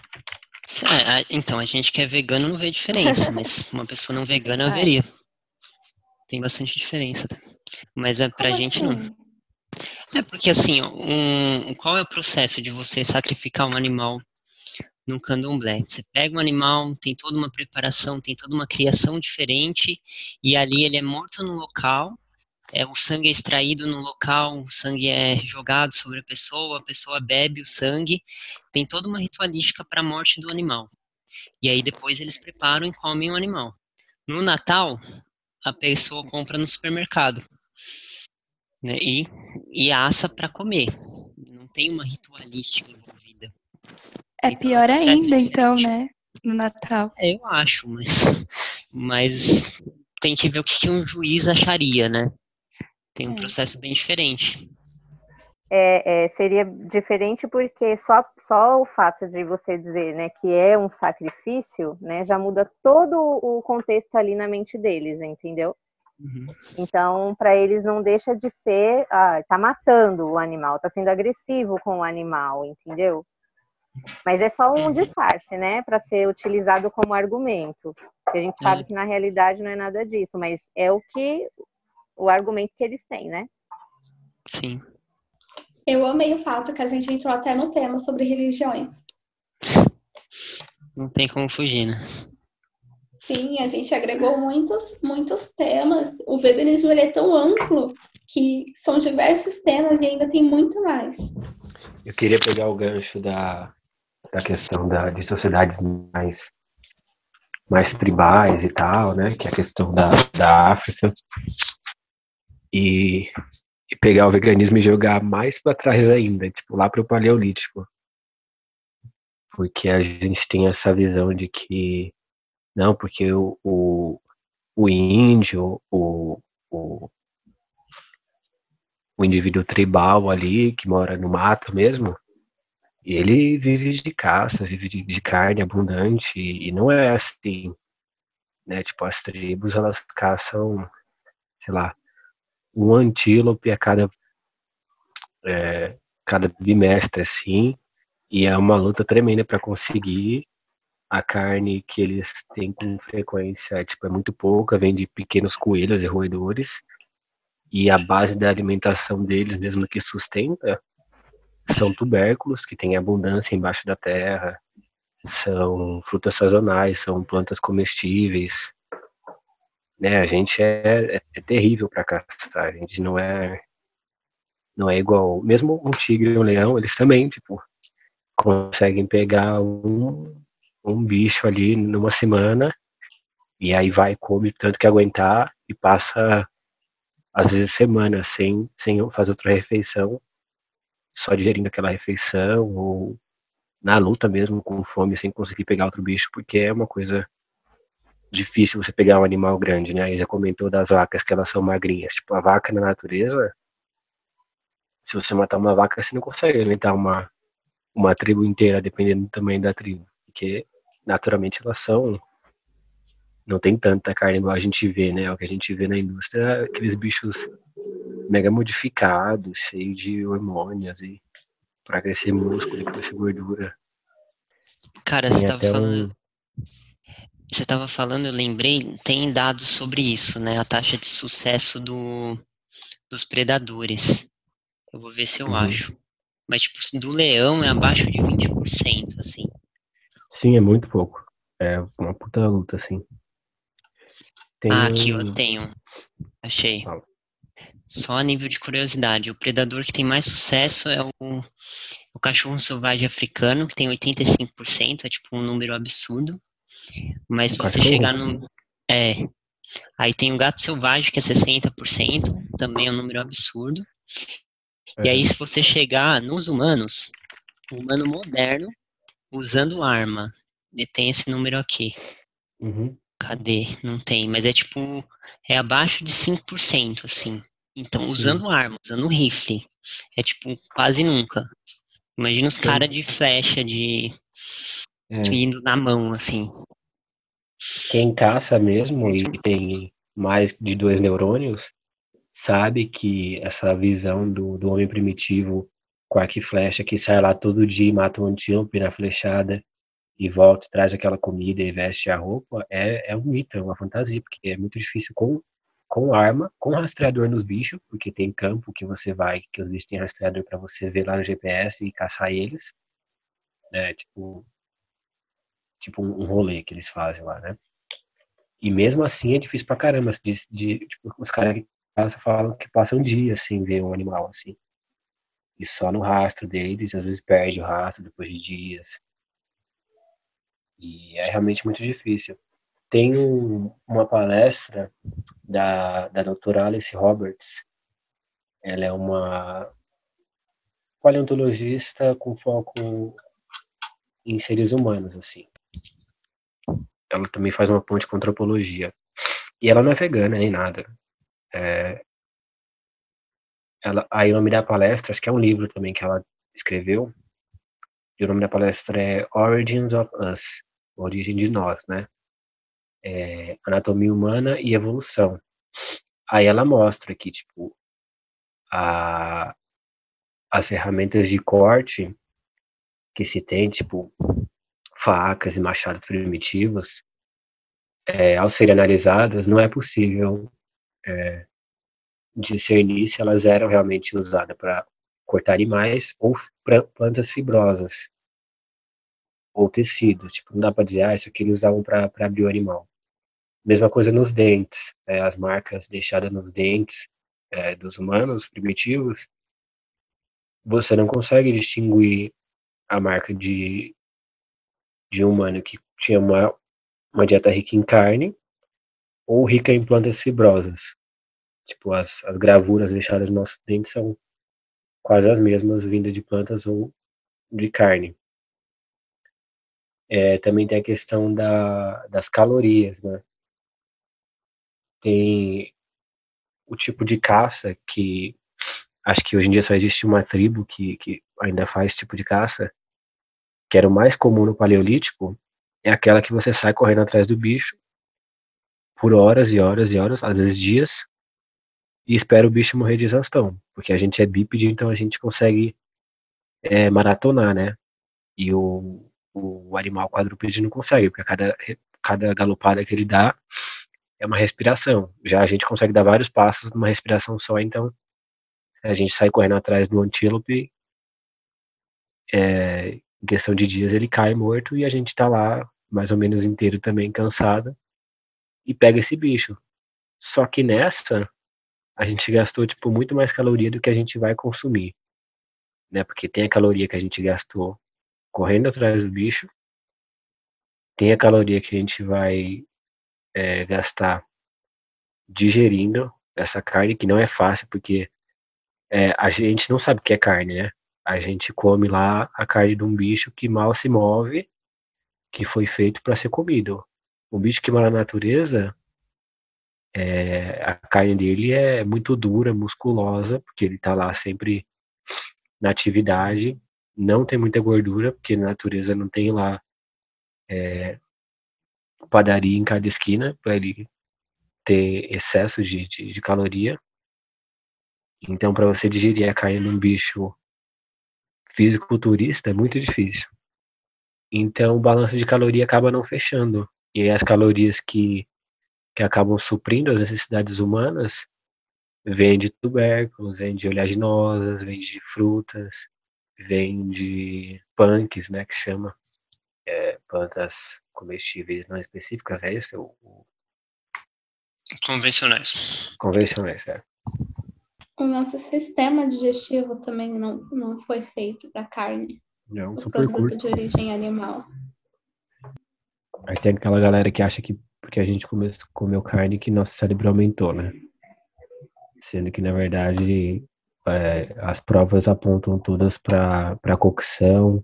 É, a- então, a gente que é vegano não vê diferença, mas uma pessoa não vegana Ai. veria. Tem bastante diferença. Mas é pra Como gente assim? não. É porque assim, ó, um, qual é o processo de você sacrificar um animal num candomblé? Você pega um animal, tem toda uma preparação, tem toda uma criação diferente, e ali ele é morto no local, é, o sangue é extraído no local, o sangue é jogado sobre a pessoa, a pessoa bebe o sangue, tem toda uma ritualística para a morte do animal. E aí depois eles preparam e comem o animal. No Natal, a pessoa compra no supermercado, né, e, e assa para comer. Não tem uma ritualística envolvida. É Então é um pior processo ainda, então, diferente. né? No Natal. É, eu acho, mas, mas tem que ver o que, que um juiz acharia, né? Tem um É. processo bem diferente. É, é, seria diferente porque só, só o fato de você dizer, né, que é um sacrifício, né, já muda todo o contexto ali na mente deles, entendeu? Uhum. Então, para eles não deixa de ser, ah, tá matando o animal, tá sendo agressivo com o animal, entendeu? Mas é só um Uhum. disfarce, né, para ser utilizado como argumento. A gente sabe É. que na realidade não é nada disso, mas é o que o argumento que eles têm, né? Sim. Eu amei o fato que a gente entrou até no tema sobre religiões. Não tem como fugir, né? Sim, a gente agregou muitos, muitos temas. O veganismo ele é tão amplo que são diversos temas e ainda tem muito mais. Eu queria pegar o gancho da, da questão da, de sociedades mais, mais tribais e tal, né? Que é a questão da, da África. E, e pegar o veganismo e jogar mais para trás ainda, tipo, lá para o Paleolítico. Porque a gente tem essa visão de que, não, porque o, o, o índio, o, o, o indivíduo tribal ali, que mora no mato mesmo, ele vive de caça, vive de, de carne abundante, e, e não é assim, né? Tipo, as tribos, elas caçam, sei lá, um antílope a cada, é, cada bimestre, assim, e é uma luta tremenda para conseguir a carne que eles têm com frequência, tipo, é muito pouca, vem de pequenos coelhos e roedores, e a base da alimentação deles, mesmo que sustenta, são tubérculos que têm abundância embaixo da terra, são frutas sazonais, são plantas comestíveis, né? A gente é, é, é terrível para caçar, a gente não é Não é igual, mesmo um tigre e um leão, eles também, tipo, conseguem pegar um, um bicho ali numa semana e aí vai, come tanto que aguentar e passa, às vezes, semanas sem, sem fazer outra refeição, só digerindo aquela refeição ou na luta mesmo, com fome, sem conseguir pegar outro bicho, porque é uma coisa difícil você pegar um animal grande, né? Aí já comentou das vacas, que elas são magrinhas. Tipo, a vaca na natureza, se você matar uma vaca, você não consegue alimentar uma, uma tribo inteira, dependendo do tamanho da tribo. Porque, naturalmente, elas são... Não tem tanta carne igual a gente vê, né? O que a gente vê na indústria, aqueles bichos mega modificados, cheios de hormônios e para crescer músculo e crescer gordura. Cara, Tem você tava até falando, um... você tava falando, eu lembrei, tem dados sobre isso, né? A taxa de sucesso do, dos predadores. Eu vou ver se eu Uhum. acho. Mas, tipo, do leão é abaixo de vinte por cento, assim. Sim, é muito pouco. É uma puta luta, assim. Tem Ah, aqui eu um... tenho. Achei. Fala. Só a nível de curiosidade. O predador que tem mais sucesso é o, o cachorro selvagem africano, que tem oitenta e cinco por cento, é tipo um número absurdo. Mas Um se você cachorro? chegar no. É. Aí tem o gato selvagem, que é sessenta por cento, também é um número absurdo. E aí, Uhum. se você chegar nos humanos, o humano moderno, usando arma, e tem esse número aqui. Uhum. Cadê? Não tem, mas é tipo, é abaixo de cinco por cento, assim. Então, Sim. usando arma, usando rifle, é tipo, quase nunca. Imagina os Quem, caras de flecha, de é, indo na mão, assim. quem caça mesmo e tem mais de dois neurônios, sabe que essa visão do, do homem primitivo com arco e flecha que sai lá todo dia e mata um antílope na flechada e volta e traz aquela comida e veste a roupa, é, é um mito, é uma fantasia, porque é muito difícil com, com arma, com rastreador nos bichos, porque tem campo que você vai, que os bichos têm rastreador para você ver lá no G P S e caçar eles, né, tipo, tipo um rolê que eles fazem lá, né? E mesmo assim é difícil pra caramba, de, de, tipo, os caras que caçam falam que passam dias sem ver um animal, assim, e só no rastro deles, às vezes perde o rastro depois de dias, e é realmente muito difícil. Tem um, uma palestra da, da doutora Alice Roberts. Ela é uma paleontologista com foco em seres humanos, assim. Ela também faz uma ponte com antropologia. E ela não é vegana nem nada. É, ela, aí o nome da palestra, acho que é um livro também que ela escreveu, e o nome da palestra é Origins of Us, Origem de Nós, né? É, Anatomia Humana e Evolução. Aí ela mostra que, tipo, a, as ferramentas de corte que se tem, tipo, facas e machados primitivos, é, ao serem analisadas, não é possível é, discernir se elas eram realmente usadas para cortar animais ou pra plantas fibrosas ou tecido. Tipo, não dá para dizer, ah, isso aqui eles usavam para abrir o animal. Mesma coisa nos dentes, é, as marcas deixadas nos dentes é, dos humanos primitivos, você não consegue distinguir a marca de, de um humano que tinha uma, uma dieta rica em carne ou rica em plantas fibrosas. Tipo, as, as gravuras deixadas nos nossos dentes são quase as mesmas vindas de plantas ou de carne. É, também tem a questão da, das calorias, né? Tem o tipo de caça que acho que hoje em dia só existe uma tribo que, que ainda faz esse tipo de caça, que era o mais comum no Paleolítico, é aquela que você sai correndo atrás do bicho por horas e horas e horas, às vezes dias, e espera o bicho morrer de exaustão, porque a gente é bípede, então a gente consegue é, maratonar, né? E o, o animal quadrúpede não consegue, porque a cada, cada galopada que ele dá é uma respiração. Já a gente consegue dar vários passos numa respiração só, então a gente sai correndo atrás do antílope, é, em questão de dias ele cai morto e a gente tá lá mais ou menos inteiro também, cansado, e pega esse bicho. Só que nessa, a gente gastou, tipo, muito mais caloria do que a gente vai consumir, né? Porque tem a caloria que a gente gastou correndo atrás do bicho, tem a caloria que a gente vai é, gastar digerindo essa carne, que não é fácil, porque é, a gente não sabe o que é carne, né? A gente come lá a carne de um bicho que mal se move, que foi feito para ser comido. O bicho que mora na natureza, é, a carne dele é muito dura, musculosa, porque ele tá lá sempre na atividade, não tem muita gordura, porque na natureza não tem lá é, padaria em cada esquina para ele ter excesso de, de, de caloria. Então, para você digerir a carne de um bicho fisiculturista é muito difícil. Então, o balanço de caloria acaba não fechando. E aí as calorias que, que acabam suprindo as necessidades humanas vêm de tubérculos, vêm de oleaginosas, vêm de frutas, vêm de punks, né, que chama, é, plantas comestíveis não específicas, é esse o, o Convencionais. convencionais, é. O nosso sistema digestivo também não, não foi feito para carne, Não, o super produto curto. de origem animal. Aí tem aquela galera que acha que porque a gente come, comeu carne que nosso cérebro aumentou, né? Sendo que, na verdade, é, as provas apontam todas para a cocção,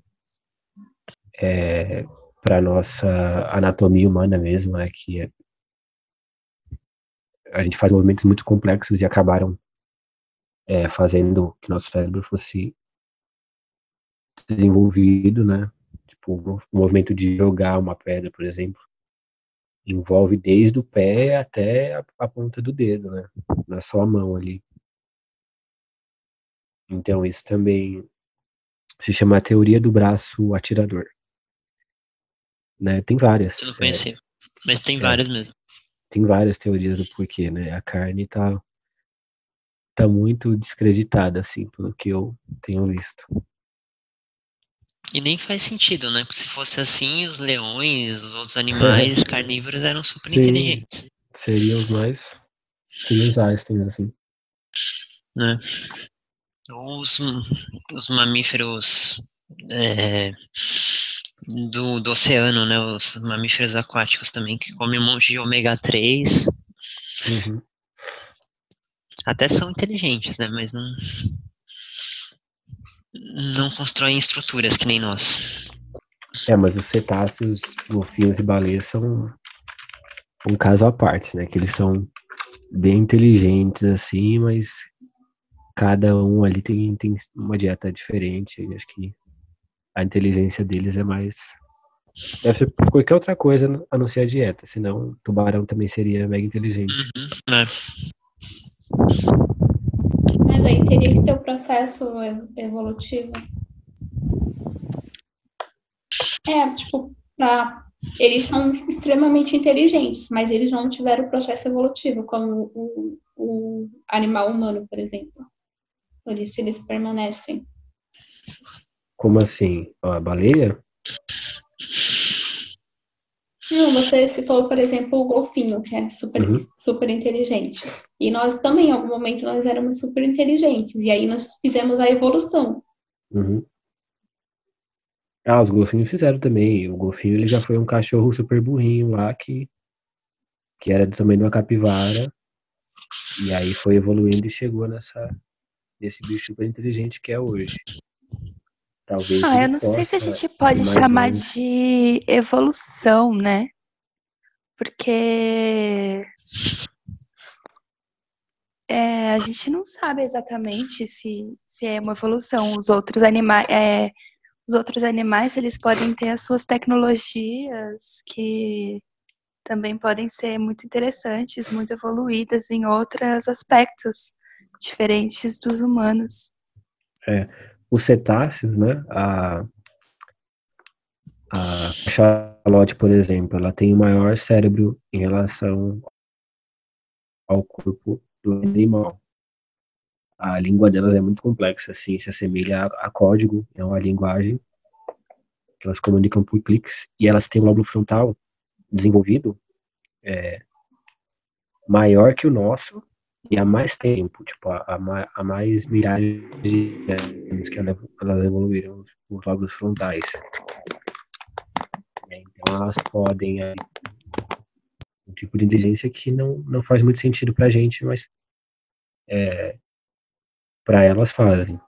é, para nossa anatomia humana mesmo, né? Que é, a gente faz movimentos muito complexos e acabaram é, fazendo que nosso cérebro fosse desenvolvido, né? Tipo, o movimento de jogar uma pedra, por exemplo, envolve desde o pé até a, a ponta do dedo, né? Na sua mão ali. Então isso também se chama a teoria do braço atirador, né? Tem várias, Você não é, conhecia. Mas tem é, várias mesmo. tem várias teorias do porquê, né? A carne tá tá muito descreditada, assim, pelo que eu tenho visto. E nem faz sentido, né? Porque se fosse assim, os leões, os outros animais carnívoros eram super Sim, inteligentes, seriam os mais, seriam os Einsteins, assim. né? Os, os mamíferos é, do, do oceano, né? Os mamíferos aquáticos também, que comem um monte de ômega três. Uhum. Até são inteligentes, né? Mas não, não constroem estruturas que nem nós. É, mas os cetáceos, golfinhos e baleias são um caso à parte, né? Que eles são bem inteligentes, assim, mas cada um ali tem, tem uma dieta diferente. E acho que a inteligência deles é mais. Deve ser por qualquer outra coisa a não ser a dieta, senão o tubarão também seria mega inteligente. Uhum, é. Mas aí teria que ter o processo evolutivo. É, tipo, pra... eles são extremamente inteligentes, mas eles não tiveram o processo evolutivo, como o, o animal humano, por exemplo. Por isso eles permanecem. Como assim? Ó, a baleia? Não, você citou, por exemplo, o golfinho, que é super, Uhum. super inteligente. E nós também, em algum momento, nós éramos super inteligentes. E aí nós fizemos a evolução. Uhum. Ah, os golfinhos fizeram também. O golfinho ele já foi um cachorro super burrinho lá que, que era do tamanho de uma capivara. E aí foi evoluindo e chegou nessa, nesse bicho super inteligente que é hoje. Talvez Ah, ele eu não sei se a possa gente ir pode mais chamar longe. de evolução, né? Porque é, a gente não sabe exatamente se, se é uma evolução. Os outros animais, é, os outros animais, eles podem ter as suas tecnologias que também podem ser muito interessantes, muito evoluídas em outros aspectos diferentes dos humanos. É, os cetáceos, né? A, a cachalote, por exemplo, ela tem o maior cérebro em relação ao corpo do animal. A língua delas é muito complexa, assim, se assemelha a, a código, é uma linguagem que elas comunicam por cliques, e elas têm um lóbulo frontal desenvolvido, é, maior que o nosso, e há mais tempo, tipo, há, há ma- há mais milhares de anos que elas, elas evoluíram os lóbulos frontais, né? Então elas podem, é, um tipo de inteligência que não, não faz muito sentido pra gente, mas para elas fazem.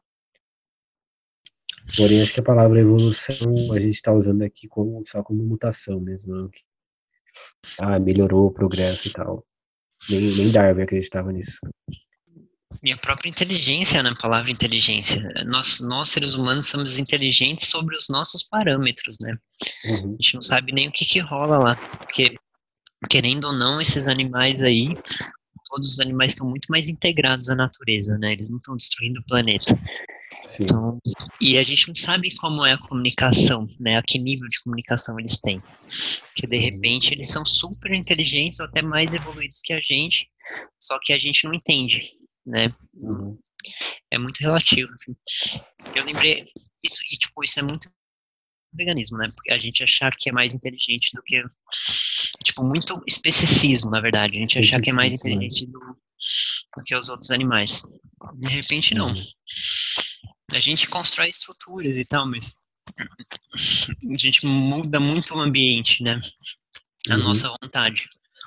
Porém, acho que a palavra evolução a gente está usando aqui como, só como mutação mesmo, não que, ah, melhorou, progresso e tal. Nem, nem Darwin acreditava nisso. E a própria inteligência, na palavra inteligência. Nós, nós, seres humanos, somos inteligentes sobre os nossos parâmetros, né? Uhum. A gente não sabe nem o que que rola lá. Porque, querendo ou não, esses animais aí, todos os animais estão muito mais integrados à natureza, né? Eles não estão destruindo o planeta. Sim. Então, e a gente não sabe como é a comunicação, né? A que nível de comunicação eles têm. Porque, de repente, eles são super inteligentes ou até mais evoluídos que a gente, só que a gente não entende, né? Uhum. É muito relativo. Assim. Eu lembrei, isso, e tipo, isso é muito veganismo, né? Porque a gente achar que é mais inteligente do que, tipo, muito especicismo, na verdade. A gente achar que é mais Especicismo, né? inteligente do, do que os outros animais. De repente, não. Uhum. A gente constrói estruturas e tal, mas a gente muda muito o ambiente, né? A Uhum. nossa vontade.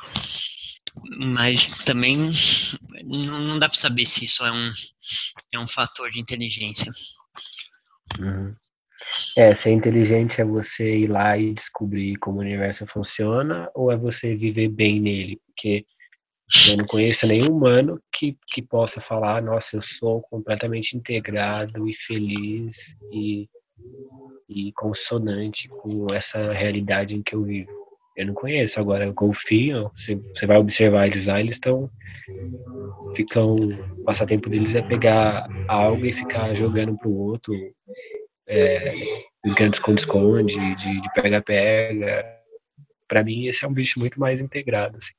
Mas também não, não dá para saber se isso é um, é um fator de inteligência. Uhum. É, ser inteligente é você ir lá e descobrir como o universo funciona, ou é você viver bem nele? Porque eu não conheço nenhum humano que, que possa falar, nossa, eu sou completamente integrado e feliz e, e consonante com essa realidade em que eu vivo. Eu não conheço. Agora, golfinho, você, você vai observar eles lá, eles estão, ficam, o passatempo deles é pegar algo e ficar jogando pro outro, é, brincando de esconde-esconde, de de pega-pega. Para mim, esse é um bicho muito mais integrado, assim,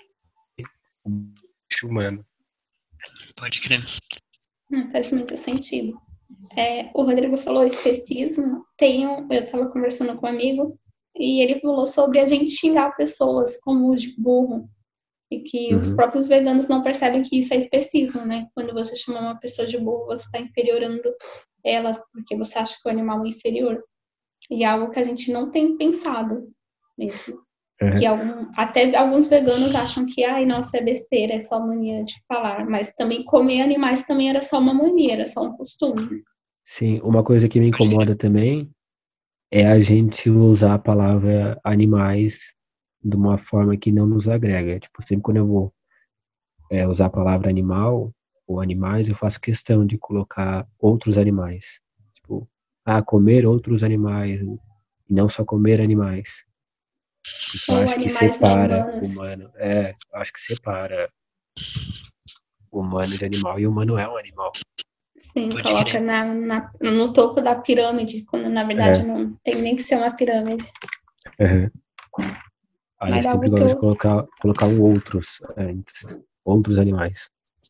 um bicho humano. Pode crer. Hum, faz muito sentido. É, o Rodrigo falou especismo. Tem um, eu estava conversando com um amigo e ele falou sobre a gente xingar pessoas como de burro. E que os Uhum. próprios veganos não percebem que isso é especismo, né? Quando você chama uma pessoa de burro, você está inferiorando ela porque você acha que o animal é inferior. E é algo que a gente não tem pensado nisso. Uhum. Que algum, até alguns veganos acham que, ai, nossa, é besteira, é só mania de falar. Mas também comer animais também era só uma mania, era só um costume. Sim, uma coisa que me incomoda também é a gente usar a palavra animais de uma forma que não nos agrega. Tipo, sempre quando eu vou é, usar a palavra animal ou animais, eu faço questão de colocar outros animais. Tipo, ah, comer outros animais, e não só comer animais. Porque eu Ou acho que animais não separa o humanos. humano. É, eu acho que separa o humano de animal, e o humano é um animal. Sim, Pode coloca crer. na, na, no topo da pirâmide, quando na verdade É, não tem nem que ser uma pirâmide. uhum. Aí eu Mas sempre algo que gosto de eu colocar, colocar o outros antes, outros animais.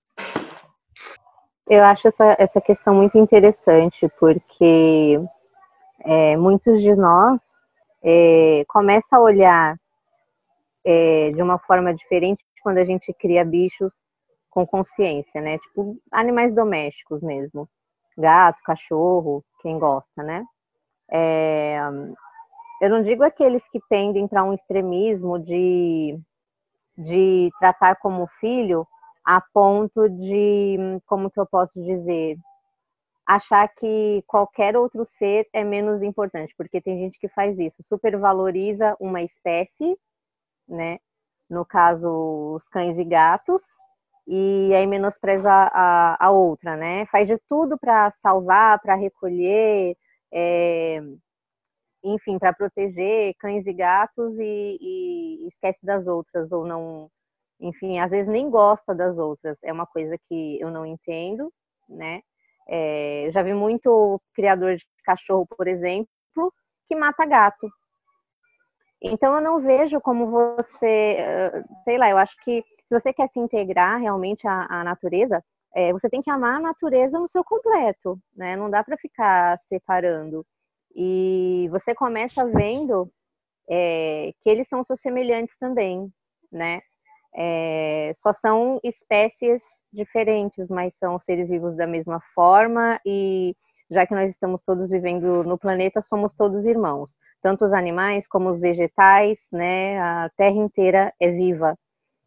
Eu acho essa, essa questão muito interessante, porque é, muitos de nós é, começam a olhar é, de uma forma diferente quando a gente cria bichos com consciência, né? Tipo, animais domésticos mesmo. Gato, cachorro, quem gosta, né? É, eu não digo aqueles que pendem para um extremismo de, de tratar como filho a ponto de, como que eu posso dizer, achar que qualquer outro ser é menos importante, porque tem gente que faz isso, supervaloriza uma espécie, né? No caso, os cães e gatos, e aí menospreza a, a outra, né? Faz de tudo para salvar, para recolher, é, enfim, para proteger cães e gatos e, e esquece das outras, ou não, enfim, às vezes nem gosta das outras. É uma coisa que eu não entendo, né? É, eu já vi muito criador de cachorro, por exemplo, que mata gato. Então eu não vejo como você, sei lá, eu acho que se você quer se integrar realmente à, à natureza, é, você tem que amar a natureza no seu completo, né? Não dá para ficar separando. E você começa vendo é, que eles são seus semelhantes também, né? É, só são espécies diferentes, mas são seres vivos da mesma forma, e já que nós estamos todos vivendo no planeta, somos todos irmãos. Tanto os animais como os vegetais, né? A Terra inteira é viva.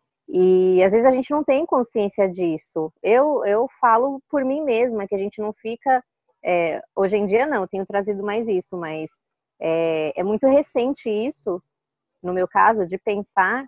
E às vezes a gente não tem consciência disso. Eu, eu falo por mim mesma, que a gente não fica... É, hoje em dia não, eu tenho trazido mais isso, mas é, é muito recente isso, no meu caso, de pensar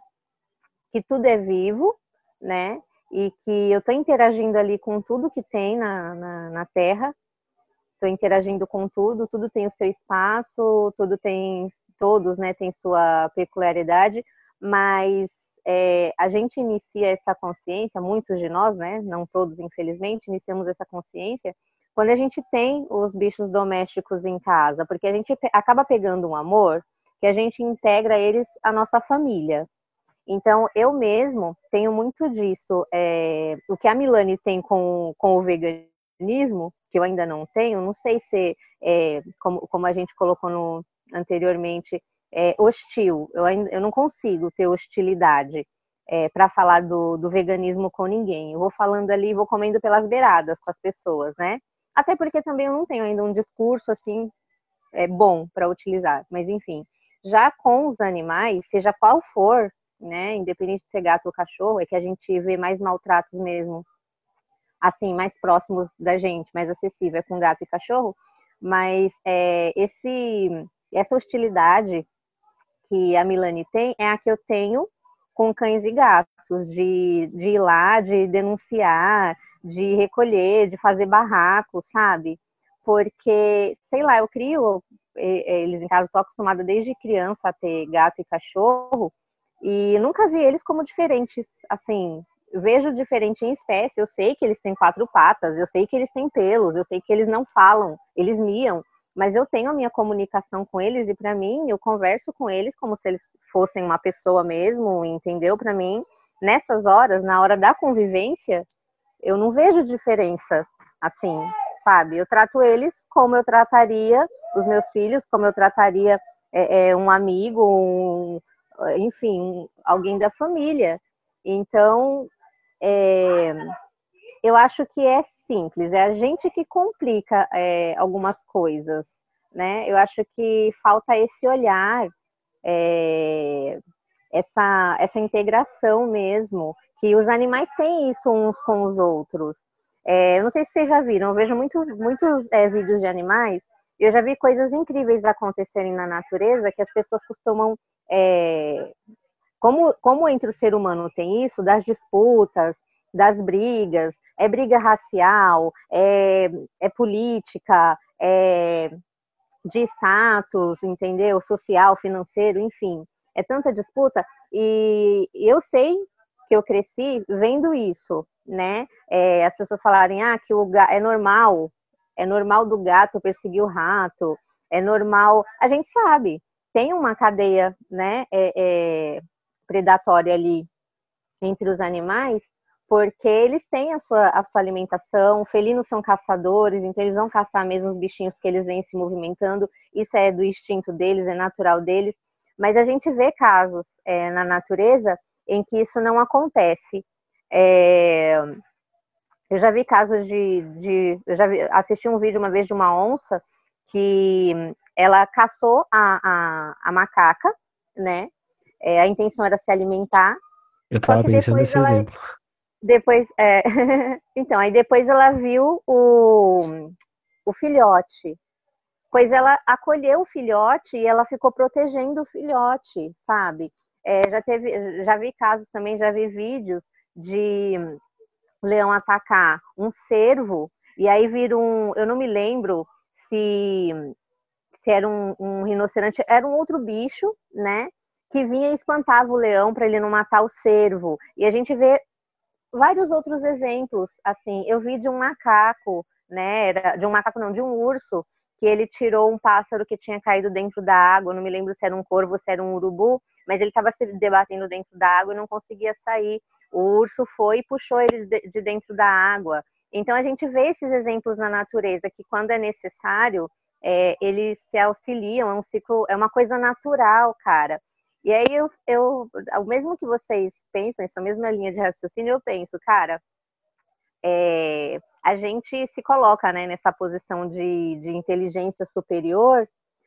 que tudo é vivo, né? E que eu estou interagindo ali com tudo que tem na, na, na Terra, estou interagindo com tudo, tudo tem o seu espaço, tudo tem, todos, né, tem sua peculiaridade, mas é, a gente inicia essa consciência, muitos de nós, né, não todos, infelizmente, iniciamos essa consciência quando a gente tem os bichos domésticos em casa, porque a gente acaba pegando um amor que a gente integra eles à nossa família. Então, eu mesmo tenho muito disso. É, o que a Milani tem com, com o veganismo, que eu ainda não tenho, não sei se, é, como, como a gente colocou no, anteriormente, é hostil. Eu, ainda, eu não consigo ter hostilidade é, para falar do, do veganismo com ninguém. Eu vou falando ali, vou comendo pelas beiradas com as pessoas, né? Até porque também eu não tenho ainda um discurso assim é, bom para utilizar. Mas, enfim, já com os animais, seja qual for, né, independente de ser gato ou cachorro, é que a gente vê mais maltratos mesmo, assim, mais próximos da gente, mais acessível é com gato e cachorro, mas é, esse, essa hostilidade que a Milani tem é a que eu tenho com cães e gatos, de, de ir lá, de denunciar, de recolher, de fazer barraco, sabe? Porque, sei lá, eu crio eles em casa, estou acostumada desde criança a ter gato e cachorro, e nunca vi eles como diferentes, assim, vejo diferente em espécie, eu sei que eles têm quatro patas, eu sei que eles têm pelos, eu sei que eles não falam, eles miam, mas eu tenho a minha comunicação com eles e para mim, eu converso com eles como se eles fossem uma pessoa mesmo, entendeu? Para mim, nessas horas, na hora da convivência, eu não vejo diferença, assim, sabe? Eu trato eles como eu trataria os meus filhos, como eu trataria é, é, um amigo, um, enfim, alguém da família. Então, é, eu acho que é simples, é a gente que complica é, algumas coisas, né? Eu acho que falta esse olhar, é, essa, essa integração mesmo, que os animais têm isso uns com os outros. É, eu não sei se vocês já viram, eu vejo muito, muitos é, vídeos de animais, e eu já vi coisas incríveis acontecerem na natureza, que as pessoas costumam... É, como, como entre o ser humano tem isso, das disputas, das brigas, é briga racial, é, é política, é de status, entendeu? Social, financeiro, enfim. É tanta disputa. E eu sei que eu cresci vendo isso, né? É, as pessoas falarem, ah, que o gato, é normal, é normal do gato perseguir o rato, é normal. A gente sabe, tem uma cadeia, né, é, é, predatória ali entre os animais, porque eles têm a sua, a sua alimentação, felinos são caçadores, então eles vão caçar mesmo os bichinhos que eles vêm se movimentando, isso é do instinto deles, é natural deles, mas a gente vê casos é, na natureza em que isso não acontece. É, eu já vi casos de, de eu já vi, assisti um vídeo uma vez de uma onça que ela caçou a, a, a macaca, né? É, a intenção era se alimentar. Eu tava pensando nesse ela, exemplo. Depois, é... então, aí depois ela viu o, o filhote. Pois ela acolheu o filhote e ela ficou protegendo o filhote, sabe? É, já teve, já vi casos também, já vi vídeos de o leão atacar um cervo e aí vira um, eu não me lembro se se era um, um rinoceronte, era um outro bicho, né? Que vinha e espantava o leão para ele não matar o cervo. E a gente vê vários outros exemplos, assim, eu vi de um macaco, né, era, de um macaco não, de um urso, que ele tirou um pássaro que tinha caído dentro da água, não me lembro se era um corvo, se era um urubu, mas ele estava se debatendo dentro da água e não conseguia sair. O urso foi e puxou ele de dentro da água. Então a gente vê esses exemplos na natureza, que quando é necessário, é, eles se auxiliam, é um ciclo, é uma coisa natural, cara. E aí eu, eu, o mesmo que vocês pensam, essa mesma linha de raciocínio, eu penso, cara, é, a gente se coloca, né, nessa posição de, de inteligência superior,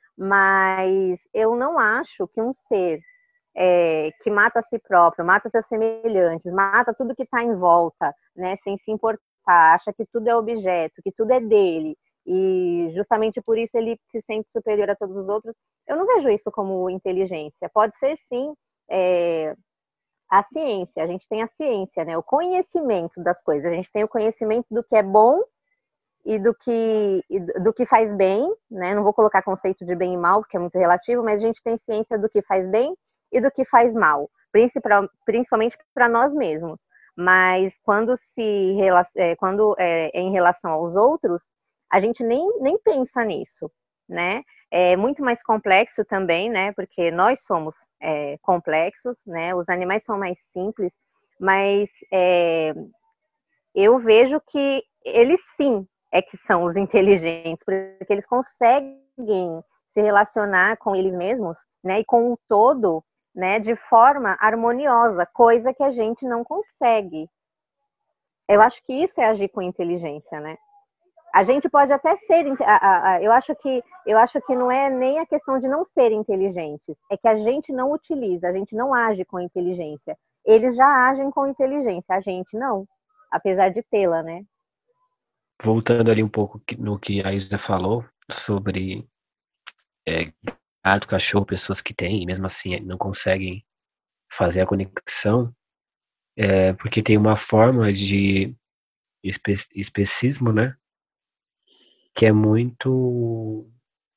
mas eu não acho que um ser é, que mata a si próprio, mata seus semelhantes, mata tudo que está em volta, né, sem se importar, acha que tudo é objeto, que tudo é dele, e justamente por isso ele se sente superior a todos os outros, eu não vejo isso como inteligência. Pode ser, sim, é, a ciência, a gente tem a ciência, né, o conhecimento das coisas, a gente tem o conhecimento do que é bom e do que, do que faz bem, né? Não vou colocar conceito de bem e mal, porque é muito relativo, mas a gente tem ciência do que faz bem e do que faz mal, principalmente para nós mesmos. Mas quando se quando é em relação aos outros, a gente nem, nem pensa nisso, né? É muito mais complexo também, né? Porque nós somos é, complexos, né? Os animais são mais simples, mas é, eu vejo que eles sim é que são os inteligentes, porque eles conseguem se relacionar com eles mesmos, né, e com o todo, né, de forma harmoniosa, coisa que a gente não consegue. Eu acho que isso é agir com inteligência, né? A gente pode até ser, eu acho que eu acho que não é nem a questão de não ser inteligentes, é que a gente não utiliza, a gente não age com inteligência. Eles já agem com inteligência, a gente não, apesar de tê-la, né? Voltando ali um pouco no que a Isa falou sobre é, gato, cachorro, pessoas que têm e mesmo assim não conseguem fazer a conexão, é porque tem uma forma de espe especismo, né? Que é muito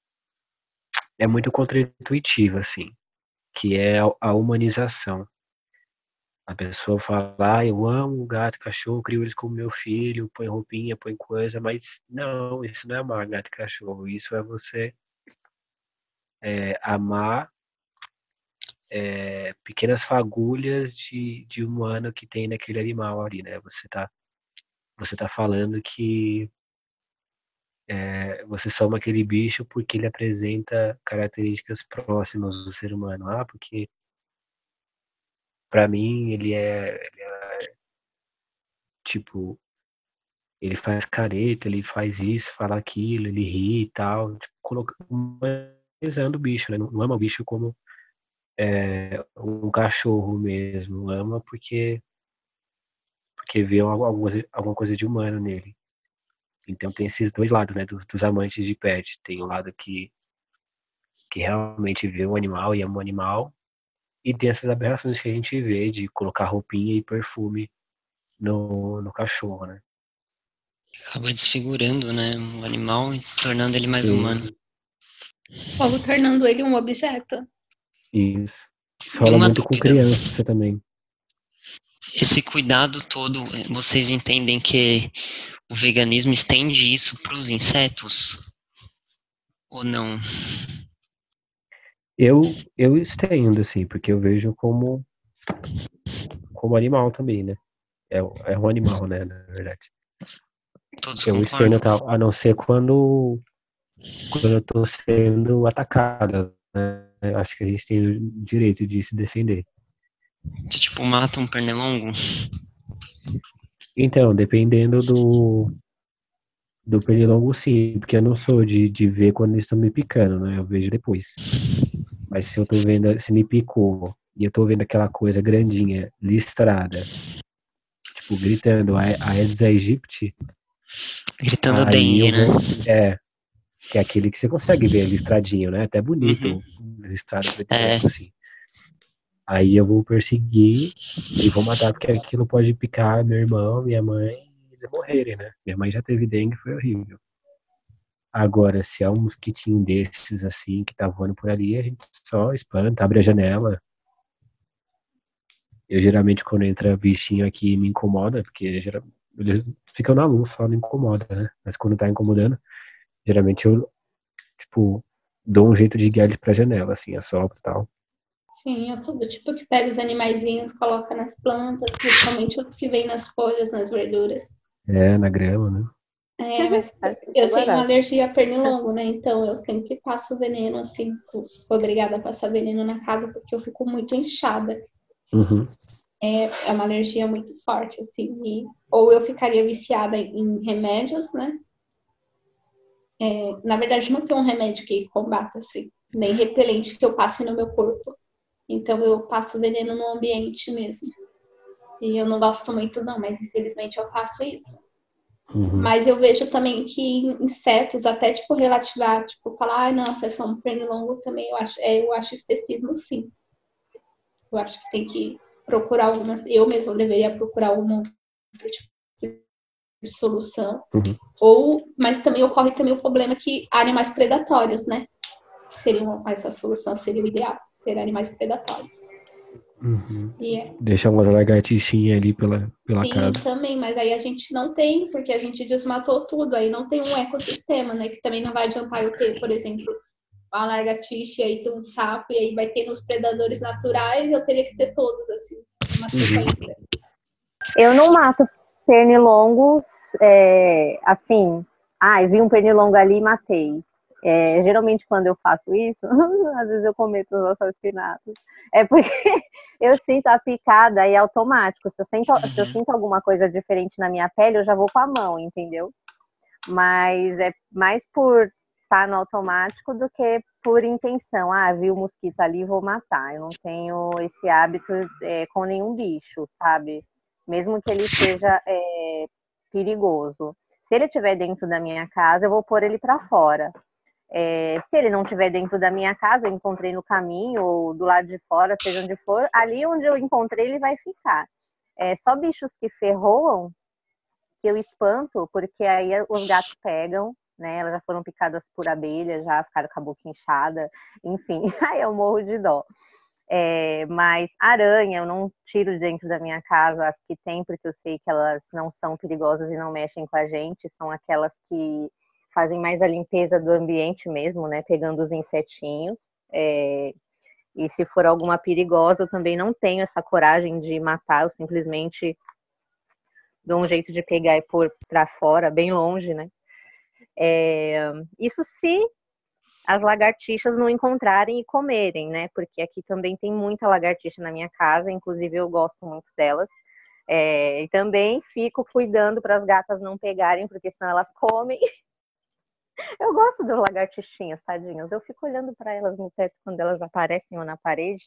é muito contraintuitiva, assim, que é a humanização. A pessoa fala, ah, eu amo gato, cachorro, crio eles como meu filho, põe roupinha, põe coisa, mas não, isso não é amar gato e cachorro, isso é você é, amar é, pequenas fagulhas de, de humano que tem naquele animal ali, né? Você tá, você tá falando que é, você soma aquele bicho porque ele apresenta características próximas do ser humano. Ah, porque pra mim ele é, ele é tipo, ele faz careta, ele faz isso, fala aquilo, ele ri e tal, tipo, colocando, humanizando o bicho, né? Não, não ama o bicho como é, um cachorro mesmo, ama porque porque vê alguma coisa, alguma coisa de humano nele. Então tem esses dois lados, né, dos, dos amantes de pet. Tem o lado que, que realmente vê o animal e ama o animal, e tem essas aberrações que a gente vê de colocar roupinha e perfume no, no cachorro, né? Acaba desfigurando, né, o animal e tornando ele mais Sim. humano. Ou tornando ele um objeto. Isso. Isso E rola uma muito com dúvida. criança também. Esse cuidado todo, vocês entendem que o veganismo estende isso para os insetos? Ou não? Eu, eu estendo, assim, porque eu vejo como, como animal também, né? É, é um animal, né, na verdade. Todos Eu estendo concordam? tal, a não ser quando, quando eu tô sendo atacada, né? Eu acho que a gente tem o direito de se defender. Você, tipo, mata um pernilongo? Então, dependendo do, do pernilongo, sim, porque eu não sou de, de ver quando eles estão me picando, né? Eu vejo depois. Mas se eu tô vendo, se me picou e eu tô vendo aquela coisa grandinha, listrada, tipo, gritando a Aedes aegypti, Gritando aí dengue, eu né? vou. É, que é aquele que você consegue ver listradinho, né? Até Uhum. bonito, listrado preto e É, branco, assim. Aí eu vou perseguir e vou matar, porque aquilo pode picar meu irmão, minha mãe e eles morrerem, né? Minha mãe já teve dengue, foi horrível. Agora, se é um mosquitinho desses, assim, que tá voando por ali, a gente só espanta, abre a janela. Eu, geralmente, quando entra bichinho aqui, me incomoda, porque geral- eles ficam na luz, só não incomoda, né? Mas quando tá incomodando, geralmente eu, tipo, dou um jeito de guiar eles pra janela, assim, assopro e tal. Sim, eu sou do tipo que pega os animaizinhos, coloca nas plantas, principalmente os que vêm nas folhas, nas verduras. É, na grama, né? É, mas eu tenho uma alergia a pernilongo, né? Então eu sempre passo veneno, assim, sou obrigada a passar veneno na casa porque eu fico muito inchada. Uhum. É, é uma alergia muito forte, assim. E, ou eu ficaria viciada em remédios, né? É, na verdade, não tem um remédio que combata, assim, nem repelente que eu passe no meu corpo. Então eu passo veneno no ambiente mesmo. E eu não gosto muito, não, mas infelizmente eu faço isso. Uhum. Mas eu vejo também que insetos, até tipo relativar, tipo, falar, ai, nossa, é só um pernilongo também, eu acho, é, eu acho especismo, sim. Eu acho que tem que procurar alguma, eu mesma deveria procurar algum outro tipo de solução. Uhum. Ou, mas também ocorre também o problema que animais predatórios, né? Seriam, essa solução seria o ideal, ter animais predatórios. Uhum. E é, Deixar uma lagartixinha ali pela, pela sim, casa. também, mas aí a gente não tem, porque a gente desmatou tudo, aí não tem um ecossistema, né? Que também não vai adiantar eu ter, por exemplo, uma lagartixa e aí tem um sapo, e aí vai ter nos predadores naturais, eu teria que ter todos, assim, uma sequência. Eu não mato pernilongos, é, assim, ah, eu vi um pernilongo ali e matei. É, geralmente quando eu faço isso, às vezes eu cometo os assassinatos. É porque eu sinto a picada e é automático. Se eu, sinto, Uhum. se eu sinto alguma coisa diferente na minha pele, eu já vou com a mão, entendeu? Mas é mais por estar no automático do que por intenção. Ah, vi o mosquito ali, vou matar. Eu não tenho esse hábito é, com nenhum bicho, sabe? Mesmo que ele seja é, perigoso. Se ele estiver dentro da minha casa, eu vou pôr ele para fora. É, se ele não estiver dentro da minha casa, eu encontrei no caminho ou do lado de fora, seja onde for, ali onde eu encontrei ele vai ficar. É, só bichos que ferroam, que eu espanto, porque aí os gatos pegam, né? Elas já foram picadas por abelha, já ficaram com a boca inchada, enfim, aí eu morro de dó. É, mas aranha eu não tiro de dentro da minha casa, as que tem, porque eu sei que elas não são perigosas e não mexem com a gente, são aquelas que fazem mais a limpeza do ambiente mesmo, né? Pegando os insetinhos. É, e se for alguma perigosa, eu também não tenho essa coragem de matar, eu simplesmente dou um jeito de pegar e pôr para fora, bem longe, né? É, isso se as lagartixas não encontrarem e comerem, né? Porque aqui também tem muita lagartixa na minha casa, inclusive eu gosto muito delas. É, e também fico cuidando para as gatas não pegarem, porque senão elas comem. Eu gosto das lagartixinhas, tadinhas. Eu fico olhando para elas no teto quando elas aparecem ou na parede.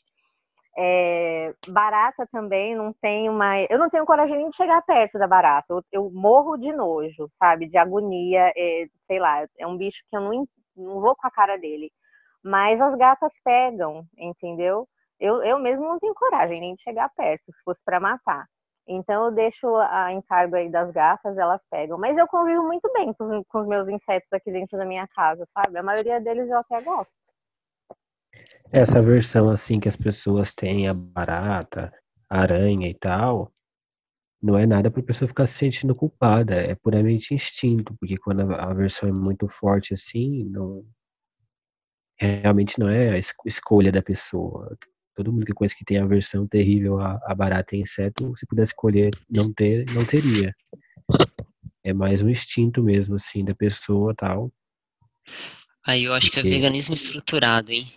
É, barata também não tenho mais. Eu não tenho coragem nem de chegar perto da barata. Eu, eu morro de nojo, sabe? De agonia. É, sei lá, é um bicho que eu não, não vou com a cara dele. Mas as gatas pegam, entendeu? Eu, eu mesmo não tenho coragem nem de chegar perto, se fosse para matar. Então eu deixo a encargo aí das gatas, elas pegam. Mas eu convivo muito bem com, com os meus insetos aqui dentro da minha casa, sabe? A maioria deles eu até gosto. Essa versão assim que as pessoas têm, a barata, a aranha e tal, não é nada para a pessoa ficar se sentindo culpada, é puramente instinto, porque quando a, a versão é muito forte assim, não, realmente não é a es- escolha da pessoa. Todo mundo que conhece que tem aversão terrível a, a barata e inseto, se pudesse escolher não ter, não teria. É mais um instinto mesmo, assim, da pessoa tal. Aí eu acho que é Porque veganismo estruturado, hein?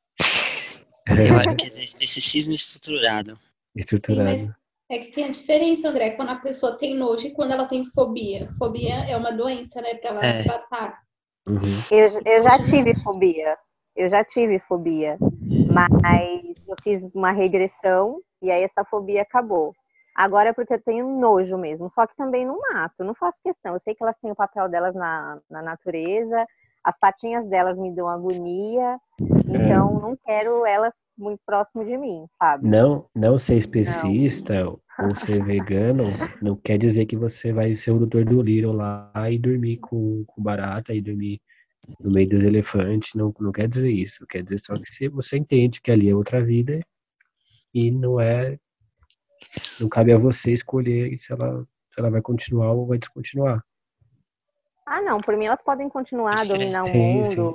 Eu acho que é especicismo estruturado. Sim, mas estruturado. é que tem a diferença, André, quando a pessoa tem nojo e quando ela tem fobia. Fobia é uma doença, né, para ela É, tratar. Uhum. Eu, eu já Nojo tive não. fobia. Eu já tive fobia. Mas eu fiz uma regressão e aí essa fobia acabou. Agora é porque eu tenho nojo mesmo. Só que também não mato, não faço questão. Eu sei que elas têm o papel delas na, na natureza, as patinhas delas me dão agonia, então não quero elas muito próximo de mim, sabe? Não, não ser Não. especista ou ser vegano não quer dizer que você vai ser o doutor do Little lá e dormir com, com barata e dormir no meio dos elefantes. Não, não quer dizer isso. Quer dizer só que se você entende que ali é outra vida e não é, não cabe a você escolher se ela, se ela vai continuar ou vai descontinuar. Ah, não, por mim elas podem continuar a pode crer. dominar o Sim, sim. mundo,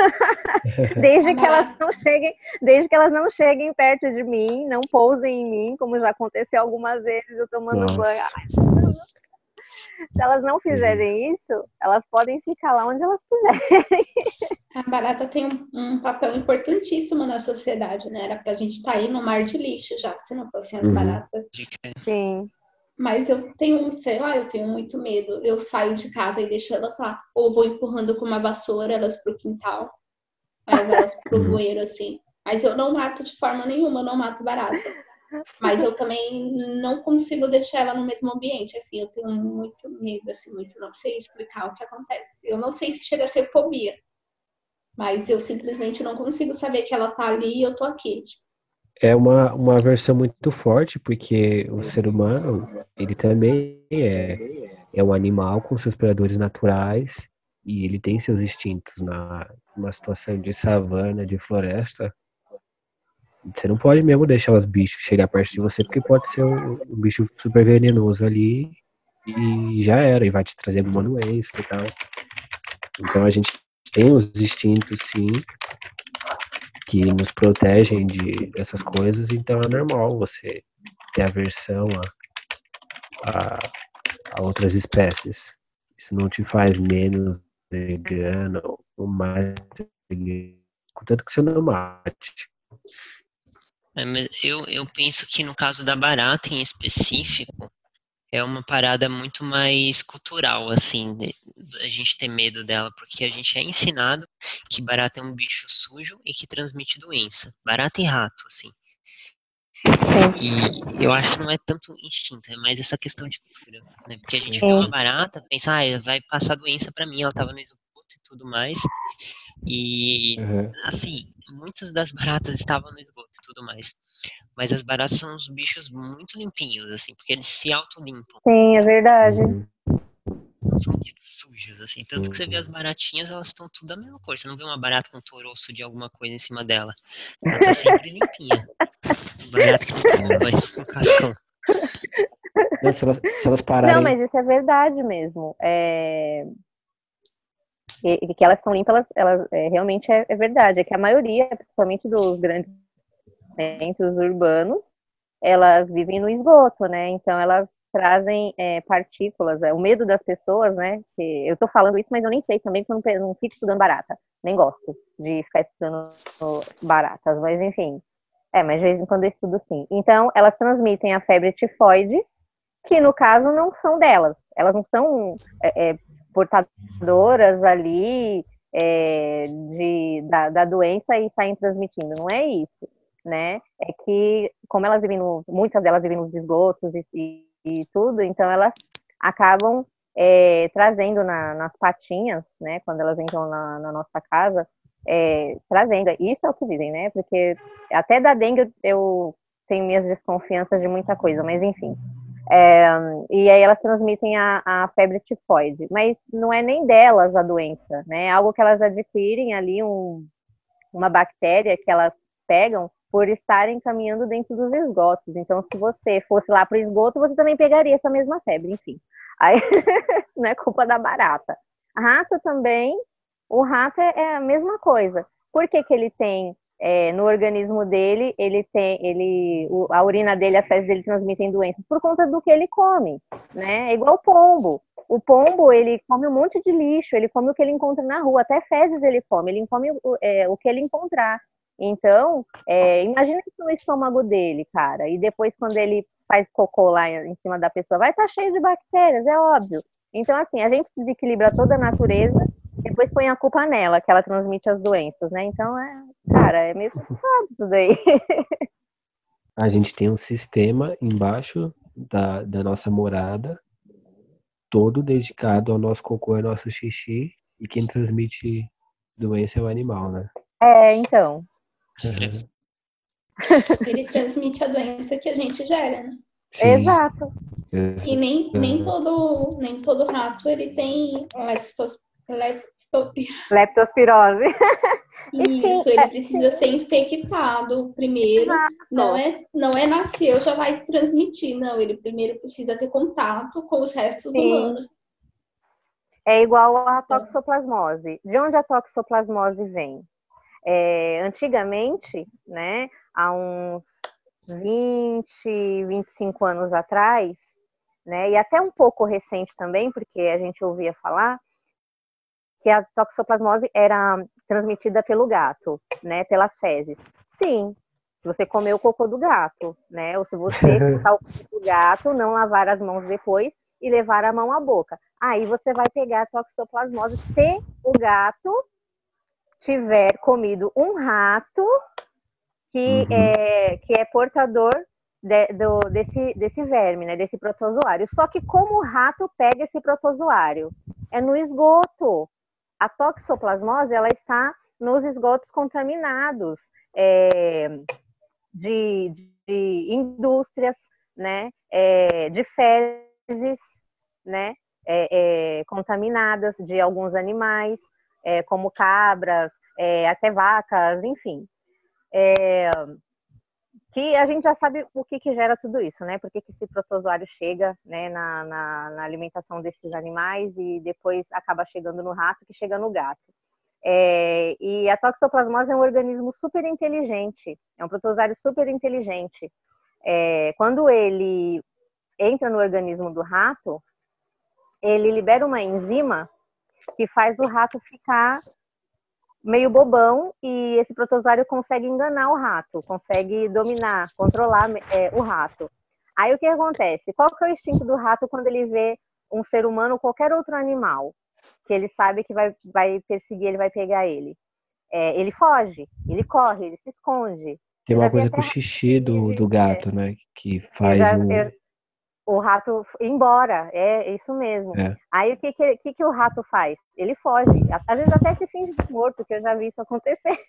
desde A que elas barata, não cheguem, desde que elas não cheguem perto de mim, não pousem em mim, como já aconteceu algumas vezes eu tomando banho. Nossa. Ai, Se elas não fizerem isso, elas podem ficar lá onde elas quiserem. A barata tem um, um papel importantíssimo na sociedade, né? Era pra gente estar aí no mar de lixo já, se não fossem as Uhum. baratas. Sim. Mas eu tenho, sei lá, eu tenho muito medo. Eu saio de casa e deixo elas lá. Ou vou empurrando com uma vassoura elas pro quintal. Levo elas pro Uhum. bueiro, assim. Mas eu não mato de forma nenhuma, eu não mato barata. Mas eu também não consigo deixar ela no mesmo ambiente, assim. Eu tenho muito medo, assim, muito. Não sei explicar o que acontece. Eu não sei se chega a ser fobia. Mas eu simplesmente não consigo saber que ela tá ali e eu tô aqui. Tipo, É uma, uma versão muito forte, porque o ser humano, ele também é, é um animal com seus predadores naturais e ele tem seus instintos na uma situação de savana, de floresta. Você não pode mesmo deixar os bichos chegar perto de você, porque pode ser um, um bicho super venenoso ali e já era, e vai te trazer alguma doença e tal. Então a gente tem os instintos, sim, que nos protegem de dessas coisas, então é normal você ter aversão a, a, a outras espécies. Isso não te faz menos vegano ou mais vegano, contanto que você não mate. É, mas eu, eu penso que no caso da barata em específico, é uma parada muito mais cultural, assim, né? A gente ter medo dela, porque a gente é ensinado que barata é um bicho sujo e que transmite doença. Barata e rato, assim. E eu acho que não é tanto instinto, é mais essa questão de cultura, né? Porque a gente vê uma barata, pensa, ah, vai passar doença pra mim, ela tava no esgoto e tudo mais. E, Uhum. assim, muitas das baratas estavam no esgoto e tudo mais. Mas as baratas são uns bichos muito limpinhos, assim, porque eles se autolimpam. Sim, é verdade. Uhum. Não são tipo, sujos, assim. Tanto que você vê as Uhum. baratinhas, elas estão tudo da mesma cor. Você não vê uma barata com toroço de alguma coisa em cima dela. Ela tá sempre limpinha. Barata que não toma banho com cascão. Não, se elas, se elas Não, pararem. mas isso é verdade mesmo. É... Que, que elas são limpas, elas, elas é, realmente é, é verdade. É que a maioria, principalmente dos grandes centros urbanos, elas vivem no esgoto, né? Então elas trazem é, partículas. É, o medo das pessoas, né? Que eu tô falando isso, mas eu nem sei também, porque eu não, não fico estudando barata. Nem gosto de ficar estudando baratas, mas enfim. É, mas de vez em quando eu estudo sim. Então, elas transmitem a febre tifoide, que no caso não são delas. Elas não são é, é, portadoras ali é, de, da, da doença e saem transmitindo. Não é isso, né? É que, como elas vivem no, muitas delas vivem nos esgotos e, e, e tudo, então elas acabam é, trazendo na, nas patinhas, né? Quando elas entram na, na nossa casa, é, trazendo. Isso é o que dizem, né? Porque até da dengue eu, eu tenho minhas desconfianças de muita coisa, mas enfim. É, e aí elas transmitem a, a febre tifoide, mas não é nem delas a doença, né? É algo que elas adquirem ali, um, uma bactéria que elas pegam por estarem caminhando dentro dos esgotos. Então, se você fosse lá para o esgoto, você também pegaria essa mesma febre, enfim. Aí não é culpa da barata. Rato também, o rato é a mesma coisa. Por que que ele tem é, no organismo dele, ele tem, ele, a urina dele, as fezes dele transmitem doenças? Por conta do que ele come, né? É igual o pombo. O pombo, ele come um monte de lixo, ele come o que ele encontra na rua, até fezes ele come, ele come o, é, o que ele encontrar. Então, é, imagina isso no estômago dele, cara, e depois quando ele faz cocô lá em cima da pessoa, vai estar cheio de bactérias, é óbvio. Então, assim, a gente desequilibra toda a natureza, depois põe a culpa nela, que ela transmite as doenças, né? Então, é, cara, é meio complicado isso daí. A gente tem um sistema embaixo da, da nossa morada, todo dedicado ao nosso cocô e ao nosso xixi, e quem transmite doença é o animal, né? É, então. ele transmite a doença que a gente gera, né? Sim. Exato. E nem, nem, todo, nem todo rato ele tem leptos, lepto, Leptospirose. Isso, ele precisa ser infectado primeiro. Não é, não é nasceu, já vai transmitir. Não, ele primeiro precisa ter contato com os restos Sim. humanos. É igual a toxoplasmose. De onde a toxoplasmose vem? É, antigamente, né, há uns vinte, vinte e cinco anos atrás, né? E até um pouco recente também, porque a gente ouvia falar que a toxoplasmose era transmitida pelo gato, né? Pelas fezes. Sim, se você comer o cocô do gato, né? Ou se você botar o cocô do gato, não lavar as mãos depois e levar a mão à boca. Aí você vai pegar a toxoplasmose se o gato tiver comido um rato que, uhum. é, que é portador de, do, desse, desse verme, né? Desse protozoário. Só que como o rato pega esse protozoário? É no esgoto. A toxoplasmose, ela está nos esgotos contaminados é, de, de indústrias, né? É, de fezes, né? É, é, contaminadas de alguns animais, é, como cabras, é, até vacas, enfim. É, que a gente já sabe o que, que gera tudo isso, né? Por que, que esse protozoário chega, né, na, na, na alimentação desses animais e depois acaba chegando no rato, que chega no gato. É, e a toxoplasmose é um organismo super inteligente, é um protozoário super inteligente. É, quando ele entra no organismo do rato, ele libera uma enzima que faz o rato ficar meio bobão e esse protozoário consegue enganar o rato, consegue dominar, controlar é, o rato. Aí o que acontece? Qual que é o instinto do rato quando ele vê um ser humano ou qualquer outro animal que ele sabe que vai, vai perseguir, ele vai pegar ele? É, ele foge, ele corre, ele se esconde. Tem uma coisa com o xixi do, do gato, né? Que faz já, o... Eu, o rato ir embora, é isso mesmo. É. Aí o que que, que que o rato faz? Ele foge, às vezes até se finge de morto, que eu já vi isso acontecer.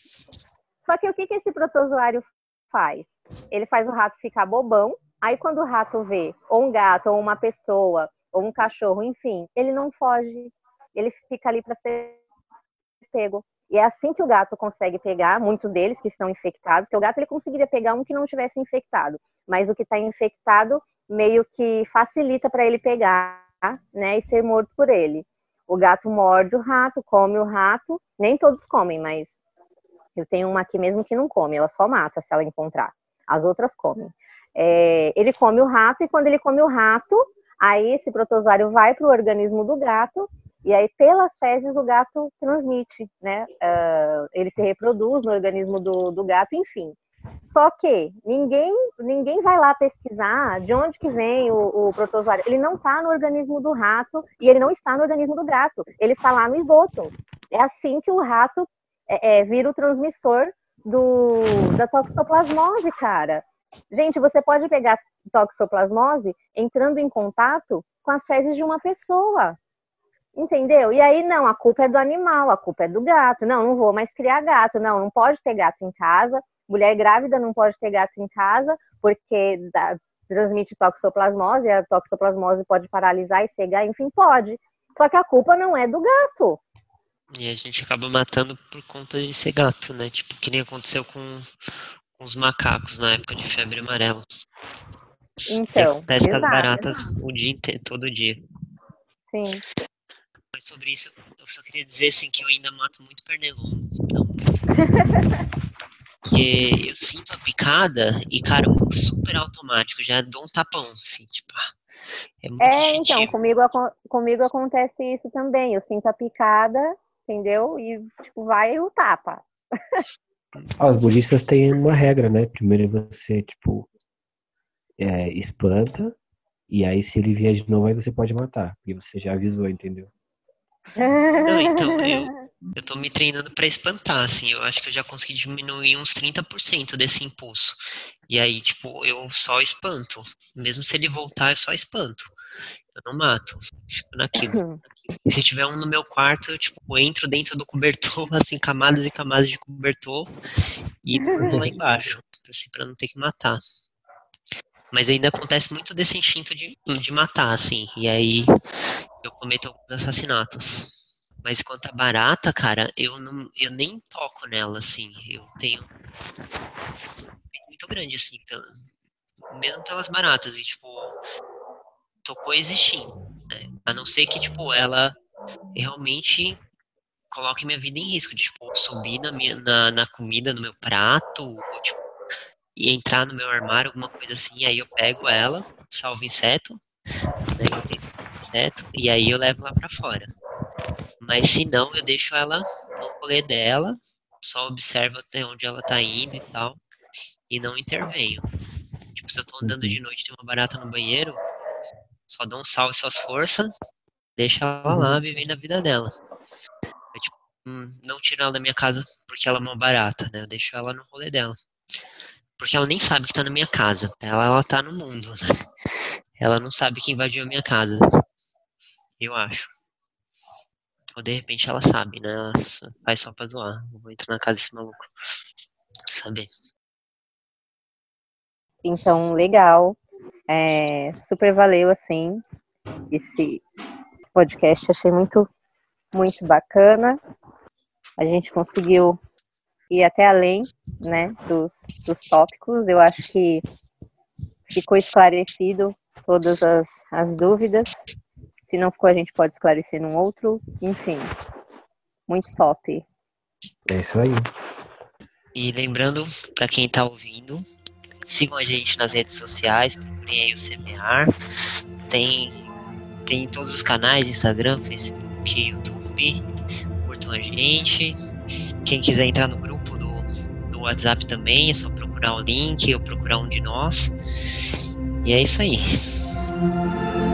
Só que o que que esse protozoário faz? Ele faz o rato ficar bobão, aí quando o rato vê ou um gato, ou uma pessoa, ou um cachorro, enfim, ele não foge, ele fica ali para ser pego. E é assim que o gato consegue pegar, muitos deles que estão infectados, porque o gato ele conseguiria pegar um que não tivesse infectado, mas o que está infectado meio que facilita para ele pegar, né, e ser morto por ele. O gato morde o rato, come o rato, nem todos comem, mas eu tenho uma aqui mesmo que não come, ela só mata se ela encontrar, as outras comem. É, ele come o rato e quando ele come o rato, aí esse protozoário vai para o organismo do gato e aí pelas fezes o gato transmite, né, uh, ele se reproduz no organismo do, do gato, enfim. Só que ninguém, ninguém vai lá pesquisar de onde que vem o, o protozoário. Ele não está no organismo do rato e ele não está no organismo do gato. Ele está lá no esgoto. É assim que o rato é, é, vira o transmissor do, da toxoplasmose, cara. Gente, você pode pegar toxoplasmose entrando em contato com as fezes de uma pessoa. Entendeu? E aí, não, a culpa é do animal, a culpa é do gato. Não, não vou mais criar gato. Não, não pode ter gato em casa. Mulher grávida não pode ter gato em casa, porque dá, transmite toxoplasmose, e a toxoplasmose pode paralisar e cegar, enfim, pode. Só que a culpa não é do gato. E a gente acaba matando por conta de ser gato, né? Tipo, que nem aconteceu com, com os macacos na época de febre amarela. Então, acontece com as baratas o dia inteiro, todo dia. Sim. Mas sobre isso, eu só queria dizer assim que eu ainda mato muito pernilongo, não muito. Porque eu sinto a picada e, cara, super automático, já dou um tapão, assim, tipo, é muito É, instintivo. então, comigo, comigo acontece isso também, eu sinto a picada, entendeu? E, tipo, vai o tapa. Os budistas têm uma regra, né? Primeiro você, tipo, é, espanta, e aí se ele vier de novo, aí você pode matar, porque você já avisou, entendeu? Não, então, eu, eu tô me treinando pra espantar, assim, eu acho que eu já consegui diminuir uns trinta por cento desse impulso. E aí, tipo, eu só espanto. Mesmo se ele voltar, eu só espanto. Eu não mato, fico naquilo. E se tiver um no meu quarto, eu, tipo, entro dentro do cobertor, assim, camadas e camadas de cobertor, e durmo lá embaixo, assim, pra não ter que matar. Mas ainda acontece muito desse instinto de, de matar, assim, e aí eu cometo alguns assassinatos. Mas quanto a barata, cara, eu, não, eu nem toco nela, assim. Eu tenho um muito grande, assim, pela, mesmo pelas baratas. E, tipo, tô coexistindo, né? A não ser que, tipo, ela realmente coloque minha vida em risco. De, tipo, subir na, minha, na, na comida, no meu prato, ou, tipo, e entrar no meu armário, alguma coisa assim. Aí eu pego ela, salvo inseto. né? Eu tento ficar certo, e aí eu levo lá pra fora. Mas se não, eu deixo ela no rolê dela, só observo até onde ela tá indo e tal, e não intervenho. Tipo, se eu tô andando de noite e tem uma barata no banheiro, só dou um salve suas forças, deixa ela lá vivendo a vida dela. Eu, tipo, não tiro ela da minha casa porque ela é uma barata, né? Eu deixo ela no rolê dela. Porque ela nem sabe que tá na minha casa. Ela, ela tá no mundo, né? Ela não sabe que invadiu a minha casa. Eu acho. Ou de repente ela sabe, né? Ela faz só pra zoar. Eu vou entrar na casa desse maluco. Saber. Então, legal. É, super valeu, assim, esse podcast. Achei muito, muito bacana. A gente conseguiu ir até além, né, dos, dos tópicos. Eu acho que ficou esclarecido todas as, as dúvidas. Se não ficou, a gente pode esclarecer num outro. Enfim, muito top. É isso aí. E lembrando, pra quem tá ouvindo, sigam a gente nas redes sociais, procurem aí o Semear. Tem, tem todos os canais, Instagram, Facebook, YouTube. Curtam a gente. Quem quiser entrar no grupo do, do WhatsApp também, é só procurar o link ou procurar um de nós. E é isso aí.